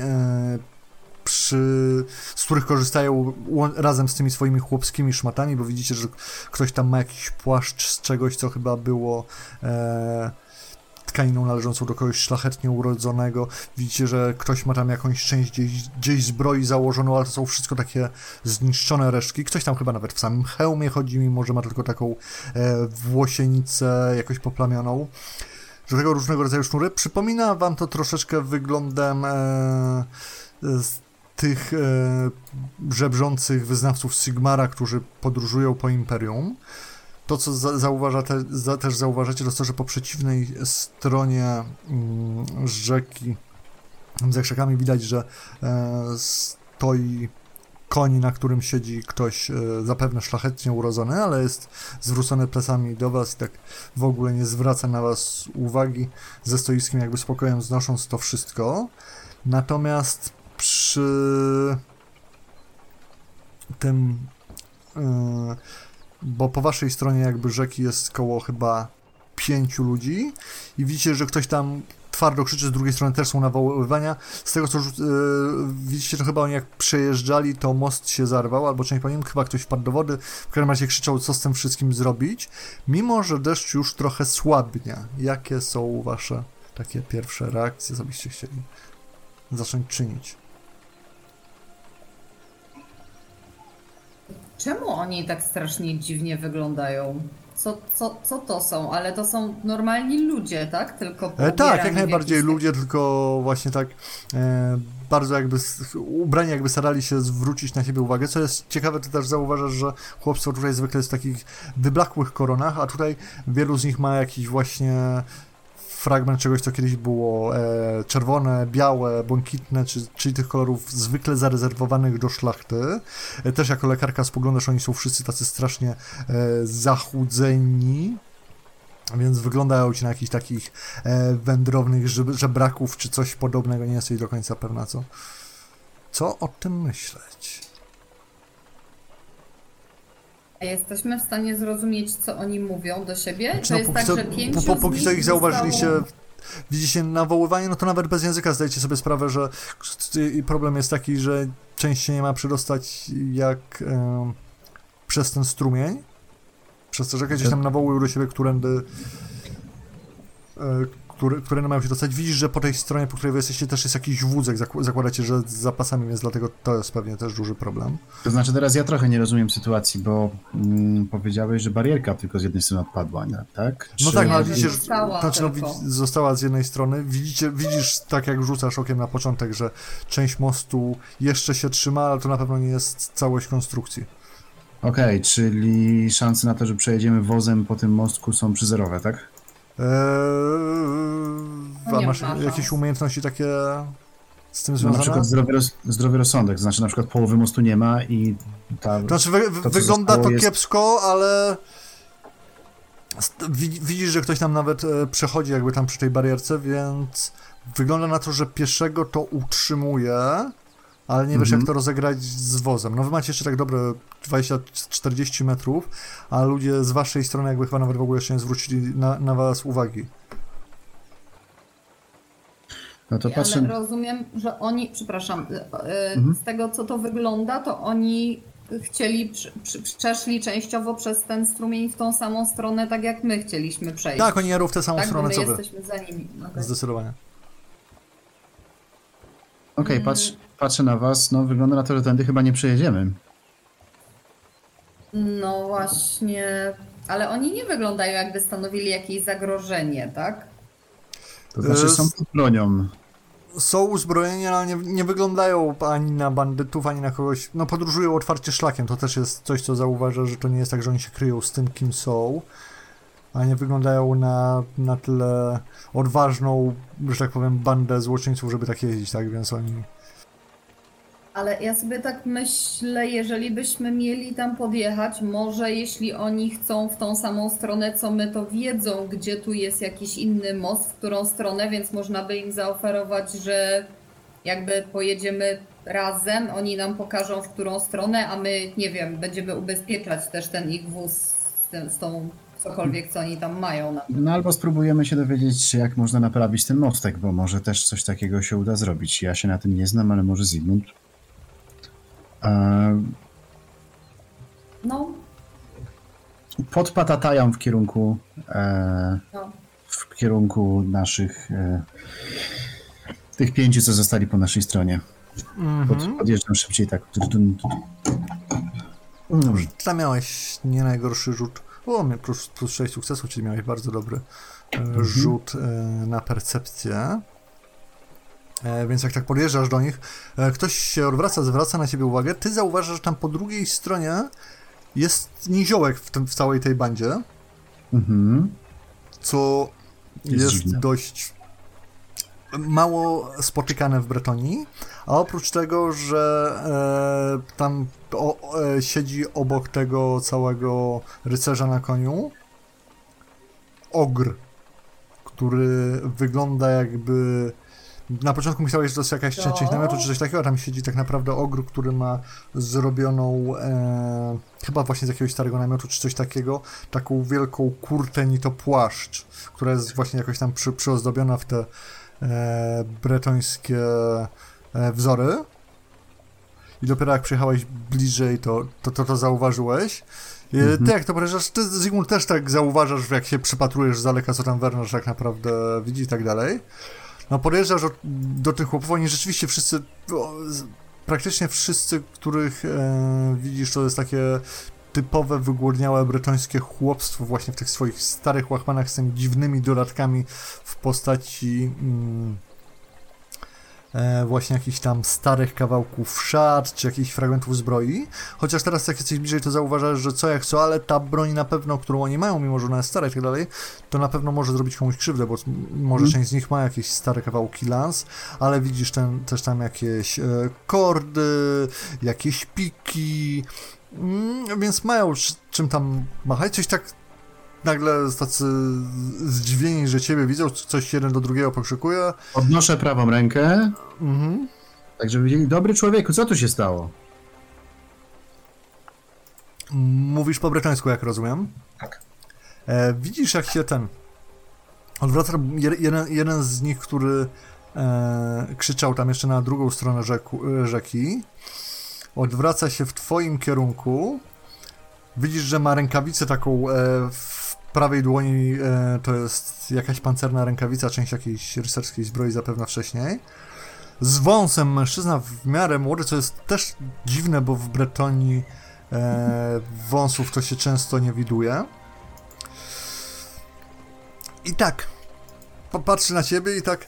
z których korzystają razem z tymi swoimi chłopskimi szmatami, bo widzicie, że ktoś tam ma jakiś płaszcz z czegoś, co chyba było tkaniną należącą do kogoś szlachetnie urodzonego. Widzicie, że ktoś ma tam jakąś część gdzieś zbroi założoną, ale to są wszystko takie zniszczone resztki. Ktoś tam chyba nawet w samym hełmie chodzi, mimo że ma tylko taką włosienicę jakoś poplamioną. Do tego różnego rodzaju sznury. Przypomina wam to troszeczkę wyglądem tych żebrzących wyznawców Sigmara, którzy podróżują po Imperium. To, co też zauważacie, to jest to, że po przeciwnej stronie rzeki, za krzakami widać, że stoi koń, na którym siedzi ktoś zapewne szlachetnie urodzony, ale jest zwrócony plecami do was i tak w ogóle nie zwraca na was uwagi, ze stoickim jakby spokojem znosząc to wszystko. Natomiast przy tym, bo po waszej stronie jakby rzeki jest koło chyba 5 ludzi i widzicie, że ktoś tam twardo krzyczy, z drugiej strony też są nawoływania. Z tego co widzicie, to chyba oni jak przejeżdżali, to most się zarwał, albo część po nim, chyba ktoś wpadł do wody, w każdym razie krzyczał, co z tym wszystkim zrobić, mimo że deszcz już trochę słabnie. Jakie są wasze takie pierwsze reakcje, co byście chcieli zacząć czynić? Czemu oni tak strasznie dziwnie wyglądają? Co to są? Ale to są normalni ludzie, tak? Tylko tak, jak najbardziej ludzie, tylko właśnie tak bardzo jakby ubrani jakby starali się zwrócić na siebie uwagę. Co jest ciekawe, ty też zauważasz, że chłopstwo tutaj zwykle jest w takich wyblakłych koronach, a tutaj wielu z nich ma jakiś właśnie fragment czegoś, co kiedyś było czerwone, białe, błękitne, czyli tych kolorów zwykle zarezerwowanych do szlachty. Też jako lekarka spoglądasz, oni są wszyscy tacy strasznie zachudzeni, więc wyglądają ci na jakichś takich wędrownych żebraków, czy coś podobnego, nie jesteś do końca pewna, co o tym myśleć. Jesteśmy w stanie zrozumieć, co oni mówią do siebie? Znaczy, to jest tak, że 5 z póki nich co ich zauważyliście, zostało... widzicie nawoływanie, no to nawet bez języka zdajecie sobie sprawę, że problem jest taki, że część się nie ma przedostać jak przez ten strumień, przez to, że jakieś tam nawołują do siebie, które mają się dostać. Widzisz, że po tej stronie, po której wy jesteście, też jest jakiś wózek, zakładacie, że z zapasami, więc dlatego to jest pewnie też duży problem. To znaczy teraz ja trochę nie rozumiem sytuacji, bo powiedziałeś, że barierka tylko z jednej strony odpadła, nie? Tak? No Czy- tak, no ale że widzicie, została tylko. została z jednej strony. Widzisz, tak jak rzucasz okiem na początek, że część mostu jeszcze się trzyma, ale to na pewno nie jest całość konstrukcji. Okej, czyli szanse na to, że przejedziemy wozem po tym mostku są przyzerowe, tak? No A nie masz ma szans. jakieś umiejętności takie z tym No, na związane? przykład zdrowy rozsądek, to znaczy na przykład połowy mostu nie ma i ta... To znaczy, co wygląda zostało to jest- kiepsko, ale widzisz, że ktoś tam nawet przechodzi jakby tam przy tej barierce, więc wygląda na to, że pieszego to utrzymuje, ale nie wiesz, jak to rozegrać z wozem. No wy macie jeszcze tak dobre 20-40 metrów, a ludzie z waszej strony jakby chyba nawet w ogóle jeszcze nie zwrócili na was uwagi. No to Ale patrzę... rozumiem, że oni, przepraszam, z tego co to wygląda, to oni chcieli, przeszli częściowo przez ten strumień w tą samą stronę, tak jak my chcieliśmy przejść. Tak, oni jadą w tę samą Tak, bo stronę my co wy. jesteśmy za nimi. Okay. Zdecydowanie. Okej, patrzę na was, no wygląda na to, że tędy chyba nie przejedziemy. No właśnie, ale oni nie wyglądają jakby stanowili jakieś zagrożenie, tak? To znaczy są pod bronią. Są uzbrojeni, ale nie wyglądają ani na bandytów, ani na kogoś. No, podróżują otwarcie szlakiem. To też jest coś, co zauważa, że to nie jest tak, że oni się kryją z tym, kim są, a nie wyglądają na tyle odważną, że tak powiem, bandę złoczyńców, żeby tak jeździć, tak? Więc oni. Ale ja sobie tak myślę, jeżeli byśmy mieli tam podjechać, może jeśli oni chcą w tą samą stronę co my, to wiedzą, gdzie tu jest jakiś inny most, w którą stronę, więc można by im zaoferować, że jakby pojedziemy razem, oni nam pokażą, w którą stronę, a my, nie wiem, będziemy ubezpieczać też ten ich wóz z tą cokolwiek, co oni tam mają. No albo spróbujemy się dowiedzieć, jak można naprawić ten mostek, bo może też coś takiego się uda zrobić. Ja się na tym nie znam, ale może Zygmunt. No, Podpatatają w kierunku no. w kierunku naszych tych 5, co zostali po naszej stronie. Podjeżdżam szybciej tak. Dobrze, ty tam miałeś nie najgorszy rzut. O, plus 6 sukcesów, czyli miałeś bardzo dobry rzut na percepcję. Więc jak tak podjeżdżasz do nich, ktoś się odwraca, zwraca na ciebie uwagę, ty zauważasz, że tam po drugiej stronie jest niziołek w całej tej bandzie, co jest dziwne. dość mało spotykane w Bretonii, a oprócz tego, że tam siedzi obok tego całego rycerza na koniu ogr, który wygląda jakby... Na początku myślałeś, że to jest jakaś część namiotu czy coś takiego, a tam siedzi tak naprawdę ogr, który ma zrobioną chyba właśnie z jakiegoś starego namiotu czy coś takiego, taką wielką kurtę i to płaszcz, która jest właśnie jakoś tam przyozdobiona w te bretońskie wzory. I dopiero jak przyjechałeś bliżej, to zauważyłeś. Ty jak to podejrzewasz, ty Zygmunt też tak zauważasz, jak się przypatrujesz z daleka, co tam Werner tak naprawdę widzi i tak dalej. No podjeżdżasz do tych chłopów, oni rzeczywiście wszyscy, praktycznie wszyscy, których widzisz, to jest takie typowe, wygłodniałe bretońskie chłopstwo właśnie w tych swoich starych łachmanach z tymi dziwnymi dodatkami w postaci właśnie jakichś tam starych kawałków szat, czy jakichś fragmentów zbroi. Chociaż teraz jak jesteś bliżej, to zauważasz, że co jak co, ale ta broń na pewno, którą oni mają, mimo że ona jest stara i tak dalej, to na pewno może zrobić komuś krzywdę, bo może część z nich ma jakieś stare kawałki lans, ale widzisz też tam jakieś kordy, jakieś piki, więc mają czym tam machać, coś tak nagle tacy zdziwieni, że ciebie widzą, coś jeden do drugiego pokrzykuje. Podnoszę prawą rękę, tak żeby wiedzieli, dobry człowieku, co tu się stało? Mówisz po bretońsku, jak rozumiem. Tak. Widzisz, jak się odwraca jeden z nich, który krzyczał tam jeszcze na drugą stronę rzeki, odwraca się w twoim kierunku. Widzisz, że ma rękawicę taką prawej dłoni to jest jakaś pancerna rękawica, część jakiejś rycerskiej zbroi zapewne wcześniej. Z wąsem mężczyzna w miarę młody, co jest też dziwne, bo w Bretonii wąsów to się często nie widuje. I tak, popatrzy na ciebie i tak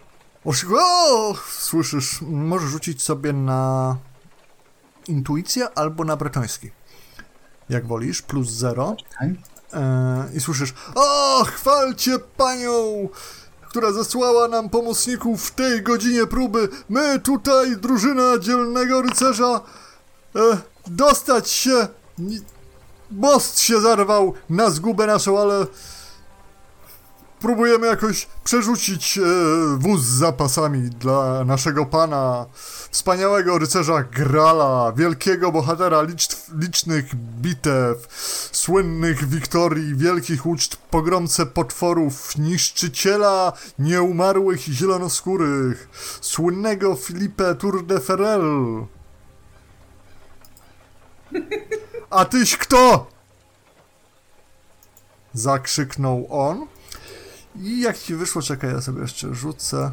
słyszysz, możesz rzucić sobie na intuicję albo na bretoński. Jak wolisz, +0. I słyszysz, chwalcie panią, która zesłała nam pomocników w tej godzinie próby. My tutaj, drużyna dzielnego rycerza, dostać się, most się zarwał na zgubę naszą, ale próbujemy jakoś przerzucić wóz z zapasami dla naszego pana, wspaniałego rycerza Grala, wielkiego bohatera licznych bitew, słynnych wiktorii, wielkich uczt, pogromcę potworów, niszczyciela nieumarłych i zielonoskórych, słynnego Philippe Tour de Ferrel. A tyś kto? Zakrzyknął on. I jak ci wyszło, czekaj, ja sobie jeszcze rzucę.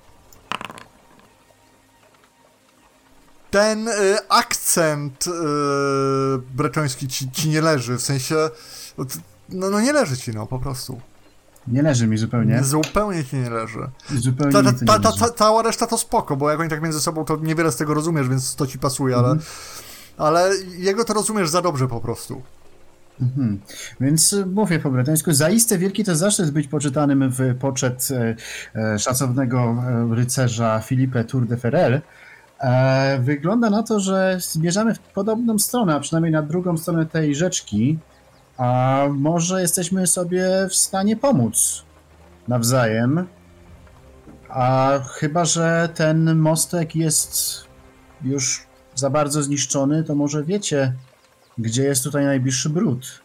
Ten akcent bretoński ci nie leży, w sensie, no nie leży ci, no po prostu. Nie leży mi zupełnie. Zupełnie ci nie leży. Zupełnie Cała reszta to spoko, bo jak oni tak między sobą, to niewiele z tego rozumiesz, więc to ci pasuje, ale jego to rozumiesz za dobrze po prostu. Więc mówię po bretońsku, zaiste wielki to zaszczyt być poczytanym w poczet szacownego rycerza Philippe Tour de Ferrel. Wygląda na to, że zmierzamy w podobną stronę, a przynajmniej na drugą stronę tej rzeczki, a może jesteśmy sobie w stanie pomóc nawzajem, a chyba że ten mostek jest już za bardzo zniszczony, to może wiecie, gdzie jest tutaj najbliższy brud?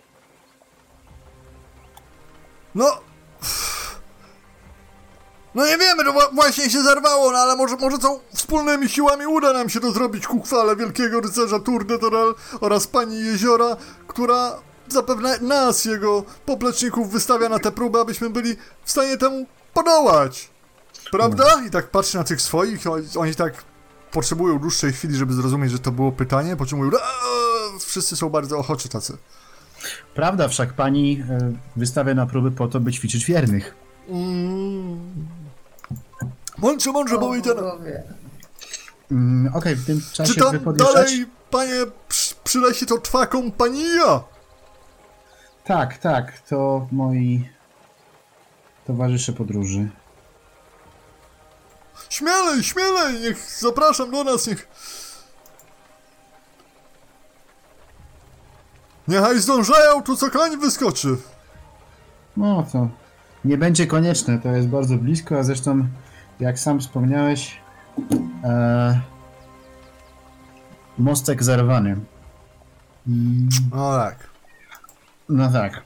No nie wiemy, to właśnie się zerwało, no ale może co wspólnymi siłami uda nam się to zrobić ku chwale wielkiego rycerza Tour de Ferrel oraz pani Jeziora, która zapewne nas, jego popleczników, wystawia na tę próbę, abyśmy byli w stanie temu podołać. Prawda? I tak patrzy na tych swoich, oni tak potrzebują dłuższej chwili, żeby zrozumieć, że to było pytanie, po czym mówią, wszyscy są bardzo ochoczy tacy. Prawda, wszak pani wystawia na próby po to, by ćwiczyć wiernych. Mądrze powiedziane. Okej, w tym czasie czy tam dalej, panie, przy lesie to twa kompania? Tak, to moi towarzysze podróży. Śmielej, niech zapraszam do nas, niechaj zdążają, tu co koń wyskoczy. No to nie będzie konieczne, to jest bardzo blisko, a zresztą jak sam wspomniałeś, mostek zerwany. No tak. No tak.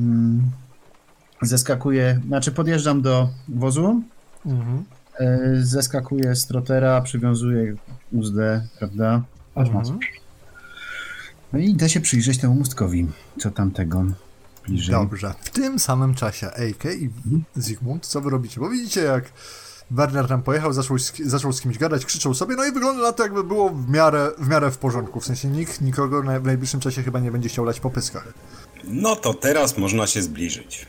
Zeskakuję, znaczy podjeżdżam do wozu, zeskakuję z trotera, przywiązuję uzdę, prawda? No i idę się przyjrzeć temu mostkowi, co tamtego bliżej. Dobrze. W tym samym czasie Eike i Zygmunt, co wy robicie? Bo widzicie, jak Werner tam pojechał, zaczął z kimś gadać, krzyczał sobie, no i wygląda na to, jakby było w miarę w porządku. W sensie nikt nikogo w najbliższym czasie chyba nie będzie chciał lać po pyskach. No to teraz można się zbliżyć.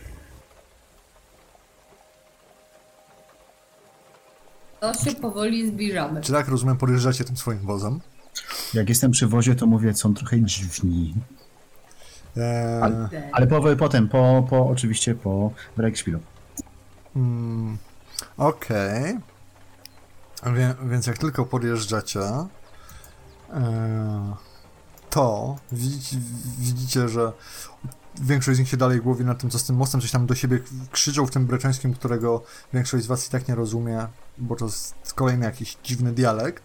To się powoli zbliżamy. Czy tak, rozumiem, podjeżdżacie tym swoim wozem? Jak jestem przy wozie, to mówię, są trochę dziwni. Ale potem, oczywiście po Breakspielu. Okej. Więc jak tylko podjeżdżacie, to widzicie, że większość z nich się dalej głowi nad tym, co z tym mostem, coś tam do siebie krzyczą w tym breczońskim, którego większość z was i tak nie rozumie, bo to jest kolejny jakiś dziwny dialekt.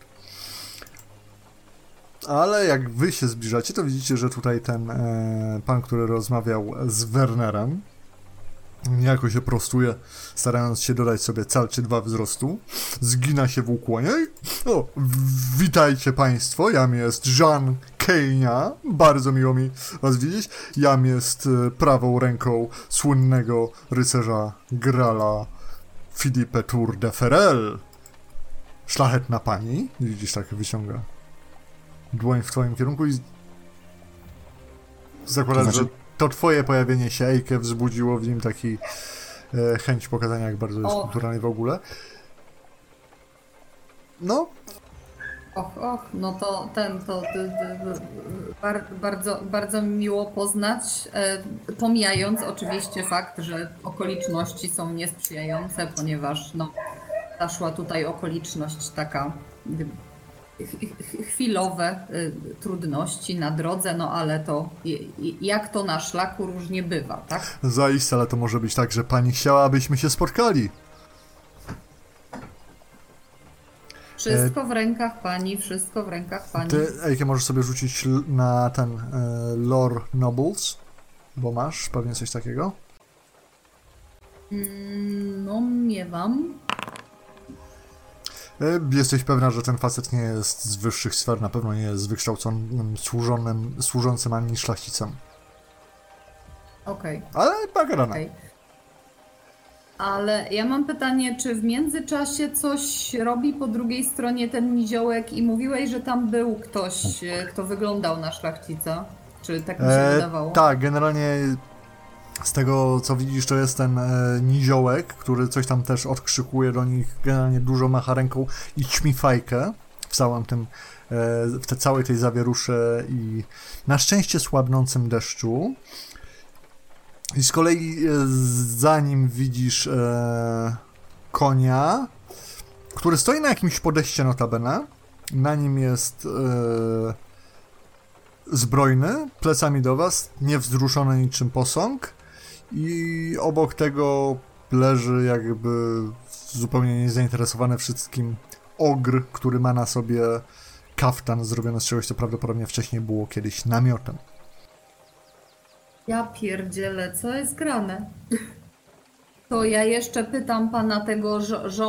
Ale jak wy się zbliżacie, to widzicie, że tutaj ten pan, który rozmawiał z Wernerem, Niejako się prostuje, starając się dodać sobie cal czy dwa wzrostu. Zgina się w ukłonie. O, witajcie państwo, jam jest Jean Kenia. Bardzo miło mi was widzieć. Jam jest prawą ręką słynnego rycerza Grala Philippe Tour de Ferel. Szlachetna pani. Widzisz, tak wyciąga dłoń w twoim kierunku i zakładasz, To znaczy- że to twoje pojawienie się Ejke wzbudziło w nim taki chęć pokazania, jak bardzo jest kulturalny w ogóle. No, No to bardzo mi miło poznać, pomijając oczywiście fakt, że okoliczności są niesprzyjające, ponieważ no, zaszła tutaj okoliczność taka chwilowe trudności na drodze, no ale to jak to na szlaku różnie bywa, tak? zaiste, ale to może być tak, że pani chciała, abyśmy się spotkali. Wszystko w rękach pani, wszystko w rękach pani. Ty, Ejke, możesz sobie rzucić na ten Lore Nobles, bo masz pewnie coś takiego. No, miewam. Jesteś pewna, że ten facet nie jest z wyższych sfer, na pewno nie jest wykształconym, służącym ani szlachcicem. Okej. Ale bagrana. Okej. Ale ja mam pytanie, czy w międzyczasie coś robi po drugiej stronie ten niziołek i mówiłeś, że tam był ktoś, kto wyglądał na szlachcica? Czy tak mi się wydawało? Tak, generalnie z tego co widzisz, to jest ten niziołek, który coś tam też odkrzykuje do nich, generalnie dużo macha ręką i ćmi fajkę w całym tym, w całej tej zawierusze i na szczęście słabnącym deszczu. I z kolei za nim widzisz konia, który stoi na jakimś podejście notabene. Na nim jest zbrojny, plecami do was, niewzruszony niczym posąg. I obok tego leży jakby zupełnie niezainteresowany wszystkim ogr, który ma na sobie kaftan zrobiony z czegoś, co prawdopodobnie wcześniej było kiedyś namiotem. Ja pierdzielę, co jest grane? To ja jeszcze pytam pana tego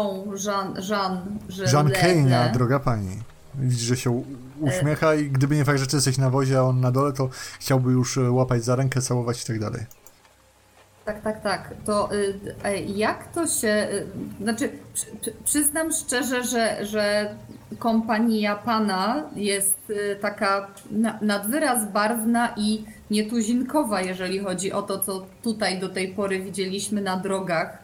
Jean Kenia, droga pani. Widzisz, że się uśmiecha i gdyby nie fakt, że ty jesteś na wozie, a on na dole, to chciałby już łapać za rękę, całować i tak dalej. Tak. To jak to się... Znaczy, przyznam szczerze, że kompania pana jest taka nad wyraz barwna i nietuzinkowa, jeżeli chodzi o to, co tutaj do tej pory widzieliśmy na drogach.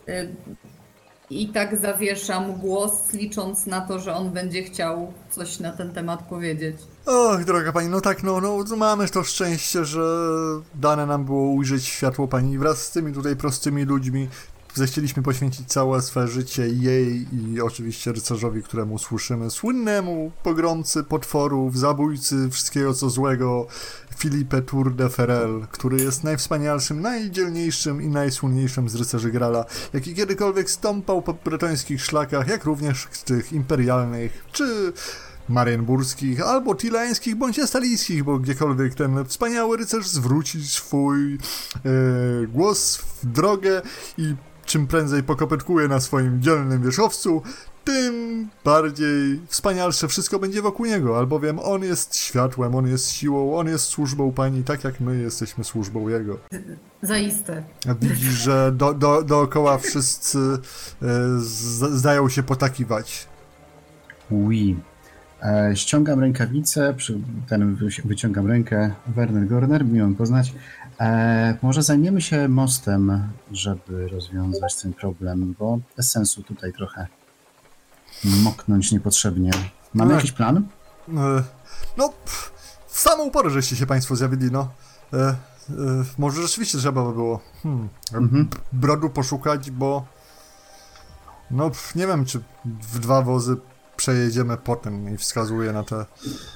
I tak zawieszam głos, licząc na to, że on będzie chciał coś na ten temat powiedzieć. Och, droga pani, no tak, no mamy to szczęście, że dane nam było ujrzeć światło pani wraz z tymi tutaj prostymi ludźmi. Zechcieliśmy poświęcić całe swe życie jej i oczywiście rycerzowi, któremu słyszymy, słynnemu pogromcy potworów, zabójcy, wszystkiego co złego, Philippe Tour de Ferel, który jest najwspanialszym, najdzielniejszym i najsłynniejszym z rycerzy Grala, jaki kiedykolwiek stąpał po bretońskich szlakach, jak również tych imperialnych, czy marienburskich, albo tilańskich, bądź estalijskich, bo gdziekolwiek ten wspaniały rycerz zwróci swój głos w drogę i czym prędzej pokopytkuje na swoim dzielnym wierzchowcu, tym bardziej wspanialsze wszystko będzie wokół niego, albowiem on jest światłem, on jest siłą, on jest służbą pani, tak jak my jesteśmy służbą jego. Zaiste. A widzisz, że dookoła wszyscy zdają się potakiwać. Oui. Ściągam rękawicę, wyciągam rękę. Werner Gorner, miło mi poznać. Może zajmiemy się mostem, żeby rozwiązać ten problem, bo bez sensu tutaj trochę moknąć niepotrzebnie. Mamy jakiś plan? No, w samą porę żeście się państwo zjawili, no. Może rzeczywiście trzeba by było brodu poszukać, bo no, nie wiem, czy w 2 wozy przejedziemy potem i wskazuje na te...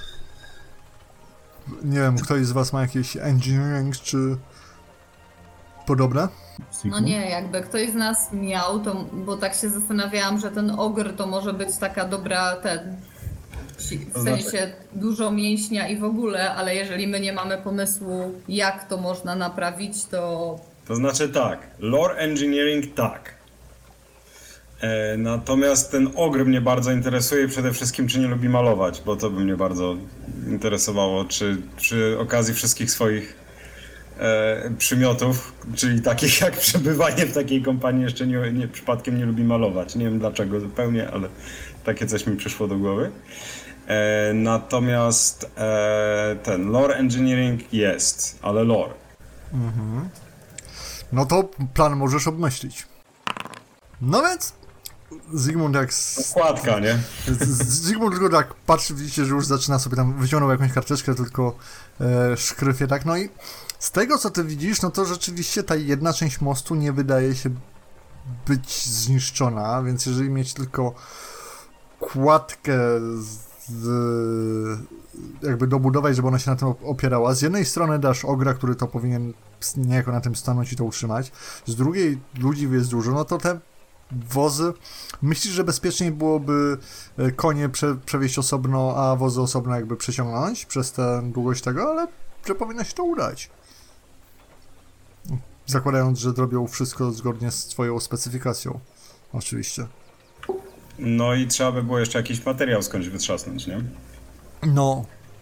Nie wiem, ktoś z was ma jakieś engineering, czy podobne? No nie, jakby ktoś z nas miał, to, bo tak się zastanawiałam, że ten ogr to może być taka dobra, w sensie dużo mięśnia i w ogóle, ale jeżeli my nie mamy pomysłu, jak to można naprawić, to To znaczy tak, lore engineering tak. Natomiast ten ogr mnie bardzo interesuje, przede wszystkim czy nie lubi malować, bo to by mnie bardzo interesowało, czy przy okazji wszystkich swoich przymiotów, czyli takich jak przebywanie w takiej kompanii, jeszcze przypadkiem nie lubi malować. Nie wiem dlaczego zupełnie, ale takie coś mi przyszło do głowy. Natomiast ten lore engineering jest, ale lore. No to plan możesz obmyślić. No więc Zygmunt jak... Okładka, nie? Zygmunt tylko tak patrzy, widzicie, że już zaczyna sobie tam, wyciągnął jakąś karteczkę, tylko szkryfie, tak, no i z tego, co ty widzisz, no to rzeczywiście ta jedna część mostu nie wydaje się być zniszczona, więc jeżeli mieć tylko kładkę jakby dobudować, żeby ona się na tym opierała, z jednej strony dasz ogra, który to powinien niejako na tym stanąć i to utrzymać, z drugiej ludzi jest dużo, no to te wozy, myślisz, że bezpieczniej byłoby konie przewieźć osobno, a wozy osobno jakby przeciągnąć przez tę długość tego, ale że powinno się to udać. Zakładając, że zrobią wszystko zgodnie z twoją specyfikacją. Oczywiście. No i trzeba by było jeszcze jakiś materiał skądś wytrzasnąć, nie? No.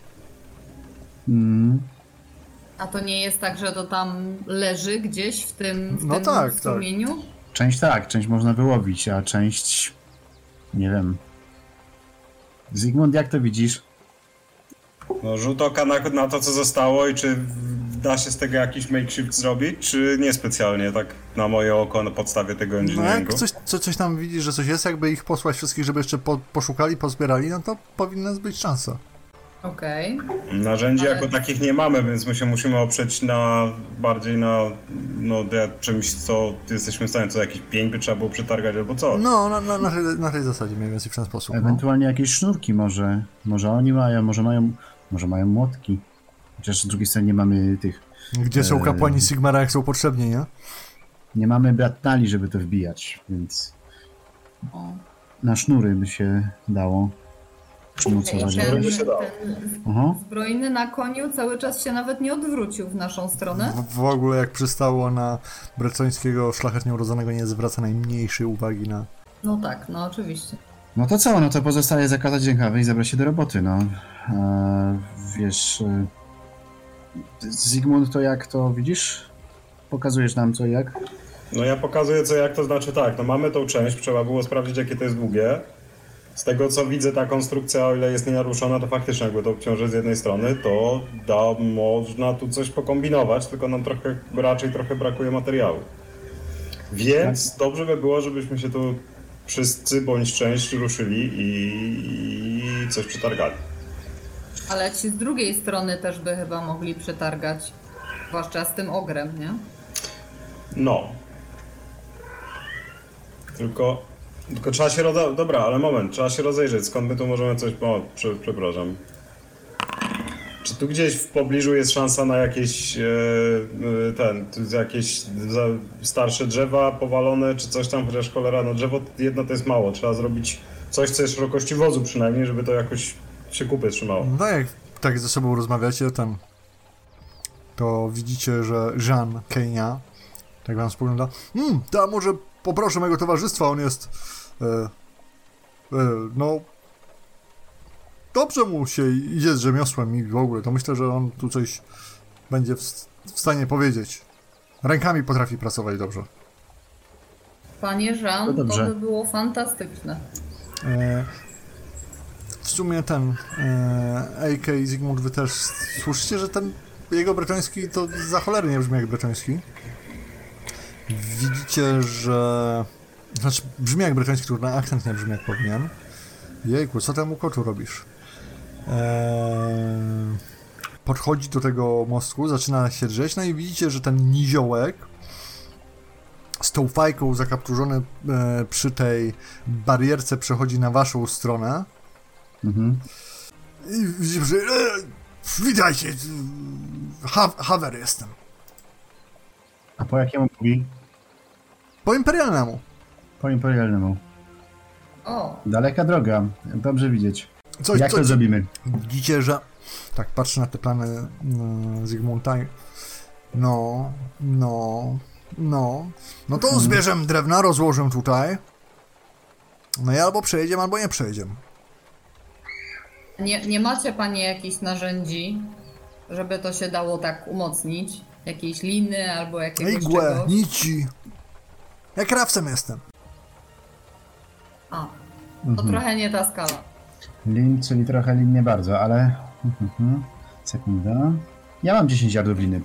A to nie jest tak, że to tam leży gdzieś w tym strumieniu? Tak. Część można wyłowić, a część... nie wiem. Zygmunt, jak to widzisz? No rzut oka na to, co zostało i czy da się z tego jakiś makeshift zrobić, czy niespecjalnie, tak na moje oko, na podstawie tego No engineeringu? jak coś tam widzisz, że coś jest, jakby ich posłać wszystkich, żeby jeszcze poszukali, pozbierali, no to powinna być szansa. Okej. Narzędzi Ale- jako takich nie mamy, więc my się musimy oprzeć bardziej na czymś, co jesteśmy w stanie, co jakiś pień by trzeba było przetargać albo co. No, na tej zasadzie mniej więcej w ten sposób. No. Ewentualnie jakieś sznurki może. Może oni mają, może mają młotki. Chociaż z drugiej strony nie mamy tych... Gdzie są kapłani Sigmara, jak są potrzebni, nie? Nie mamy bratnali, żeby to wbijać, więc O. na sznury by się dało przymocować. Ten, by się dało. Aha. zbrojny na koniu cały czas się nawet nie odwrócił w naszą stronę. W ogóle jak przystało na bretońskiego szlachetnie urodzonego, nie zwraca najmniejszej uwagi na... No tak, no oczywiście. No to co? No to pozostaje zakazać rękawy i zabrać się do roboty, no. Wiesz... Zygmunt, to jak to widzisz? Pokazujesz nam co i jak? No ja pokazuję co jak, to znaczy tak, no mamy tą część, trzeba było sprawdzić jakie to jest długie. Z tego co widzę, ta konstrukcja, o ile jest nienaruszona, to faktycznie jakby to obciąży z jednej strony, to można tu coś pokombinować, tylko nam raczej trochę brakuje materiału. Więc dobrze by było, żebyśmy się tu wszyscy bądź część ruszyli i coś przetargali. Ale ci z drugiej strony też by chyba mogli przetargać. Zwłaszcza z tym ogrem, nie? No. Tylko trzeba się Dobra, ale moment, trzeba się rozejrzeć, skąd my tu możemy coś... przepraszam. Czy tu gdzieś w pobliżu jest szansa na jakieś... jakieś starsze drzewa powalone, czy coś tam, chociaż cholera, no drzewo jedno to jest mało, trzeba zrobić coś, co jest szerokości wozu przynajmniej, żeby to jakoś się kupy trzymało. No jak tak ze sobą rozmawiacie, to widzicie, że Jean Kenia tak wam spogląda. To może poproszę mojego towarzystwa, on jest no dobrze mu się idzie z rzemiosłem i w ogóle, to myślę, że on tu coś będzie w stanie powiedzieć. Rękami potrafi pracować dobrze. Panie Jean, No to dobrze. by było fantastyczne. W sumie AK i Zygmunt, wy też słyszycie, że ten jego bretoński to za cholernie nie brzmi jak bretoński. Widzicie, że... Znaczy, brzmi jak bretoński, tylko na akcent nie brzmi jak powinien. Jejku, co temu koczu robisz? Podchodzi do tego mostku, zaczyna się drzeć, no i widzicie, że ten niziołek z tą fajką zakapturzony przy tej barierce przechodzi na waszą stronę. Mhm. I widzicie, że witajcie, Hawer jestem. A po jakiemu mówi? Po imperialnemu. Po imperialnemu. O, Daleka droga, dobrze widzieć. Coś, Jak to zrobimy? Widzicie, że... Tak, patrzę na te plany Zygmunta. No... No to zbierzemy drewna, rozłożę tutaj. No i albo przejedziemy, albo nie przejedziemy. Nie macie panie jakichś narzędzi, żeby to się dało tak umocnić? Jakiejś liny albo jakiegoś Igłę, czegoś? nici. Jak krawcem jestem. A, to trochę nie ta skala. Lin, czyli trochę lin nie bardzo, ale... Sekunda. Ja mam 10 yardów liny.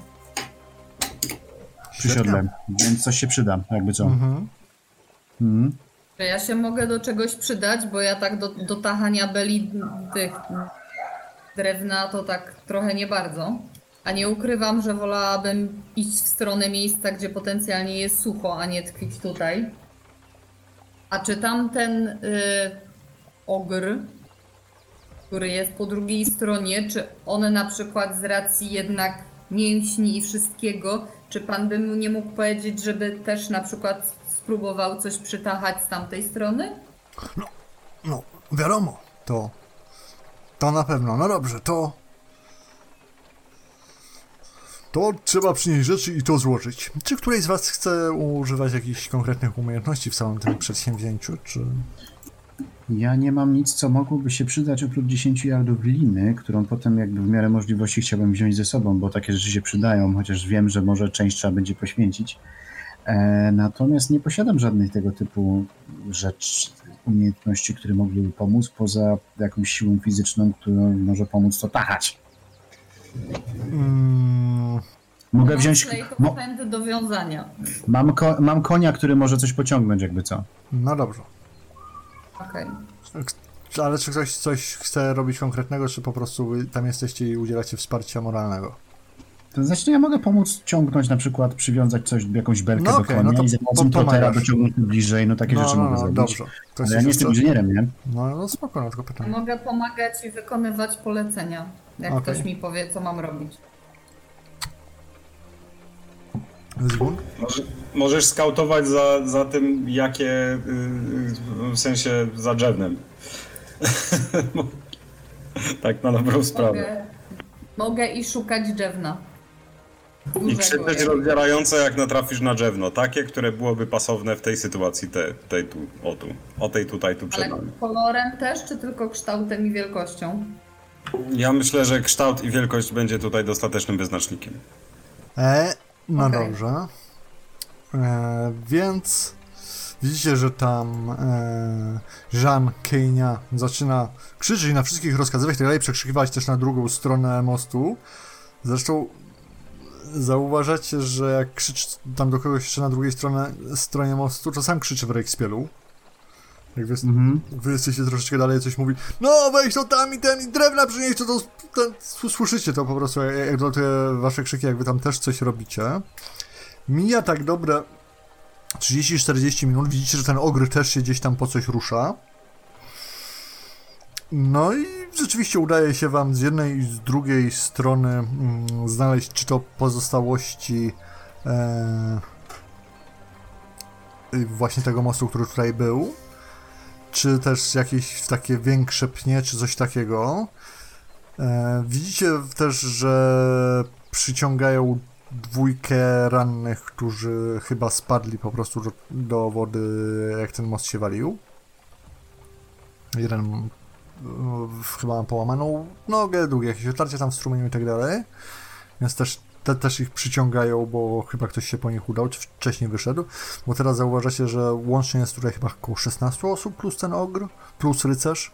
Przy siodle, więc coś się przyda, jakby co. Że ja się mogę do czegoś przydać, bo ja tak do tachania beli tych drewna to tak trochę nie bardzo. A nie ukrywam, że wolałabym iść w stronę miejsca, gdzie potencjalnie jest sucho, a nie tkwić tutaj. A czy tamten ogr, który jest po drugiej stronie, czy on na przykład z racji jednak mięśni i wszystkiego, czy pan by mu nie mógł powiedzieć, żeby też na przykład spróbował coś przytachać z tamtej strony? No, wiadomo, to na pewno. No dobrze, to trzeba przynieść rzeczy i to złożyć. Czy któryś z was chce używać jakichś konkretnych umiejętności w całym tym przedsięwzięciu, czy... Ja nie mam nic, co mogłoby się przydać oprócz 10 yardów liny, którą potem jakby w miarę możliwości chciałbym wziąć ze sobą, bo takie rzeczy się przydają, chociaż wiem, że może część trzeba będzie poświęcić. Natomiast nie posiadam żadnych tego typu umiejętności, które mogłyby pomóc, poza jakąś siłą fizyczną, która może pomóc to tachać. Mogę wziąć... To pędy do wiązania. Mam konia, który może coś pociągnąć, jakby co. No dobrze. Okej. Ale czy ktoś coś chce robić konkretnego, czy po prostu wy tam jesteście i udzielacie wsparcia moralnego? To znaczy, ja mogę pomóc ciągnąć, na przykład przywiązać coś, jakąś belkę do konia no to, i za pomocą trotera dociągnąć bliżej, takie rzeczy mogę zrobić. Dobrze. Ale ja nie jestem inżynierem, nie? No spokojnie, tylko pytanie. Mogę pomagać i wykonywać polecenia, jak ktoś mi powie, co mam robić. Zygmunt? Możesz skautować za tym, jakie, w sensie za drzewnem. Tak na dobrą sprawę. Mogę i szukać drzewna. I krzyczeć rozdzierająco, jak natrafisz na drzewno. Takie, które byłoby pasowne w tej sytuacji, o tej tutaj, tu przed Ale nami. kolorem też, czy tylko kształtem i wielkością? Ja myślę, że kształt i wielkość będzie tutaj dostatecznym wyznacznikiem. No Okej. dobrze. Więc widzicie, że tam Jean Kenia zaczyna krzyczeć na wszystkich, rozkazywać, tak dalej, przekrzykiwać też na drugą stronę mostu. Zresztą zauważacie, że jak krzyczy tam do kogoś jeszcze na drugiej stronie mostu, to sam krzyczy w Rejkspielu. Jak wy jesteście troszeczkę dalej, coś mówi, no weź to tam i ten, i drewna przynieść, to słyszycie to po prostu, jak dolatuje wasze krzyki, jak wy tam też coś robicie. Mija tak dobre 30-40 minut, widzicie, że ten ogry też się gdzieś tam po coś rusza. No i rzeczywiście udaje się wam z jednej i z drugiej strony znaleźć, czy to pozostałości właśnie tego mostu, który tutaj był, czy też jakieś takie większe pnie, czy coś takiego. Widzicie też, że przyciągają dwójkę rannych, którzy chyba spadli po prostu do wody, jak ten most się walił. Jeden chyba ma połamaną nogę, drugi jakieś otarcie tam w strumieniu i tak dalej. Więc też ich przyciągają, bo chyba ktoś się po nich udał, czy wcześniej wyszedł. Bo teraz zauważacie, że łącznie jest tutaj chyba około 16 osób, plus ten ogr, plus rycerz.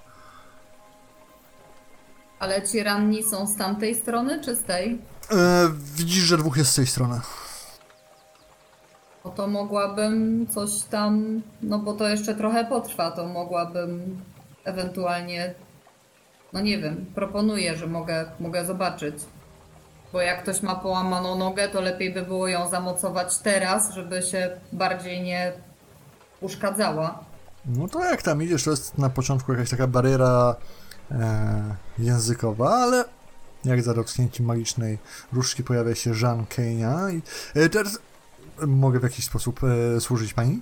Ale ci ranni są z tamtej strony, czy z tej? Widzisz, że dwóch jest z tej strony. No to mogłabym coś tam, no bo to jeszcze trochę potrwa, to mogłabym ewentualnie, no nie wiem, proponuję, że mogę zobaczyć. Bo jak ktoś ma połamaną nogę, to lepiej by było ją zamocować teraz, żeby się bardziej nie uszkadzała. No to jak tam idziesz, to jest na początku jakaś taka bariera językowa, ale jak za dotknięciem magicznej różdżki pojawia się Jean Kenia i teraz mogę w jakiś sposób służyć pani?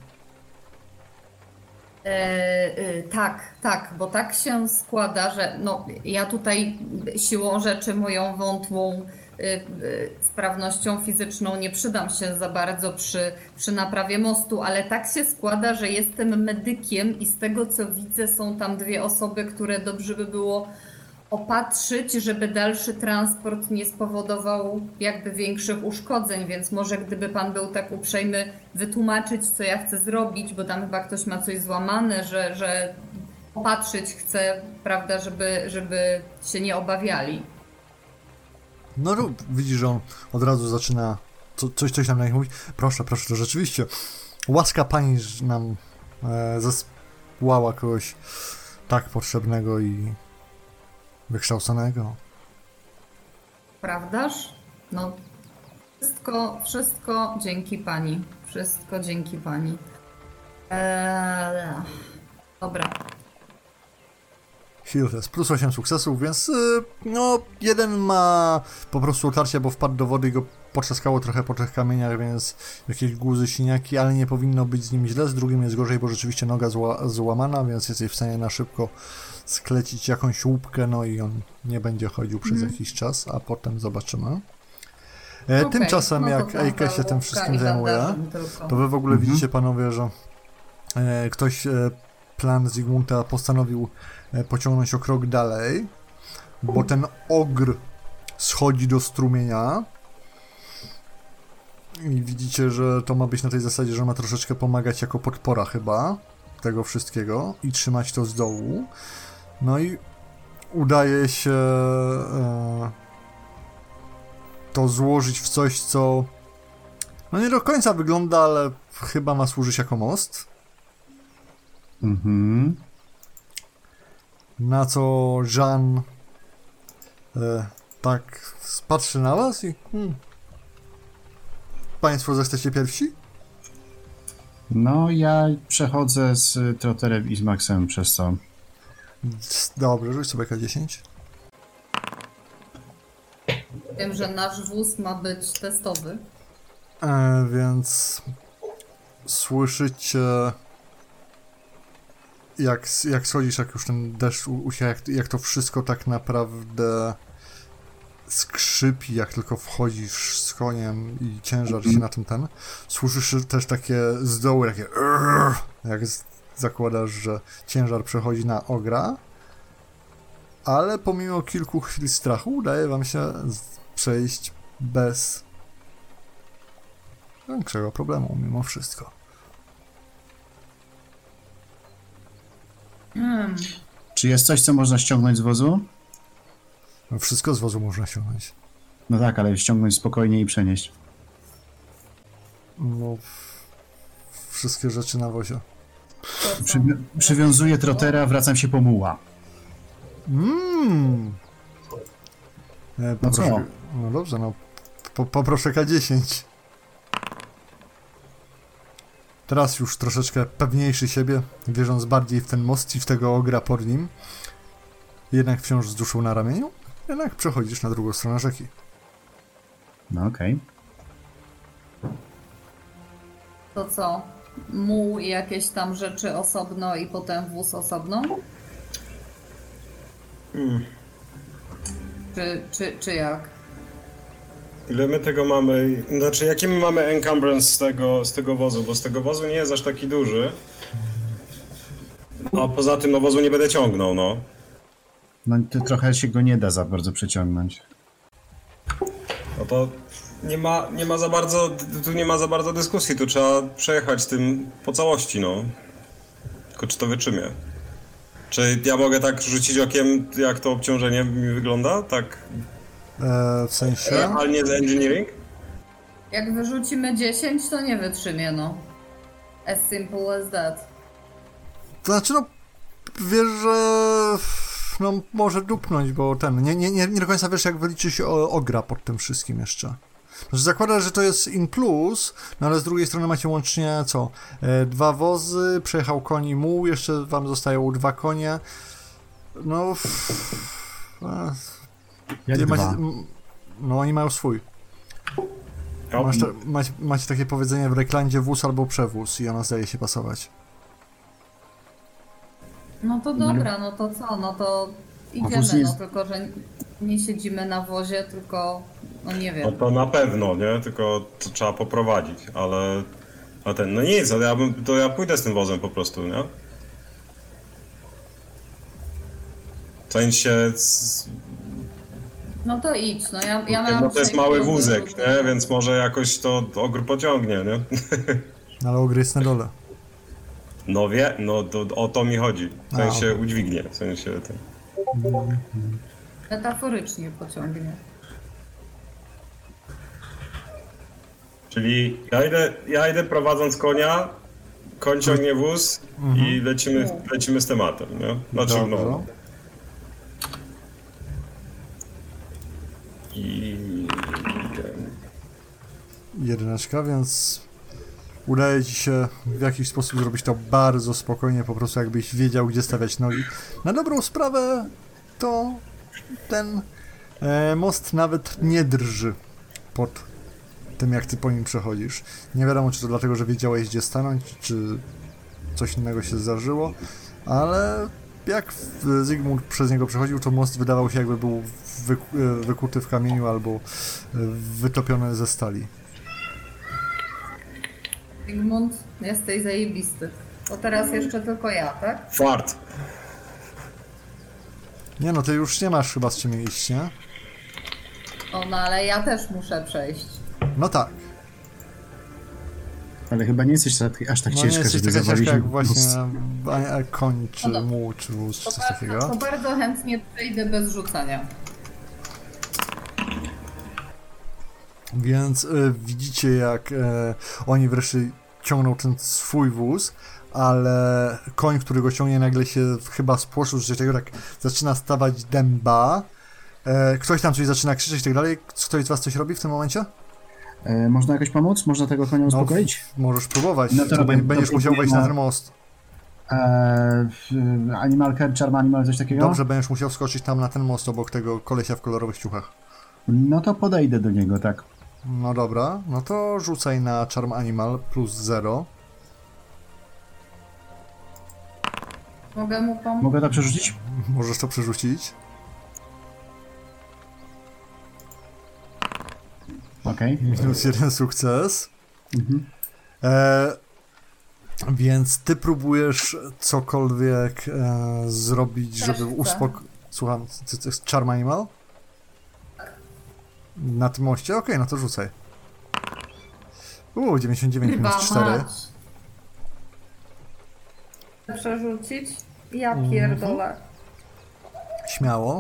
Tak, bo tak się składa, że no, ja tutaj siłą rzeczy moją wątłą sprawnością fizyczną nie przydam się za bardzo przy naprawie mostu, ale tak się składa, że jestem medykiem i z tego co widzę są tam 2 osoby, które dobrze by było opatrzyć, żeby dalszy transport nie spowodował jakby większych uszkodzeń, więc może gdyby pan był tak uprzejmy wytłumaczyć, co ja chcę zrobić, bo tam chyba ktoś ma coś złamane, że opatrzyć chcę, prawda, żeby się nie obawiali. No widzisz, że on od razu zaczyna coś tam na nich mówić. Proszę, to rzeczywiście łaska pani, że nam zesłała kogoś tak potrzebnego i wykształconego. Prawdaż? No, wszystko dzięki pani. Wszystko dzięki pani. Dobra. Hildes, plus 8 sukcesów, więc no, jeden ma po prostu otarcie, bo wpadł do wody i go potrzaskało trochę po tych kamieniach, więc jakieś guzy, siniaki, ale nie powinno być z nim źle. Z drugim jest gorzej, bo rzeczywiście noga złamana, więc jesteś w stanie na szybko sklecić jakąś łupkę, no i on nie będzie chodził przez jakiś czas, a potem zobaczymy. Tymczasem, no jak Eike się tym wszystkim zajmuje, to wy w ogóle widzicie, panowie, że ktoś plan Zygmunta postanowił pociągnąć o krok dalej, bo ten ogr schodzi do strumienia i widzicie, że to ma być na tej zasadzie, że ma troszeczkę pomagać jako podpora chyba tego wszystkiego i trzymać to z dołu. No i udaje się to złożyć w coś, co no nie do końca wygląda, ale chyba ma służyć jako most. Na co Jean tak patrzy na was i Państwo jesteście pierwsi? No, ja przechodzę z Trotterem i z Maxem przez to. Dobrze, rzuć sobie K10. Wiem, że nasz wóz ma być testowy. Więc słyszycie jak schodzisz, jak już ten deszcz jak to wszystko tak naprawdę skrzypi, jak tylko wchodzisz z koniem i ciężar się na tym słyszysz też takie z dołu, takie jak zakładasz, że ciężar przechodzi na ogra, ale pomimo kilku chwil strachu udaje wam się przejść bez większego problemu mimo wszystko. Czy jest coś, co można ściągnąć z wozu? Wszystko z wozu można ściągnąć. No tak, ale ściągnąć spokojnie i przenieść. No, wszystkie rzeczy na wozie. Przywiązuję Trottera, wracam się po muła. No co? No dobrze, no poproszę K10. Teraz już troszeczkę pewniejszy siebie, wierząc bardziej w ten most i w tego ogra pod nim. Jednak wciąż z duszą na ramieniu, jednak przechodzisz na drugą stronę rzeki. No okej. To co? Muł i jakieś tam rzeczy osobno i potem wóz osobno? Czy jak? Ile my tego mamy? Znaczy, jaki my mamy encumbrance z tego wozu? Bo z tego wozu nie jest aż taki duży. A poza tym, no wozu nie będę ciągnął, no. No to trochę się go nie da za bardzo przeciągnąć. No to nie ma za bardzo, tu nie ma za bardzo dyskusji, tu trzeba przejechać tym po całości, no. Tylko czy to wytrzymie? Czy ja mogę tak rzucić okiem, jak to obciążenie mi wygląda? Tak W sensie? realnie z engineering? Jak wyrzucimy 10, to nie wytrzymie, no. As simple as that. To znaczy, no, wiesz, że no, może dupnąć, bo nie do końca wiesz, jak wyliczyć ogra pod tym wszystkim jeszcze. Znaczy, zakładasz, że to jest in plus, no ale z drugiej strony macie łącznie, co? 2 wozy, przejechał koń i muł, jeszcze wam zostają 2 konie. No... Jak dwa? No, oni mają swój. Macie takie powiedzenie w Reklandzie: wóz albo przewóz i ona zdaje się pasować. No to dobra, no to co? No to idziemy, no tylko że Nie siedzimy na wozie, tylko, no nie No wiem. to na pewno, nie? Tylko to trzeba poprowadzić, ale... A ten, no nic, ale to ja pójdę z tym wozem po prostu, nie? W sensie... No to idź, no ja mam... No to jest dzisiaj mały próby, wózek, żeby- nie? Więc może jakoś to ogr pociągnie, nie? No, ale ogry jest na dole. No no o to mi chodzi. W sensie udźwignie, w sensie ten... Metaforycznie pociągnie. Czyli ja idę prowadząc konia, koń ciągnie wóz i lecimy z tematem, nie? Znaczy, Dobrze. no... I... 11, więc udaje ci się w jakiś sposób zrobić to bardzo spokojnie, po prostu jakbyś wiedział, gdzie stawiać nogi. Na dobrą sprawę to ten most nawet nie drży pod tym, jak ty po nim przechodzisz. Nie wiadomo, czy to dlatego, że wiedziałeś, gdzie stanąć, czy coś innego się zdarzyło, ale jak Zygmunt przez niego przechodził, to most wydawał się, jakby był wykuty w kamieniu albo wytopiony ze stali. Zygmunt, jesteś zajebisty. To teraz jeszcze tylko ja, tak? Fart! Nie no, ty już nie masz chyba z czym iść, nie? O, no ale ja też muszę przejść. No tak. Ale chyba nie jesteś aż tak No nie ciężka, jesteś żeby taka zawalić ciężka jak most. właśnie koń, czy No dobra. muł, czy wóz, czy To coś takiego. bardzo chętnie przejdę bez rzucania. Więc widzicie, jak oni wreszcie ciągną ten swój wóz, ale koń, który go ciągnie, nagle się chyba spłoszył, że tego tak zaczyna stawać dęba. Ktoś tam coś zaczyna krzyczeć i tak dalej. Ktoś z was coś robi w tym momencie? Można jakoś pomóc? Można tego konia uspokoić? Możesz próbować. No to To robię- będziesz to musiał wejść na próbujemy. ten most. Animal Care, Charm Animal, coś takiego? Dobrze, będziesz musiał skoczyć tam na ten most obok tego kolesia w kolorowych ciuchach. No to podejdę do niego, tak. No dobra, no to rzucaj na Charm Animal plus 0. Mogę mu pomóc? Mogę to przerzucić? Możesz to przerzucić. Okej. Minus 1 sukces. Mhm. Więc ty próbujesz cokolwiek zrobić, Też żeby chcę. uspokoić... Słucham, to jest Charm Animal? Na tym moście? Okej, no to rzucaj. 99 Chyba minus 4. mać. Przerzucić? Ja pierdolę. Śmiało.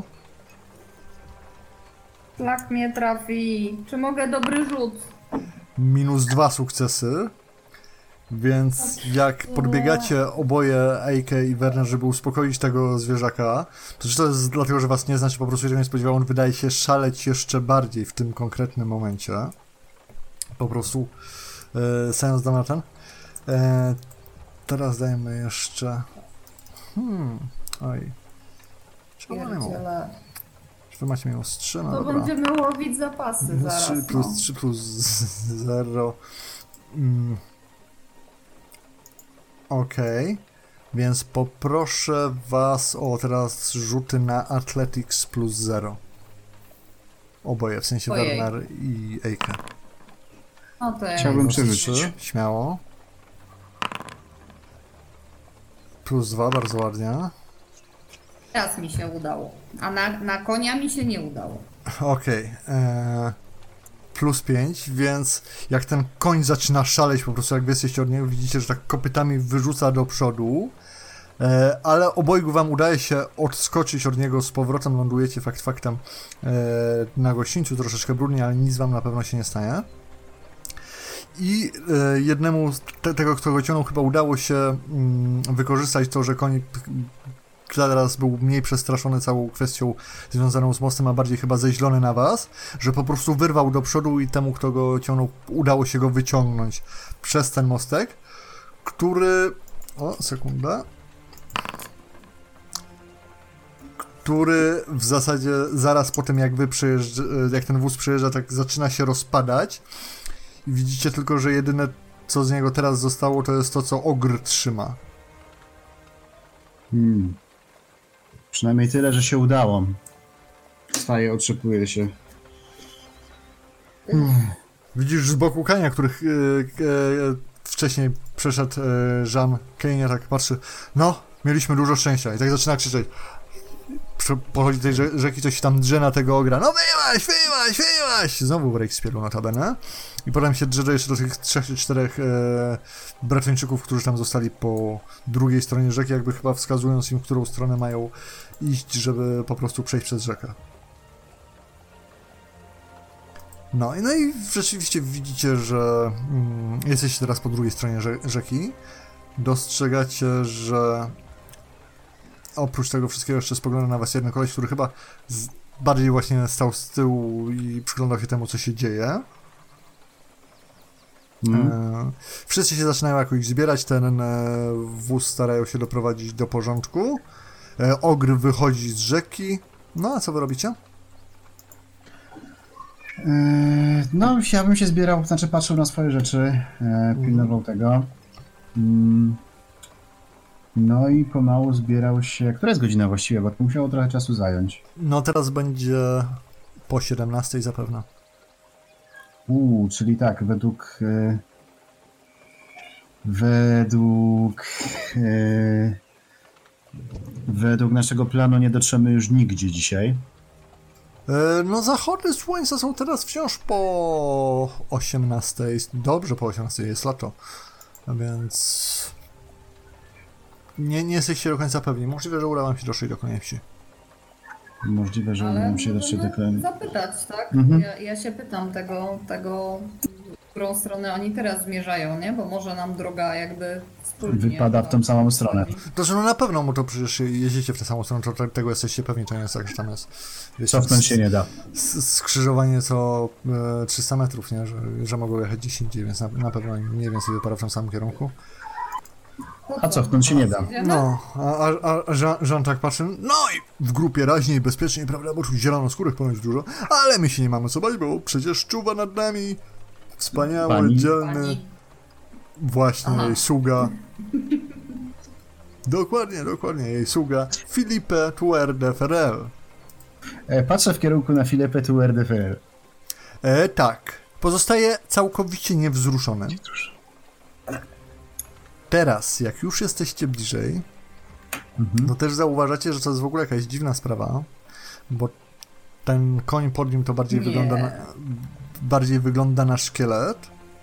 Szlak mnie trafi. Czy mogę dobry rzut? Minus 2 sukcesy. Więc jak podbiegacie oboje, Eike i Werner, żeby uspokoić tego zwierzaka, to czy to jest dlatego, że was nie zna, czy po prostu się nie spodziewał, on wydaje się szaleć jeszcze bardziej w tym konkretnym momencie. Po prostu Science Donatan. Teraz dajemy jeszcze... Oj. Pierdziele. Czy wy macie minus 3? No To dobra. będziemy łowić zapasy Minus zaraz. 3 plus no. 3 plus 0. Okej. Więc poproszę was o teraz rzuty na Athletics plus 0. Oboje, w sensie Ojej. Werner i Eike. No to ja Chciałbym Plus przerzucić. 3, śmiało. Plus 2, bardzo ładnie. Raz mi się udało. A na konia mi się nie udało. Okej. Plus 5, więc jak ten koń zaczyna szaleć, po prostu jak wy jesteście od niego, widzicie, że tak kopytami wyrzuca do przodu, ale obojgu wam udaje się odskoczyć od niego z powrotem, lądujecie faktem na gościńcu, troszeczkę brudnie, ale nic wam na pewno się nie stanie. I jednemu z tego, kto go ciągnął, chyba udało się wykorzystać to, że koń teraz był mniej przestraszony całą kwestią związaną z mostem, a bardziej chyba zeźlony na was, że po prostu wyrwał do przodu i temu, kto go ciągnął, udało się go wyciągnąć przez ten mostek, który... O, sekundę. Który w zasadzie zaraz po tym, jak jak ten wóz przejeżdża, tak zaczyna się rozpadać. I widzicie tylko, że jedyne, co z niego teraz zostało, to jest to, co ogr trzyma. Przynajmniej tyle, że się udało. wstaję, otrzepuję się. Widzisz z boku Kania, których wcześniej przeszedł Jean, Kania tak patrzy, no, mieliśmy dużo szczęścia i tak zaczyna krzyczeć. Pochodzi tej rzeki, coś tam drze na tego ogra, no wyłaź! Znowu break spieru notabene. I potem się drze jeszcze do tych 3 czy 4 Bretończyków, którzy tam zostali po drugiej stronie rzeki, jakby chyba wskazując im, w którą stronę mają iść, żeby po prostu przejść przez rzekę. No i rzeczywiście widzicie, że jesteście teraz po drugiej stronie rzeki. Dostrzegacie, że oprócz tego wszystkiego jeszcze spogląda na was jeden koleś, który chyba bardziej właśnie stał z tyłu i przyglądał się temu, co się dzieje. Wszyscy się zaczynają jakoś zbierać, ten wóz starają się doprowadzić do porządku. Ogr wychodzi z rzeki. No, a co wy robicie? No, ja bym się zbierał, znaczy patrzył na swoje rzeczy, pilnował tego. No i pomału zbierał się... Która jest godzina właściwie, bo to musiało trochę czasu zająć. No, teraz będzie po 17 zapewne. Czyli tak, według naszego planu nie dotrzemy już nigdzie dzisiaj. No, zachody słońca są teraz wciąż po 18. Dobrze, po 18 jest lato. A więc... Nie jesteście do końca pewni. Możliwe, że uda wam się dotrzeć do Konia Wsi. Możliwe, że uda nam się dotrzeć do Konia. Zapytać, tak? Ja się pytam tego, w którą stronę oni teraz zmierzają, nie? Bo może nam droga jakby wspólnie... Wypada w tą samą stronę. To, że no na pewno, bo to przecież jeździcie w tę samą stronę, to tego jesteście pewni, to nie jest tak, że tam jest... Wiecie, Cofnąć się nie da. Skrzyżowanie co 300 metrów, nie? Że mogą jechać 10, więc na pewno mniej więcej wypada w tym samym kierunku. A cofnąć się nie da. No, a Jean tak patrzy, no i w grupie raźniej, bezpieczniej, prawda, bo tu zielonoskórych ponoć dużo, ale my się nie mamy co bać, bo przecież czuwa nad nami wspaniały, Pani. dzielny, właśnie jej sługa. Dokładnie, jej sługa, Philippe Touer de Ferrel. Patrzę w kierunku na Philippe Touer de Ferrel. Tak, pozostaje całkowicie niewzruszony. Teraz, jak już jesteście bliżej, to też zauważacie, że to jest w ogóle jakaś dziwna sprawa, bo ten koń pod nim to bardziej wygląda na szkielet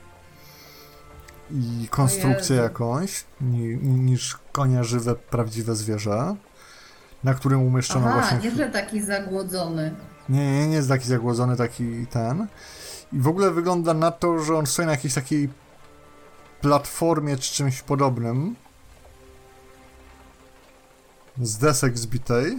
i konstrukcję jakąś, niż konia żywe, prawdziwe zwierzę, na którym umieszczono właśnie... nie, że taki zagłodzony. Nie jest taki zagłodzony, taki ten. I w ogóle wygląda na to, że on stoi na jakiejś takiej platformie czy czymś podobnym z desek zbitej.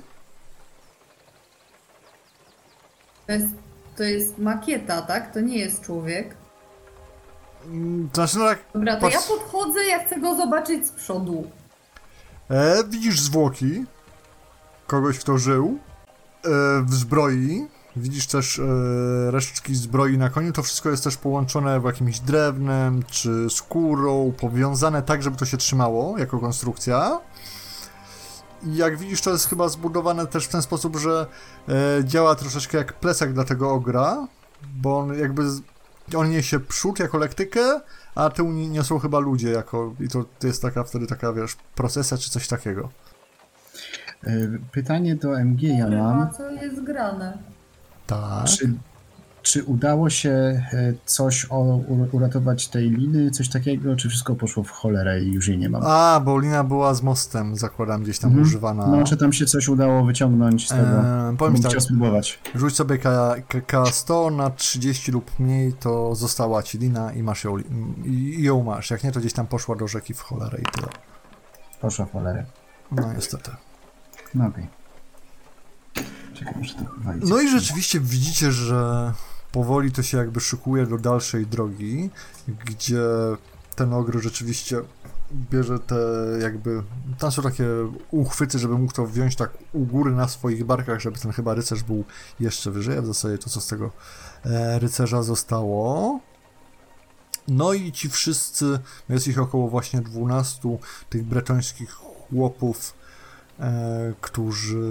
To jest makieta, tak? To nie jest człowiek. Znaczy, no tak... Dobra, to ja podchodzę, ja chcę go zobaczyć z przodu. Widzisz zwłoki kogoś, kto żył w zbroi. Widzisz też resztki zbroi na koniu. To wszystko jest też połączone w jakimś drewnem czy skórą, powiązane tak, żeby to się trzymało jako konstrukcja. I jak widzisz, to jest chyba zbudowane też w ten sposób, że działa troszeczkę jak plecak dla tego ogra, bo on jakby on niesie przód jako lektykę, a tył niosą chyba ludzie jako, i to jest taka wtedy taka, wiesz, procesja czy coś takiego. Pytanie do MG ja mam. Co jest grane? Tak. Czy udało się coś uratować tej liny, coś takiego, czy wszystko poszło w cholerę i już jej nie mam? Bo lina była z mostem, zakładam, gdzieś tam używana. No, czy tam się coś udało wyciągnąć z tego? Powiem tak, chciał spróbować. rzuć sobie K100 na 30 lub mniej, to została ci lina i masz ją, i ją masz. Jak nie, to gdzieś tam poszła do rzeki w cholerę i tyle. Poszła w cholerę. No niestety. No okej. Czekaj, muszę to walić. No i rzeczywiście widzicie, że powoli to się jakby szykuje do dalszej drogi, gdzie ten ogr rzeczywiście bierze te jakby... Tam są takie uchwyty, żeby mógł to wziąć tak u góry na swoich barkach, żeby ten chyba rycerz był jeszcze wyżej, a w zasadzie to, co z tego rycerza zostało. No i ci wszyscy, jest ich około właśnie 12 tych bretońskich chłopów, którzy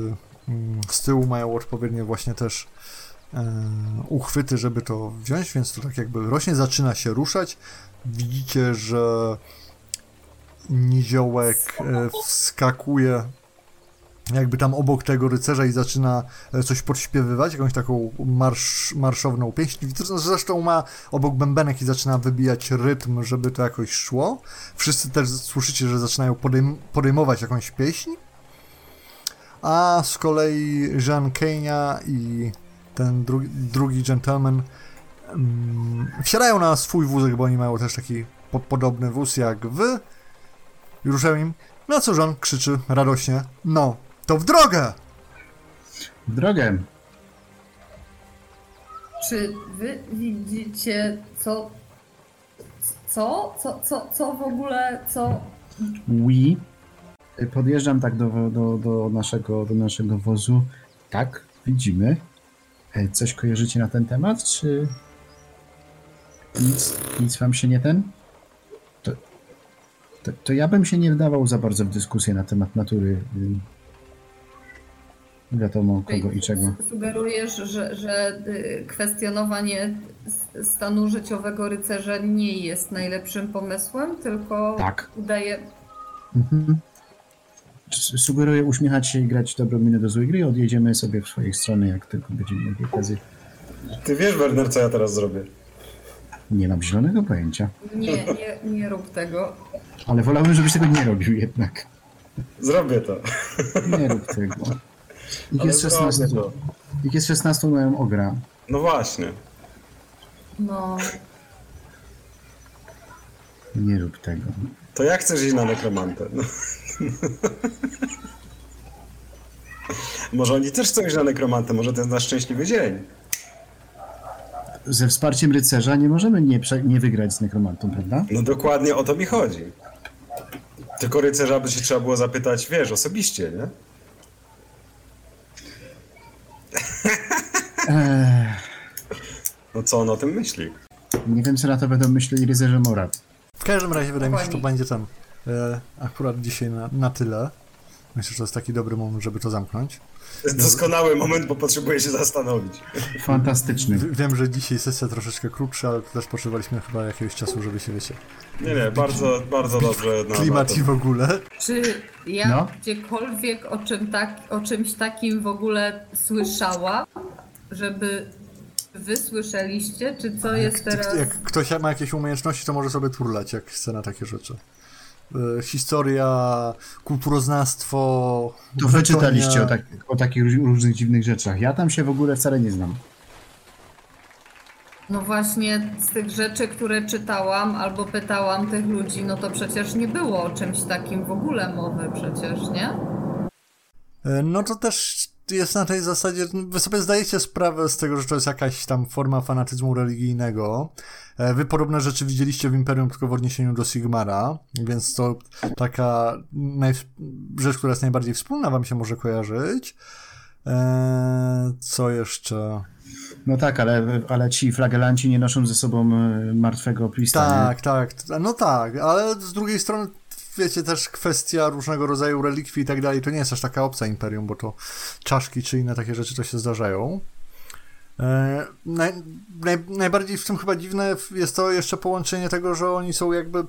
z tyłu mają odpowiednie właśnie też uchwyty, żeby to wziąć, więc to tak jakby rośnie, zaczyna się ruszać. Widzicie, że niziołek wskakuje jakby tam obok tego rycerza i zaczyna coś podśpiewywać, jakąś taką marszowną pieśń. Zresztą ma obok bębenek i zaczyna wybijać rytm, żeby to jakoś szło. Wszyscy też słyszycie, że zaczynają podejmować jakąś pieśń. A z kolei Jean Kenia i ten drugi gentleman wsiadają na swój wózek, bo oni mają też taki podobny wóz jak wy. I ruszają im, na co Jean krzyczy radośnie, no, to w drogę! W drogę. Czy wy widzicie, co w ogóle, co... Oui. Podjeżdżam tak do naszego wozu. Tak, widzimy. Coś kojarzycie na ten temat, czy nic wam się nie ten? To ja bym się nie wdawał za bardzo w dyskusję na temat natury wiadomo kogo i czego. Sugerujesz, że kwestionowanie stanu życiowego rycerza nie jest najlepszym pomysłem, tylko Tak. udaje... Mhm. Sugeruję uśmiechać się i grać dobrą minę do złej gry i odjedziemy sobie w swojej strony, jak tylko będziemy mieli okazję. Ty wiesz, Werner, co ja teraz zrobię? Nie mam zielonego pojęcia. Nie rób tego. Ale wolałbym, żebyś tego nie robił jednak. Zrobię to. Nie rób tego. Ich jest 16. Ich jest 16, mają ogra. No właśnie. No, Nie rób tego. To jak chcesz iść na nekromantę? No. Może oni też chcą iść na nekromantę, może to jest nasz szczęśliwy dzień. Ze wsparciem rycerza nie możemy nie wygrać z nekromantą, prawda? No dokładnie o to mi chodzi. Tylko rycerza by się trzeba było zapytać, wiesz, osobiście, nie? No co on o tym myśli? Nie wiem, co na to będą myśleli rycerze Morat. W każdym razie wydaje mi się, że to Dokładnie. będzie ten akurat dzisiaj na tyle. Myślę, że to jest taki dobry moment, żeby to zamknąć. To jest doskonały moment, bo potrzebuję się zastanowić. Fantastyczny. Wiem, że dzisiaj sesja troszeczkę krótsza, ale też potrzebowaliśmy chyba jakiegoś czasu, żeby się, wiecie, Nie, bardzo, bardzo dobrze. klimat i w ogóle. czy ja No. gdziekolwiek o czymś takim w ogóle słyszała, żeby wy słyszeliście, czy co jest teraz... Jak ktoś ma jakieś umiejętności, to może sobie turlać, jak chce na takie rzeczy. Historia, kulturoznawstwo... To wy czytaliście o takich różnych dziwnych rzeczach. Ja tam się w ogóle wcale nie znam. No właśnie z tych rzeczy, które czytałam albo pytałam tych ludzi, no to przecież nie było o czymś takim w ogóle mowy przecież, nie? No to też jest na tej zasadzie, wy sobie zdajecie sprawę z tego, że to jest jakaś tam forma fanatyzmu religijnego. Wy podobne rzeczy widzieliście w Imperium, tylko w odniesieniu do Sigmara, więc to taka rzecz, która jest najbardziej wspólna, wam się może kojarzyć. Co jeszcze? No tak, ale ci flagelanci nie noszą ze sobą martwego Prista. Tak, no tak, ale z drugiej strony wiecie, też kwestia różnego rodzaju relikwii i tak dalej, to nie jest aż taka obca Imperium, bo to czaszki czy inne takie rzeczy to się zdarzają. Najbardziej w tym chyba dziwne jest to jeszcze połączenie tego, że oni są jakby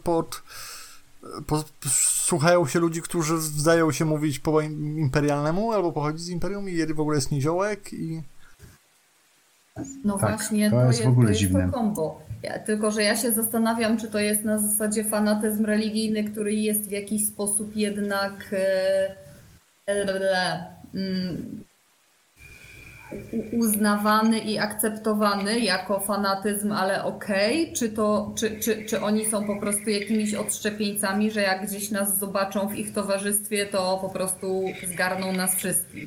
słuchają się ludzi, którzy zdają się mówić po imperialnemu albo pochodzić z Imperium i w ogóle jest niziołek i... No Tak, właśnie, to jest w ogóle dziwne. to kombo. Tylko, że ja się zastanawiam, czy to jest na zasadzie fanatyzm religijny, który jest w jakiś sposób jednak uznawany i akceptowany jako fanatyzm, ale okej, czy oni są po prostu jakimiś odszczepieńcami, że jak gdzieś nas zobaczą w ich towarzystwie, to po prostu zgarną nas wszystkich.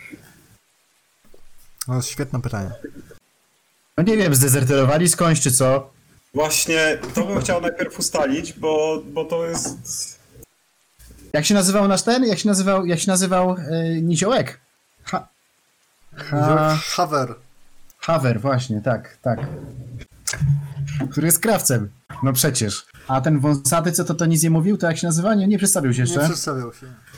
No, świetne pytanie. No nie wiem, zdezerterowali skądś, czy co? Właśnie to bym chciał najpierw ustalić, bo to jest... Jak się nazywał nasz ten? Jak się nazywał niziołek? Haver. Haver, właśnie, tak. Który jest krawcem. No przecież. A ten wąsaty, co to nic nie mówił, to jak się nazywa? Nie przedstawił się jeszcze. Nie przedstawiał się.